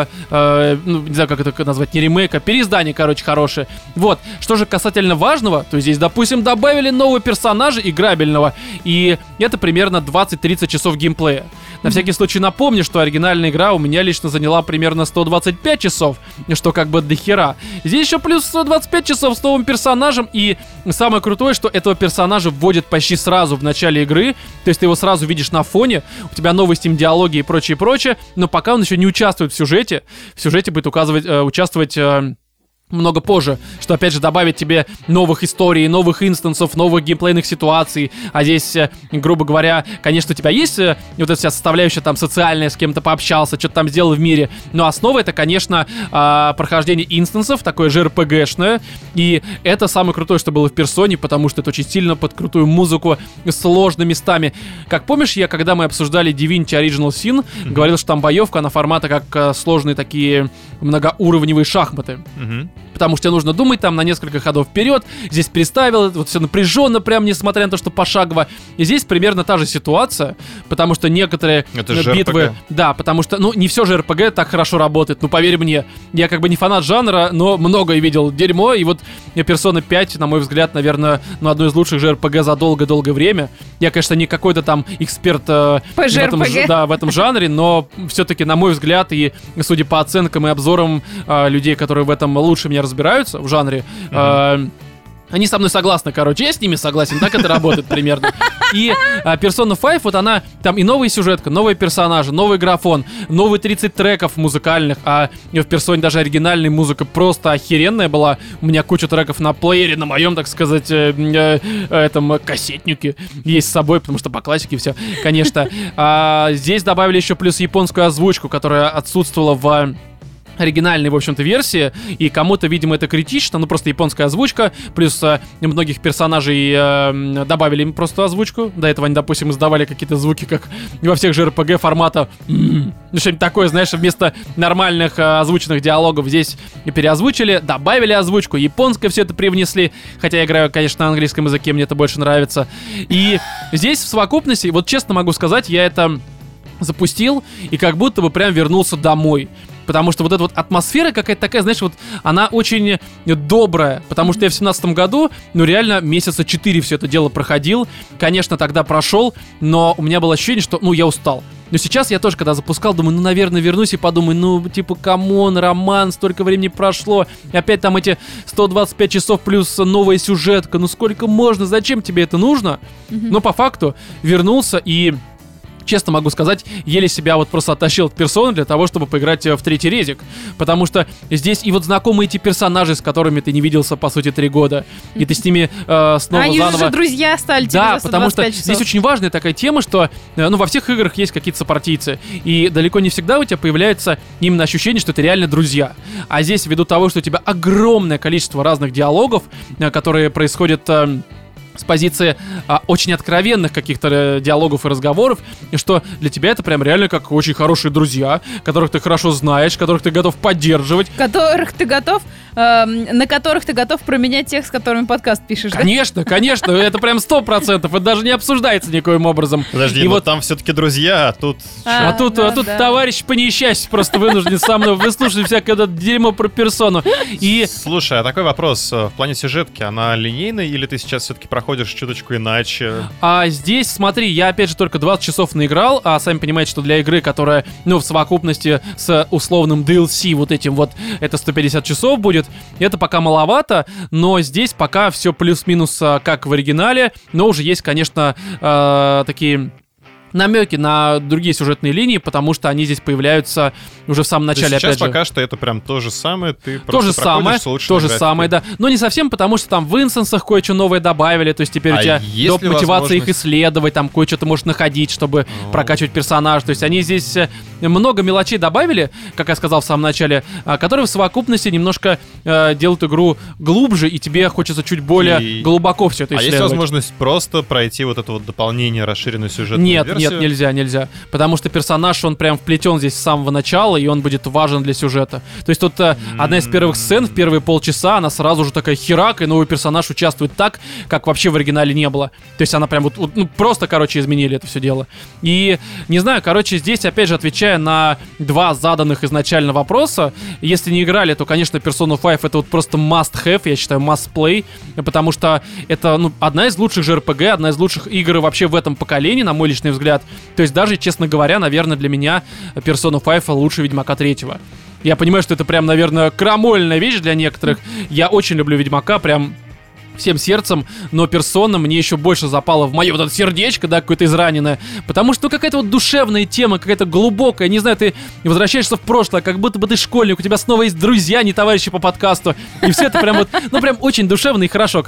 знаю, как это назвать, не ремейк, а переиздание, короче, хорошее. Вот. Что же касательно важного, то здесь, допустим, добавили нового персонажа играбельного, и это примерно 20-30 часов геймплея. На всякий случай напомню, что оригинальная игра у меня лично заняла примерно 125 часов, что как бы до хера. Здесь еще плюс 125 часов с новым персонажем, и самое крутое, что этого персонажа вводят почти сразу в начале игры, то есть ты его сразу видишь на фоне, у тебя новые Steam диалоги и прочее, но пока он еще не участвует в сюжете будет участвовать много позже, что опять же добавит тебе новых историй, новых инстансов, новых геймплейных ситуаций, а здесь, грубо говоря, конечно, у тебя есть вот эта вся составляющая там социальная, с кем-то пообщался, что-то там сделал в мире, но основа это, конечно, прохождение инстансов, такое же RPG-шное, и это самое крутое, что было в Персоне, потому что это очень сильно под крутую музыку, сложными местами. Как помнишь, когда мы обсуждали Divinity Original Sin, говорил, что там боевка, она формата как сложные такие многоуровневые шахматы. Потому что тебе нужно думать там на несколько ходов вперед. Здесь приставил, вот все напряженно, прям несмотря на то, что пошагово. И здесь примерно та же ситуация, потому что некоторые битвы... RPG. Да, потому что, не все же RPG так хорошо работает. Поверь мне, я как бы не фанат жанра, но многое видел дерьмо. И вот Persona 5, на мой взгляд, наверное, одно из лучших же RPG за долгое-долгое время. Я, конечно, не какой-то там эксперт в этом жанре, но все-таки, на мой взгляд, и судя по оценкам и обзорам людей, которые в этом лучше меня разбираются в жанре, они со мной согласны, короче, я с ними согласен, так это работает примерно. И Persona 5, вот она, там и новая сюжетка, новые персонажи, новый графон, новые 30 треков музыкальных, а в Persona даже оригинальная музыка просто охеренная была. У меня куча треков на плеере, на моем, так сказать, этом кассетнике есть с собой, потому что по классике все, конечно. Здесь добавили еще плюс японскую озвучку, которая отсутствовала в оригинальной, в общем-то, версии, и кому-то, видимо, это критично, просто японская озвучка, плюс многих персонажей добавили им просто озвучку. До этого они, допустим, издавали какие-то звуки, как во всех же RPG формата что-нибудь такое, знаешь, вместо нормальных озвученных диалогов здесь переозвучили, добавили озвучку, японское все это привнесли, хотя я играю, конечно, на английском языке, мне это больше нравится. И здесь в совокупности, вот честно могу сказать, я это запустил и как будто бы прям вернулся домой. Потому что вот эта вот атмосфера какая-то такая, знаешь, вот она очень добрая. Потому что я в 2017 году, реально месяца 4 все это дело проходил. Конечно, тогда прошел, но у меня было ощущение, что, я устал. Но сейчас я тоже, когда запускал, думаю, наверное, вернусь и подумаю, камон, роман, столько времени прошло. И опять там эти 125 часов плюс новая сюжетка. Сколько можно, зачем тебе это нужно? Но по факту вернулся и... Честно могу сказать, еле себя вот просто оттащил от Persona для того, чтобы поиграть в третий резик. Потому что здесь и вот знакомые эти персонажи, с которыми ты не виделся, по сути, 3 года. И ты с ними снова они заново... же друзья стали тебе да, за 125 потому что часов. Здесь очень важная такая тема, что во всех играх есть какие-то сопартийцы. И далеко не всегда у тебя появляется именно ощущение, что это реально друзья. А здесь, ввиду того, что у тебя огромное количество разных диалогов, которые происходят... с позиции очень откровенных каких-то диалогов и разговоров, и что для тебя это прям реально как очень хорошие друзья, которых ты хорошо знаешь, которых ты готов поддерживать. На которых ты готов променять тех, с которыми подкаст пишешь, конечно, да? Конечно, это прям 100%, это даже не обсуждается никоим образом. Подожди, вот там все-таки друзья, а тут... А тут товарищ по несчастью просто вынужден со мной выслушать всякое это дерьмо про персону. Слушай, а такой вопрос, в плане сюжетки, она линейная, или ты сейчас все-таки проходишь чуточку иначе? А здесь, смотри, я опять же только 20 часов наиграл, а сами понимаете, что для игры, которая, в совокупности с условным DLC вот этим вот, это 150 часов будет, это пока маловато, но здесь пока все плюс-минус как в оригинале, но уже есть, конечно, такие... намеки на другие сюжетные линии, потому что они здесь появляются уже в самом начале, сейчас опять же. Пока что это прям то же самое, ты то же самое, да. Но не совсем, потому что там в инстансах кое-что новое добавили, то есть теперь у тебя доп. Мотивация их исследовать, там кое-что ты можешь находить, чтобы прокачивать персонажа. То есть они здесь много мелочей добавили, как я сказал в самом начале, которые в совокупности немножко делают игру глубже, и тебе хочется чуть более глубоко все это исследовать. А есть возможность просто пройти вот это вот дополнение, расширенную сюжетную версию? Нет, нельзя. Потому что персонаж, он прям вплетен здесь с самого начала, и он будет важен для сюжета. То есть тут одна из первых сцен, в первые полчаса, она сразу же такая херак, и новый персонаж участвует так, как вообще в оригинале не было. То есть она прям просто, изменили это все дело. И, не знаю, здесь, опять же, отвечая на 2 заданных изначально вопроса, если не играли, то, конечно, Persona 5 это вот просто must-have, я считаю, must-play, потому что это, одна из лучших же RPG, одна из лучших игр вообще в этом поколении, на мой личный взгляд. То есть даже, честно говоря, наверное, для меня Persona 5 лучше Ведьмака 3. Я понимаю, что это прям, наверное, крамольная вещь для некоторых. Я очень люблю Ведьмака, прям всем сердцем, но Persona мне еще больше запала в мое вот это сердечко, да, какое-то израненное, потому что какая-то вот душевная тема, какая-то глубокая, не знаю, ты возвращаешься в прошлое, как будто бы ты школьник, у тебя снова есть друзья, не товарищи по подкасту, и все это прям вот, прям очень душевно и хорошо,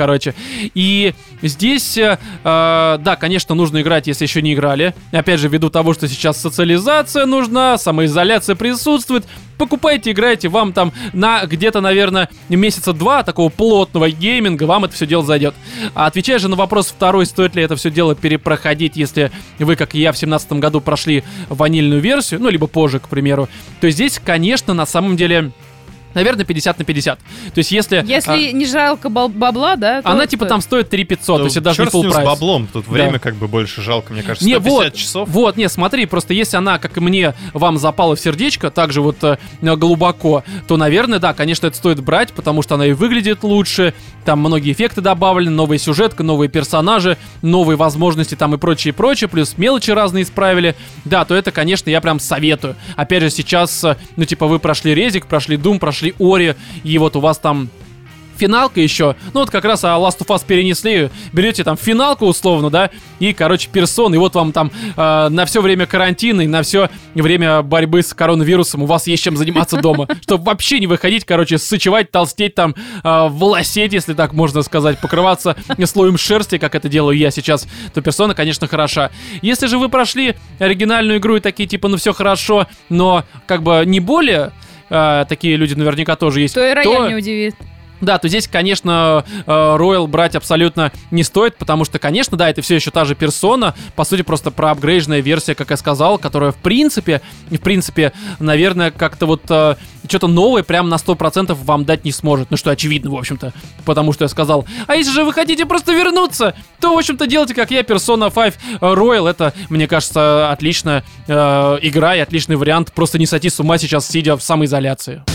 И здесь, да, конечно, нужно играть, если еще не играли, опять же, ввиду того, что сейчас социализация нужна, самоизоляция присутствует, покупайте, играйте, вам там на где-то, наверное, месяца 2 такого плотного гейминга, вам это все дело зайдет. А отвечая же на вопрос второй, стоит ли это все дело перепроходить, если вы, как и я, в 2017 году прошли ванильную версию, либо позже, к примеру, то здесь, конечно, на самом деле... Наверное, 50 на 50. То есть, если не жалко бабла, да? Она типа там стоит 3500, то есть это даже не full прайс. С баблом, тут время больше жалко, мне кажется, 150 часов. Смотри, просто если она, как и мне, вам запала в сердечко, также вот глубоко, то, наверное, да, конечно, это стоит брать, потому что она и выглядит лучше, там многие эффекты добавлены, новая сюжетка, новые персонажи, новые возможности там и прочее, плюс мелочи разные исправили. Да, то это, конечно, я прям советую. Опять же, сейчас, вы прошли Резик, прошли Doom, прошли Ори, и вот у вас там финалка еще, как раз Last of Us перенесли, берете там финалку условно, да, и, Persona, и вот вам там на все время карантина и на все время борьбы с коронавирусом у вас есть чем заниматься дома, чтобы вообще не выходить, сычевать, толстеть там, волосеть, если так можно сказать, покрываться слоем шерсти, как это делаю я сейчас, то Persona, конечно, хороша. Если же вы прошли оригинальную игру и такие, все хорошо, но не более, такие люди наверняка тоже есть, то и Рояль не удивит. Да, то здесь, конечно, Royal брать абсолютно не стоит, потому что, конечно, да, это все еще та же персона, по сути, просто проапгрейдженная версия, как я сказал, которая, в принципе, наверное, как-то вот что-то новое прям на 100% вам дать не сможет. Что очевидно, в общем-то, потому что я сказал. А если же вы хотите просто вернуться, то, в общем-то, делайте, как я, Persona 5 Royal. Это, мне кажется, отличная игра и отличный вариант просто не сойти с ума сейчас, сидя в самоизоляции.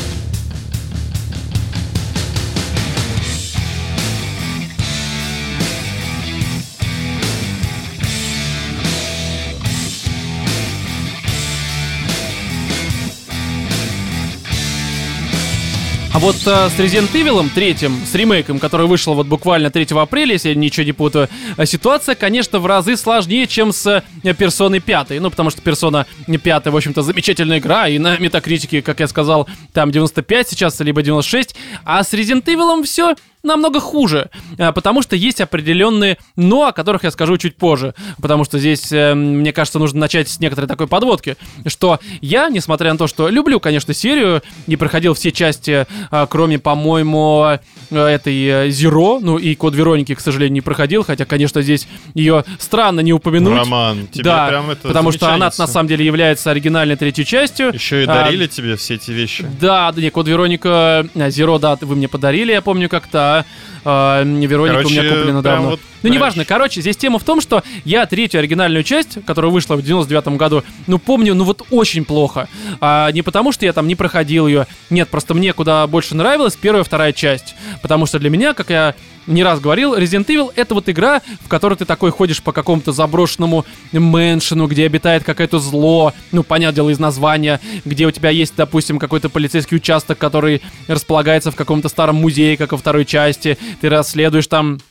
А вот с Resident Evil 3, с ремейком, который вышел вот буквально 3 апреля, если я ничего не путаю, ситуация, конечно, в разы сложнее, чем с Persona 5. Потому что Persona 5, в общем-то, замечательная игра, и на Metacritic, как я сказал, там 95 сейчас, либо 96, а с Resident Evil все намного хуже, потому что есть определенные «но», о которых я скажу чуть позже, потому что здесь, мне кажется, нужно начать с некоторой такой подводки, что я, несмотря на то, что люблю, конечно, серию, и проходил все части, кроме, по-моему, этой Zero, и Код Вероники, к сожалению, не проходил, хотя, конечно, здесь ее странно не упомянуть. Роман, тебе да, прям это потому что она, на самом деле, является оригинальной 3-й частью. Еще и дарили тебе все эти вещи. Да, Код Вероника, Zero, да, вы мне подарили, я помню как-то, Вероника у меня куплена давно. Вот, неважно, здесь тема в том, что я 3-ю оригинальную часть, которая вышла в 99-м году, помню, вот очень плохо. Не потому, что я там не проходил ее, нет, просто мне куда больше нравилась 1-я и 2-я часть, потому что для меня, как я не раз говорил, Resident Evil — это вот игра, в которой ты такой ходишь по какому-то заброшенному мэншену, где обитает какое-то зло, понятное дело, из названия, где у тебя есть, допустим, какой-то полицейский участок, который располагается в каком-то старом музее, как во 2-й части, ты расследуешь там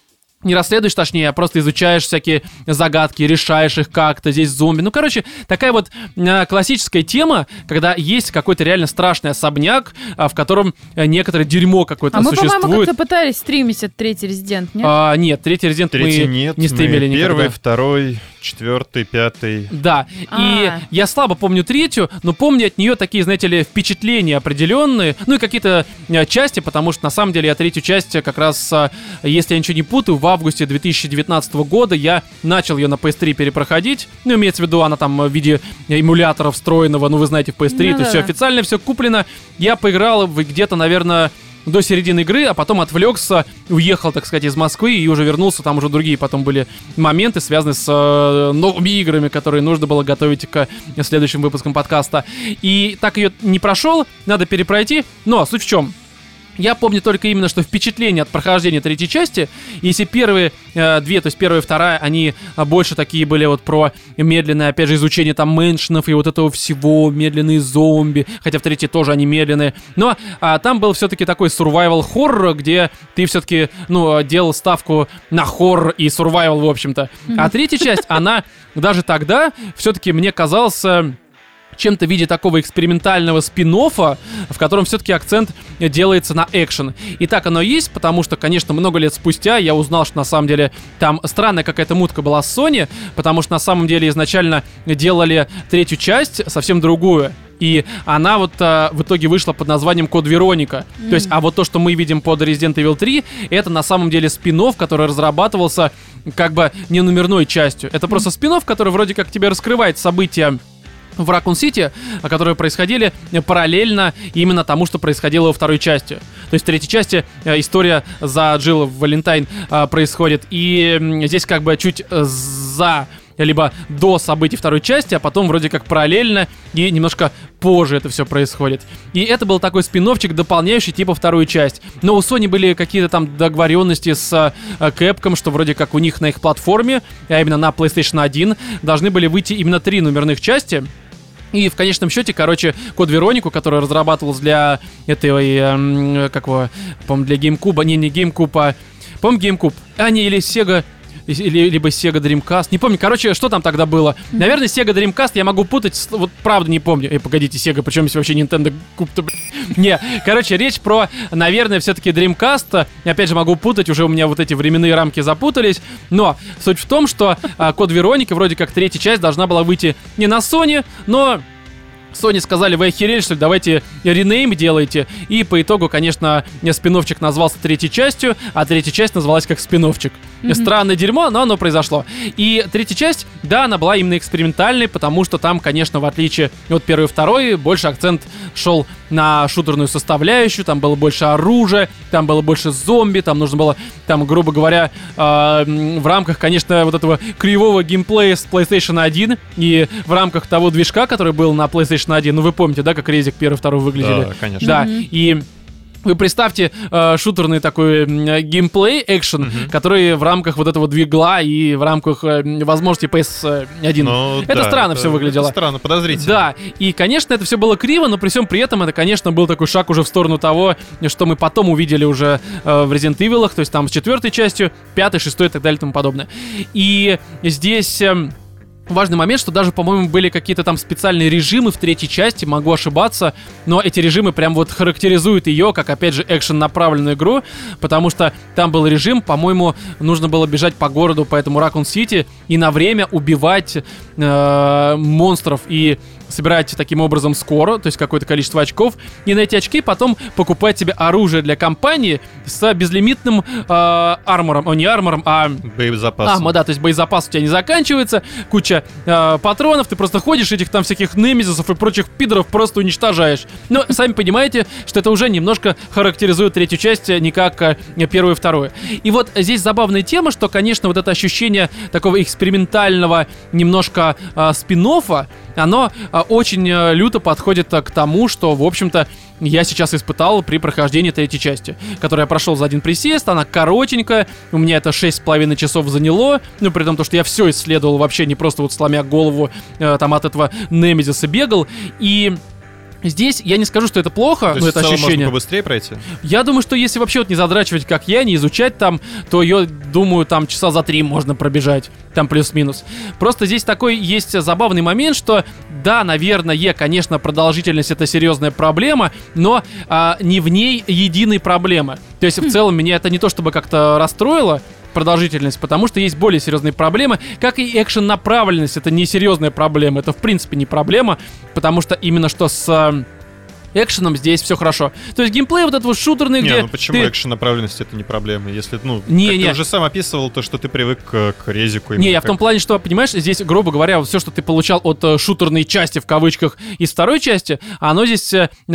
не расследуешь, точнее, а просто изучаешь всякие загадки, решаешь их как-то, здесь зомби. Ну, короче, такая вот классическая тема, когда есть какой-то реально страшный особняк, в котором некоторое дерьмо какое-то существует. А мы, по-моему, как-то пытались стримить этот третий Резидент, нет? Нет, третий Резидент мы не стримили никогда. Первый, второй, 4, 5. Да, и я слабо помню третью, но помню от нее такие, знаете ли, впечатления определенные, ну и какие-то части, потому что на самом деле я третью часть как раз, если я ничего не путаю, в августе 2019 года я начал ее на PS3 перепроходить, ну имеется в виду, она там в виде эмулятора встроенного, ну вы знаете, в PS3, то есть все официально, все куплено. Я поиграл где-то, наверное, до середины игры, а потом отвлекся, уехал, так сказать, из Москвы и уже вернулся, там уже другие потом были моменты, связанные с новыми играми, которые нужно было готовить к следующим выпускам подкаста. И так ее не прошел, надо перепройти, но суть в чем? Я помню только именно, что впечатление от прохождения третьей части, если первые две, то есть первая и вторая, они больше такие были вот про медленное, опять же, изучение там мэншенов и вот этого всего, медленные зомби, хотя в третьей тоже они медленные, но там был все-таки такой survival horror, где ты все-таки, ну, делал ставку на хоррор и survival, в общем-то. А третья часть, она даже тогда все-таки мне казалась чем-то в виде такого экспериментального спин-оффа, в котором все-таки акцент делается на экшен. И так оно и есть, потому что, конечно, много лет спустя я узнал, что на самом деле там странная какая-то мутка была с Sony, потому что на самом деле изначально делали третью часть совсем другую. И она вот в итоге вышла под названием Код Вероника. То есть, а вот то, что мы видим под Resident Evil 3, это на самом деле спин-офф, который разрабатывался как бы не номерной частью. Это просто спин-офф, который вроде как тебе раскрывает события в Ракун-Сити, которые происходили параллельно именно тому, что происходило во второй части. То есть в третьей части история за Джилл Валентайн происходит, и здесь как бы чуть за либо до событий второй части, а потом вроде как параллельно и немножко позже это все происходит. И это был такой спин-оффчик, дополняющий типа вторую часть. Но у Sony были какие-то там договоренности с Capcom, что вроде как у них на их платформе, а именно на PlayStation 1, должны были выйти именно 3 номерных части. И в конечном счете, короче, Код Веронику, который разрабатывался для этой, как его, по-моему, для GameCube, не GameCube, а, по-моему, GameCube, или Sega, либо Sega Dreamcast, не помню, короче, что там тогда было. Наверное, Sega Dreamcast, я могу путать, вот правда не помню. Погодите, Sega, причем здесь вообще Nintendo Cube-то, не, короче, речь про, наверное, все-таки Dreamcast, опять же, могу путать, уже у меня вот эти временные рамки запутались, но суть в том, что Код Вероника, вроде как третья часть, должна была выйти не на Sony, но Sony сказали: вы охерели, что ли, давайте ренейм делайте. И по итогу, конечно, спин-оффчик назвался третьей частью, а третья часть называлась как спин-оффчик. Странное дерьмо, но оно произошло. И третья часть, да, она была именно экспериментальной, потому что там, конечно, в отличие от первой и второй, больше акцент шел на шутерную составляющую, там было больше оружия, там было больше зомби, там нужно было, там, грубо говоря, в рамках, конечно, вот этого кривого геймплея с PlayStation 1 и в рамках того движка, который был на PlayStation 1, ну вы помните, да, как Резик 1 и 2 выглядели? Да, конечно. Да, и вы представьте шутерный такой геймплей, экшен, который в рамках вот этого двигла и в рамках возможностей PS1. Ну, это да, странно все выглядело. Это странно, подозрительно. Да, и, конечно, это все было криво, но при всем при этом это, конечно, был такой шаг уже в сторону того, что мы потом увидели уже в Resident Evil, то есть там с 4 частью, 5, 6 и так далее и тому подобное. И здесь важный момент, что даже, по-моему, были какие-то там специальные режимы в третьей части, могу ошибаться, но эти режимы прям вот характеризуют ее как, опять же, экшен-направленную игру, потому что там был режим, по-моему, нужно было бежать по городу, по этому Ракун-Сити, и на время убивать монстров и собирать таким образом скоро, то есть какое-то количество очков, и на эти очки потом покупать себе оружие для компании с безлимитным армором, не армором, а боезапасом. Да, то есть боезапас у тебя не заканчивается, куча патронов, ты просто ходишь, этих там всяких немезисов и прочих пидоров просто уничтожаешь. Но сами понимаете, что это уже немножко характеризует третью часть не как первую и вторую. И вот здесь забавная тема, что, конечно, вот это ощущение такого экспериментального немножко спин-оффа, оно очень люто подходит к тому, что, в общем-то, я сейчас испытал при прохождении третьей части, которую я прошел за один присест, она коротенькая, у меня это 6,5 часов заняло, ну, при том, что я все исследовал вообще, не просто вот сломя голову там от этого немезиса бегал, и Здесь я не скажу, что это плохо, но это ощущение. Можно побыстрее пройти? Я думаю, что если вообще вот не задрачивать, как я, не изучать там, то ее, думаю, там часа за 3 можно пробежать, там плюс-минус. Просто здесь такой есть забавный момент, что да, наверное, конечно, продолжительность — это серьезная проблема, но не в ней единой проблемы. То есть в целом меня это не то чтобы как-то расстроило, продолжительность, потому что есть более серьезные проблемы, как и экшен-направленность. Это не серьезная проблема, это в принципе не проблема, потому что именно что с экшеном здесь все хорошо. То есть геймплей вот этот вот шутерный, где... ну почему экшен-направленность — это не проблема? Если, ты уже сам описывал то, что ты привык к резику. Не, я в том плане, что, понимаешь, здесь, грубо говоря, вот все, что ты получал от шутерной части, в кавычках, из второй части, оно здесь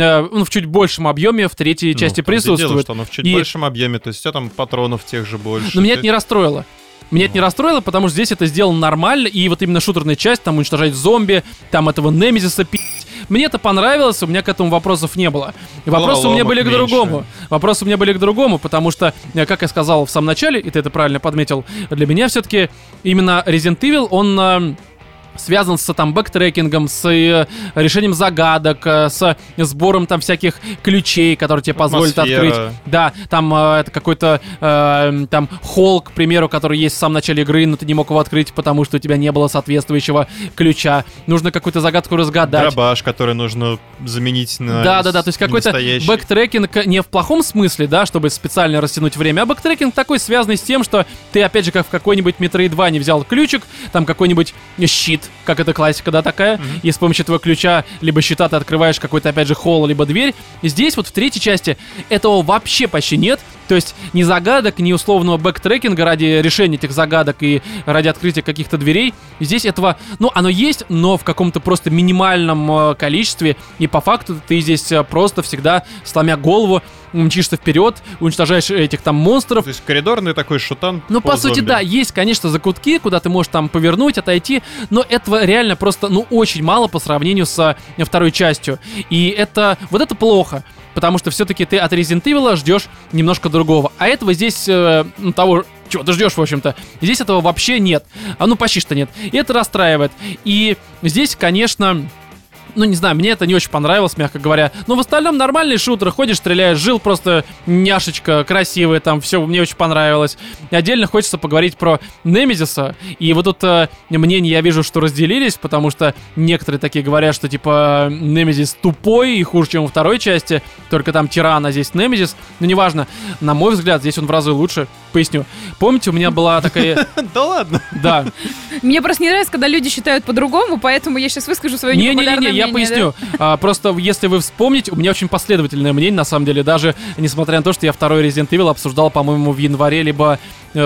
в чуть большем объеме в третьей части присутствует. Дело, что оно в чуть большем объеме, то есть у тебя там патронов тех же больше. Но меня это не расстроило. Меня это не расстроило, потому что здесь это сделано нормально, и вот именно шутерная часть, там уничтожать зомби, там этого Немезиса мне это понравилось, у меня к этому вопросов не было. И вопросы у меня были к другому. Вопросы у меня были к другому, потому что, как я сказал в самом начале, и ты это правильно подметил, для меня все-таки именно Resident Evil, он... связан с там бэктрекингом, с решением загадок, с сбором там всяких ключей, которые тебе позволят открыть. Да, там это какой-то там холл, к примеру, который есть в самом начале игры, но ты не мог его открыть, потому что у тебя не было соответствующего ключа. Нужно какую-то загадку разгадать. Дробаш, который нужно заменить на Да, то есть какой-то бэктрекинг не в плохом смысле, да, чтобы специально растянуть время, а бэктрекинг такой, связанный с тем, что ты, опять же, как в какой-нибудь Metroidvania взял ключик, там какой-нибудь щит, как это классика, да, такая. И с помощью этого ключа либо щита ты открываешь какой-то, опять же, холл, либо дверь. И здесь вот в третьей части этого вообще почти нет. То есть ни загадок, ни условного бэктрекинга ради решения этих загадок и ради открытия каких-то дверей. Здесь этого, оно есть, но в каком-то просто минимальном количестве. И по факту ты здесь просто всегда, сломя голову, мчишься вперед, уничтожаешь этих там монстров. То есть коридорный такой шутан. По сути, да, есть, конечно, закутки, куда ты можешь там повернуть, отойти, но этого реально просто, очень мало по сравнению со второй частью. И это плохо, потому что все-таки ты от Resident Evil ждешь немножко другого. А этого здесь, того, чего ты ждешь, в общем-то, здесь этого вообще нет. Почти что нет. И это расстраивает. И здесь, конечно... не знаю, мне это не очень понравилось, мягко говоря. Но в остальном нормальный шутер. Ходишь, стреляешь, жил просто няшечка, красивая, там все мне очень понравилось. И отдельно хочется поговорить про Немезиса. И вот тут мнения я вижу, что разделились, потому что некоторые такие говорят, что типа Немезис тупой и хуже, чем во второй части. Только там тиран, а здесь Немезис. Но неважно, на мой взгляд, здесь он в разы лучше. Поясню. Помните, у меня была такая... Да ладно? Да. Мне просто не нравится, когда люди считают по-другому, поэтому я сейчас выскажу свое непопулярное мнение. Я поясню. Да? Просто если вы вспомните, у меня очень последовательное мнение, на самом деле, даже несмотря на то, что я второй Resident Evil обсуждал, по-моему, в январе, либо...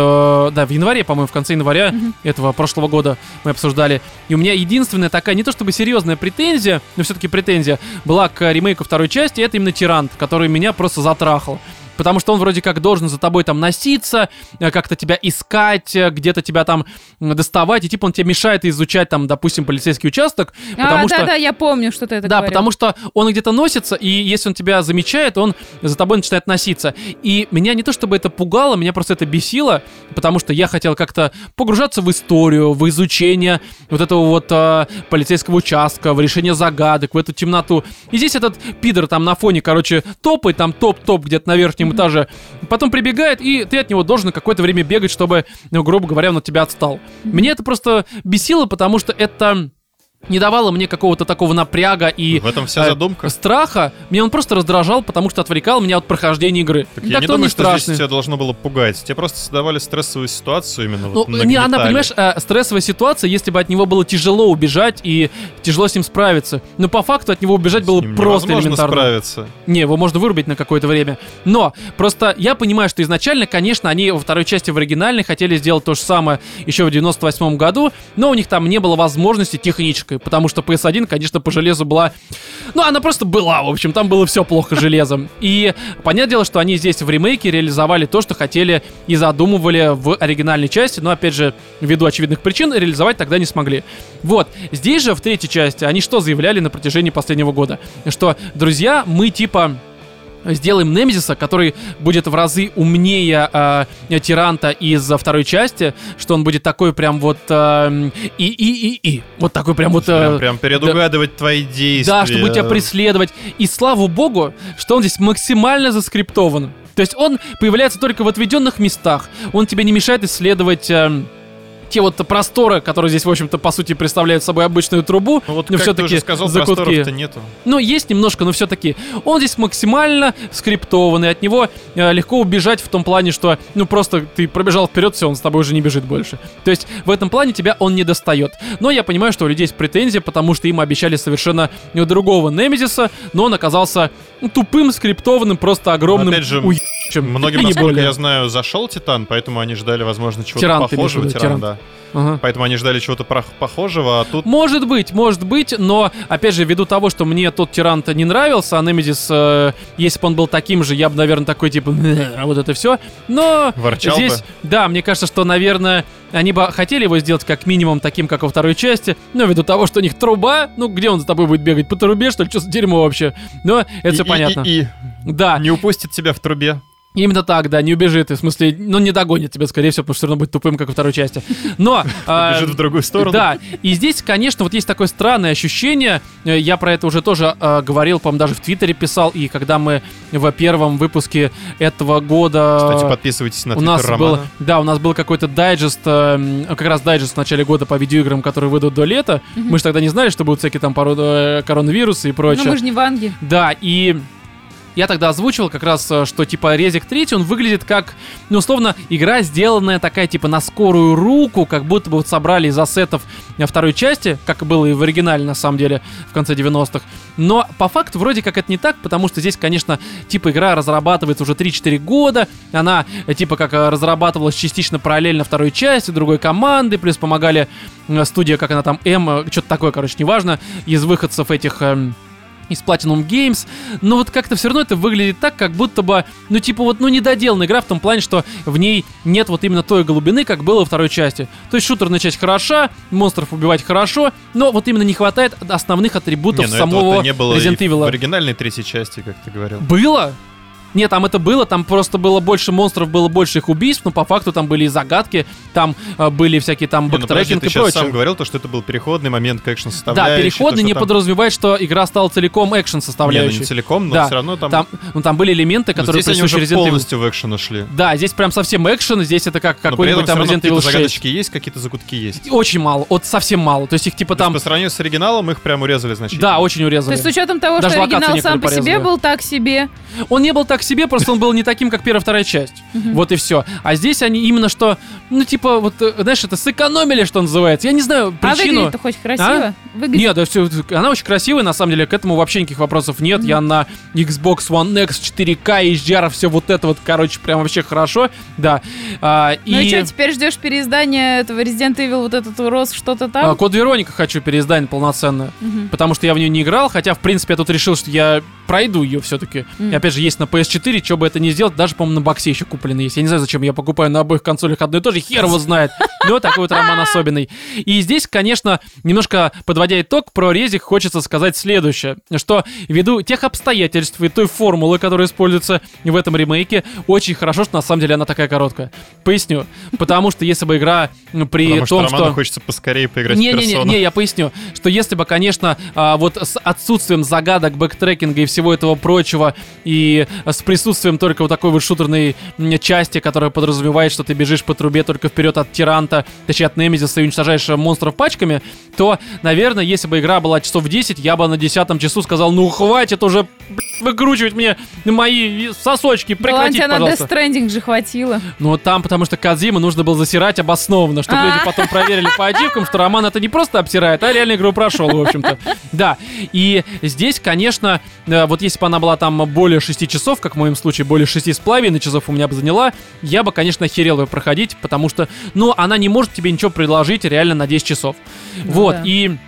в январе, по-моему, в конце января этого прошлого года мы обсуждали. И у меня единственная такая, не то чтобы серьезная претензия, но все-таки претензия была к ремейку второй части, это именно Тирант, который меня просто затрахал. Потому что он вроде как должен за тобой там носиться, как-то тебя искать, где-то тебя там доставать, и типа он тебе мешает изучать там, допустим, полицейский участок. Да, я помню, что ты это говорил. Да, потому что он где-то носится, и если он тебя замечает, он за тобой начинает носиться. И меня не то чтобы это пугало, меня просто это бесило, потому что я хотел как-то погружаться в историю, в изучение вот этого вот полицейского участка, в решение загадок, в эту темноту. И здесь этот пидор там на фоне, топает, там топ-топ где-то на верхнем этаже, потом прибегает, и ты от него должен какое-то время бегать, чтобы, грубо говоря, он от тебя отстал. Меня это просто бесило, потому что это не давало мне какого-то такого напряга и в этом вся задумка. Страха. Меня он просто раздражал, потому что отвлекал меня от прохождения игры. Так я не думаю, что здесь тебя должно было пугать. Тебе просто создавали стрессовую ситуацию именно. Она, понимаешь, стрессовая ситуация, если бы от него было тяжело убежать и тяжело с ним справиться. Но по факту от него убежать было просто элементарно. Справиться. Не, его можно вырубить на какое-то время. Но просто я понимаю, что изначально, конечно, они во второй части в оригинальной хотели сделать то же самое еще в 98 году, но у них там не было возможности технической. Потому что PS1, конечно, по железу была... она просто была, в общем, там было все плохо с железом. И понятное дело, что они здесь в ремейке реализовали то, что хотели и задумывали в оригинальной части, но, опять же, ввиду очевидных причин, реализовать тогда не смогли. Вот, здесь же, в третьей части, они что заявляли на протяжении последнего года? Что, друзья, мы типа... сделаем Немезиса, который будет в разы умнее Тиранта из второй части, что он будет такой прям вот вот такой прям вот... Прям предугадывать твои действия. Да, чтобы тебя преследовать. И слава богу, что он здесь максимально заскриптован. То есть он появляется только в отведенных местах, он тебе не мешает исследовать... те вот просторы, которые здесь, в общем-то, по сути, представляют собой обычную трубу, ну, вот но как все-таки ты уже сказал, закутки. просторов-то нету. Ну, есть немножко, но все-таки он здесь максимально скриптованный, от него легко убежать в том плане, что, ну, просто ты пробежал вперед, все, он с тобой уже не бежит больше. То есть в этом плане тебя он не достает. Но я понимаю, что у людей есть претензии, потому что им обещали совершенно другого Немезиса, но он оказался тупым, скриптованным, просто огромным уебищем. Многим, насколько я знаю, зашел Титан, поэтому они ждали, возможно, чего-то похожего. Тиран, да. Ага. Поэтому они ждали чего-то похожего, а тут... Может быть, но, опять же, ввиду того, что мне тот Тирант не нравился, а Немезис, если бы он был таким же, я бы, наверное, такой, типа, вот это все. Но ворчал здесь, бы. Да, мне кажется, что, наверное, они бы хотели его сделать как минимум таким, как во второй части, но ввиду того, что у них труба, ну, где он за тобой будет бегать? По трубе, что ли? Что за дерьмо вообще? Но это все понятно. Да. Не упустит тебя в трубе. Именно так, да, не убежит, в смысле, ну, не догонит тебя, скорее всего, потому что все равно будет тупым, как во второй части. Но... Бежит в другую сторону. Да, и здесь, конечно, вот есть такое странное ощущение, я про это уже тоже говорил, по-моему, даже в Твиттере писал, и когда мы в первом выпуске этого года... Кстати, подписывайтесь на Твиттер Романа. Да, у нас был какой-то дайджест, как раз дайджест в начале года по видеоиграм, которые выйдут до лета. Мы же тогда не знали, что будут всякие там коронавирусы и прочее. Ну, мы же не ванги. Да, и... Я тогда озвучивал как раз, что типа Резик 3, он выглядит как, ну, условно, игра, сделанная такая, типа, на скорую руку, как будто бы вот собрали из ассетов второй части, как и было и в оригинале, на самом деле, в конце 90-х. Но по факту вроде как это не так, потому что здесь, конечно, типа игра разрабатывается уже 3-4 года, она, типа, как разрабатывалась частично параллельно второй части, другой команды, плюс помогали студия, как она там, что-то такое, короче, неважно, из выходцев этих... из Platinum Games, но вот как-то все равно это выглядит так, как будто бы, ну, типа вот, ну, недоделанная игра в том плане, что в ней нет вот именно той глубины, как было во второй части. То есть шутерная часть хороша, монстров убивать хорошо, но вот именно не хватает основных атрибутов самого Resident Evil. В оригинальной третьей части, как ты говорил. Было? Нет, там это было, там просто было больше монстров, было больше их убийств, но по факту там были и загадки, там были всякие там бэктрекинг и прочее. Ты сам говорил, что это был переходный момент к экшн-составляющей. Да, переходный не подразумевает, что игра стала целиком экшн-составляющей. Не целиком, но все равно там... Там были элементы, которые присущи Resident Evil. Здесь они уже полностью в экшен ушли. Да, здесь прям совсем экшен, здесь это как какой-нибудь там Resident Evil 6. Загадочки есть, какие-то закутки есть? Очень мало, вот совсем мало, то есть их типа там... По сравнению с оригиналом их прям урезали значительно. Да, очень урезали. То есть с учетом того, что оригинал сам по себе был так себе? Он не был так себе, просто он был не таким, как первая, вторая часть. Вот и все. А здесь они именно что, ну, типа, вот, знаешь, это сэкономили, что называется. Я не знаю причину. А выглядит-то хоть красиво? Нет, да, все, она очень красивая, на самом деле, к этому вообще никаких вопросов нет. Я на Xbox One X 4K, HDR, все вот это вот, короче, прям вообще хорошо, да. Ну и что, теперь ждешь переиздания этого Resident Evil, вот этот урос, что-то там? Код Вероника хочу переиздание полноценное, потому что я в нее не играл, хотя, в принципе, я тут решил, что я пройду ее все-таки. И опять же, есть на PS4, что бы это ни сделать, даже, по-моему, на боксе еще куплено есть. Я не знаю, зачем я покупаю на обоих консолях одно и то же, хер его знает. Но такой вот роман особенный. И здесь, конечно, немножко подводя итог, про Резик хочется сказать следующее, что ввиду тех обстоятельств и той формулы, которая используется в этом ремейке, очень хорошо, что на самом деле она такая короткая. Поясню. Потому что если бы игра при том, что... хочется поскорее поиграть в Персону. Не, я поясню. Что если бы, конечно, вот с отсутствием загадок, бэктрекинга и всего этого прочего, и с присутствием только вот такой вот шутерной части, которая подразумевает, что ты бежишь по трубе только вперед от Тиранта, точнее от Немезиса и уничтожаешь монстров пачками, то, наверное, если бы игра была часов 10, я бы на 10 часу сказал, ну хватит уже выкручивать мне мои сосочки, прекратите, пожалуйста. Death Stranding же хватило. Ну там, потому что Кодзиму нужно было засирать обоснованно, чтобы люди потом проверили по ачивкам, что Роман это не просто обсирает, а реально игру прошел, в общем-то. Да, и здесь, конечно, вот если бы она была там более 6 часов, как в моем случае, более 6,5 часов у меня бы заняла, я бы, конечно, охерел ее проходить, потому что, ну, она не может тебе ничего предложить реально на 10 часов. Вот, и...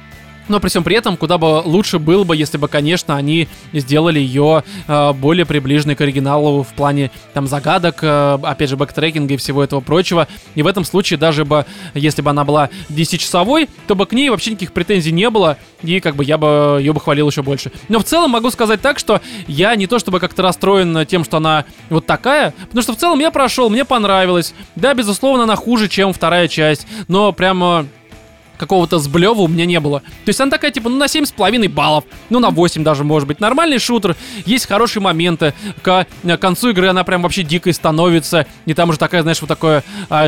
Но при всем при этом, куда бы лучше было бы, если бы, конечно, они сделали ее более приближенной к оригиналу в плане там загадок, опять же, бэктрекинга и всего этого прочего. И в этом случае даже бы, если бы она была 10-часовой, то бы к ней вообще никаких претензий не было, и как бы я бы ее бы хвалил еще больше. Но в целом могу сказать так, что я не то чтобы как-то расстроен тем, что она вот такая, потому что в целом я прошел, мне понравилось. Да, безусловно, она хуже, чем вторая часть, но прямо какого-то сблева у меня не было. То есть она такая, типа, ну, на 7,5 баллов, ну, на 8 даже, может быть. Нормальный шутер, есть хорошие моменты. К концу игры она прям вообще дикой становится. И там уже такая, знаешь, вот такое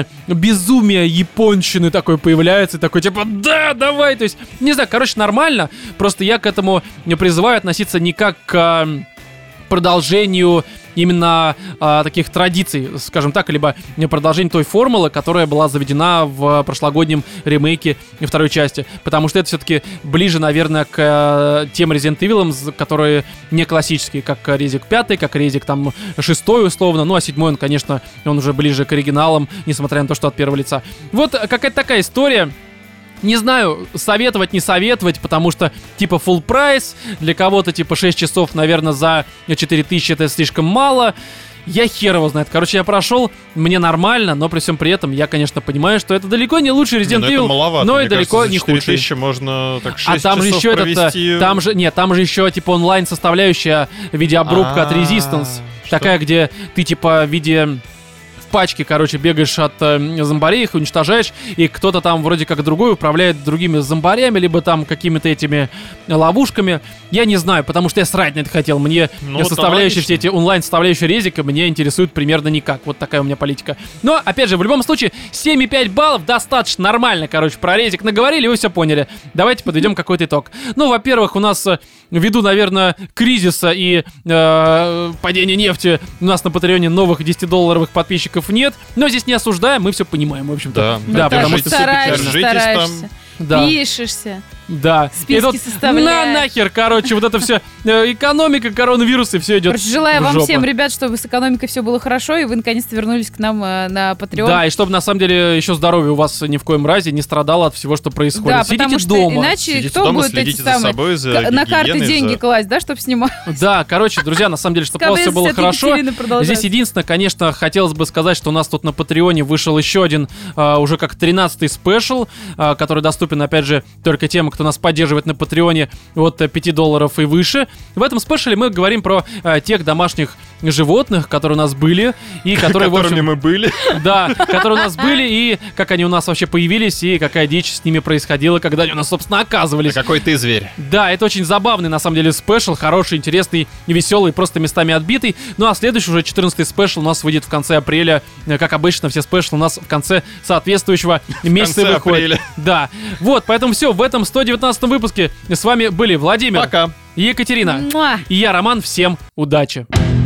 безумие японщины такое появляется. И такой, типа, да, давай. То есть, не знаю, короче, нормально. Просто я к этому призываю относиться не как к продолжению именно таких традиций, скажем так, либо продолжение той формулы, которая была заведена в прошлогоднем ремейке второй части. Потому что это все-таки ближе, наверное, к тем Resident Evil, которые не классические, как Резик 5, как Резик там 6 условно. Ну а 7 он, конечно, он уже ближе к оригиналам, несмотря на то, что от первого лица. Вот какая-то такая история. Не знаю, советовать, не советовать, потому что, типа, full прайс, для кого-то, типа, 6 часов, наверное, за 4000 это слишком мало. Я хер его знает. Короче, я прошел, мне нормально, но при всем при этом я, конечно, понимаю, что это далеко не лучший Resident Evil, маловато, но и далеко кажется, не худший. 4000 можно так 6 а там часов же еще провести... там же еще, типа, онлайн-составляющая в виде обрубка от Resistance. Такая, где ты, типа, в виде... пачки, короче, бегаешь от зомбарей, их уничтожаешь, и кто-то там вроде как другой управляет другими зомбарями, либо там какими-то этими ловушками. Я не знаю, потому что я срать на это хотел. Мне составляющие, все эти онлайн-составляющие резика меня интересуют примерно никак. Вот такая у меня политика. Но, опять же, в любом случае, 7,5 баллов достаточно нормально, короче, про резик наговорили, вы все поняли. Давайте подведем какой-то итог. Ну, во-первых, у нас ввиду, наверное, кризиса и падения нефти у нас на Патреоне новых $10 подписчиков нет, но здесь не осуждаем, мы все понимаем, в общем-то. Да, потому что стараешься. Да. Пишешься. Да. Списки составляешь. Нахер, короче, вот это все экономика, коронавирус и все идет. Короче, желаю вам всем, ребят, чтобы с экономикой все было хорошо, и вы наконец-то вернулись к нам на Patreon. Да, и чтобы на самом деле еще здоровье у вас ни в коем разе не страдало от всего, что происходит. Да, сидите потому что дома. иначе Сидите кто дома, будет эти за собой, на карты деньги класть, да, чтобы снимать? Да, короче, друзья, на самом деле, чтобы у вас все было хорошо. Здесь единственное, конечно, хотелось бы сказать, что у нас тут на Патреоне вышел еще один, уже как 13-й спешл, который доступен, опять же, только тем, кто нас поддерживает на Патреоне от $5 и выше. В этом спешле мы говорим про тех домашних животных, которые у нас были, и которые, в общем, мы были. Да, которые у нас были, и как они у нас вообще появились, и какая дичь с ними происходила, когда они у нас, собственно, оказывались. Какой ты зверь. Да, это очень забавный, на самом деле, спешл, хороший, интересный, веселый, просто местами отбитый. Ну а следующий, уже 14-й спешл у нас выйдет в конце апреля. Как обычно, все спешлы у нас в конце соответствующего месяца выходят. Да, вот, поэтому все, в этом 119-м выпуске с вами были Владимир, Пока. Екатерина Муа. и я, Роман. Всем удачи.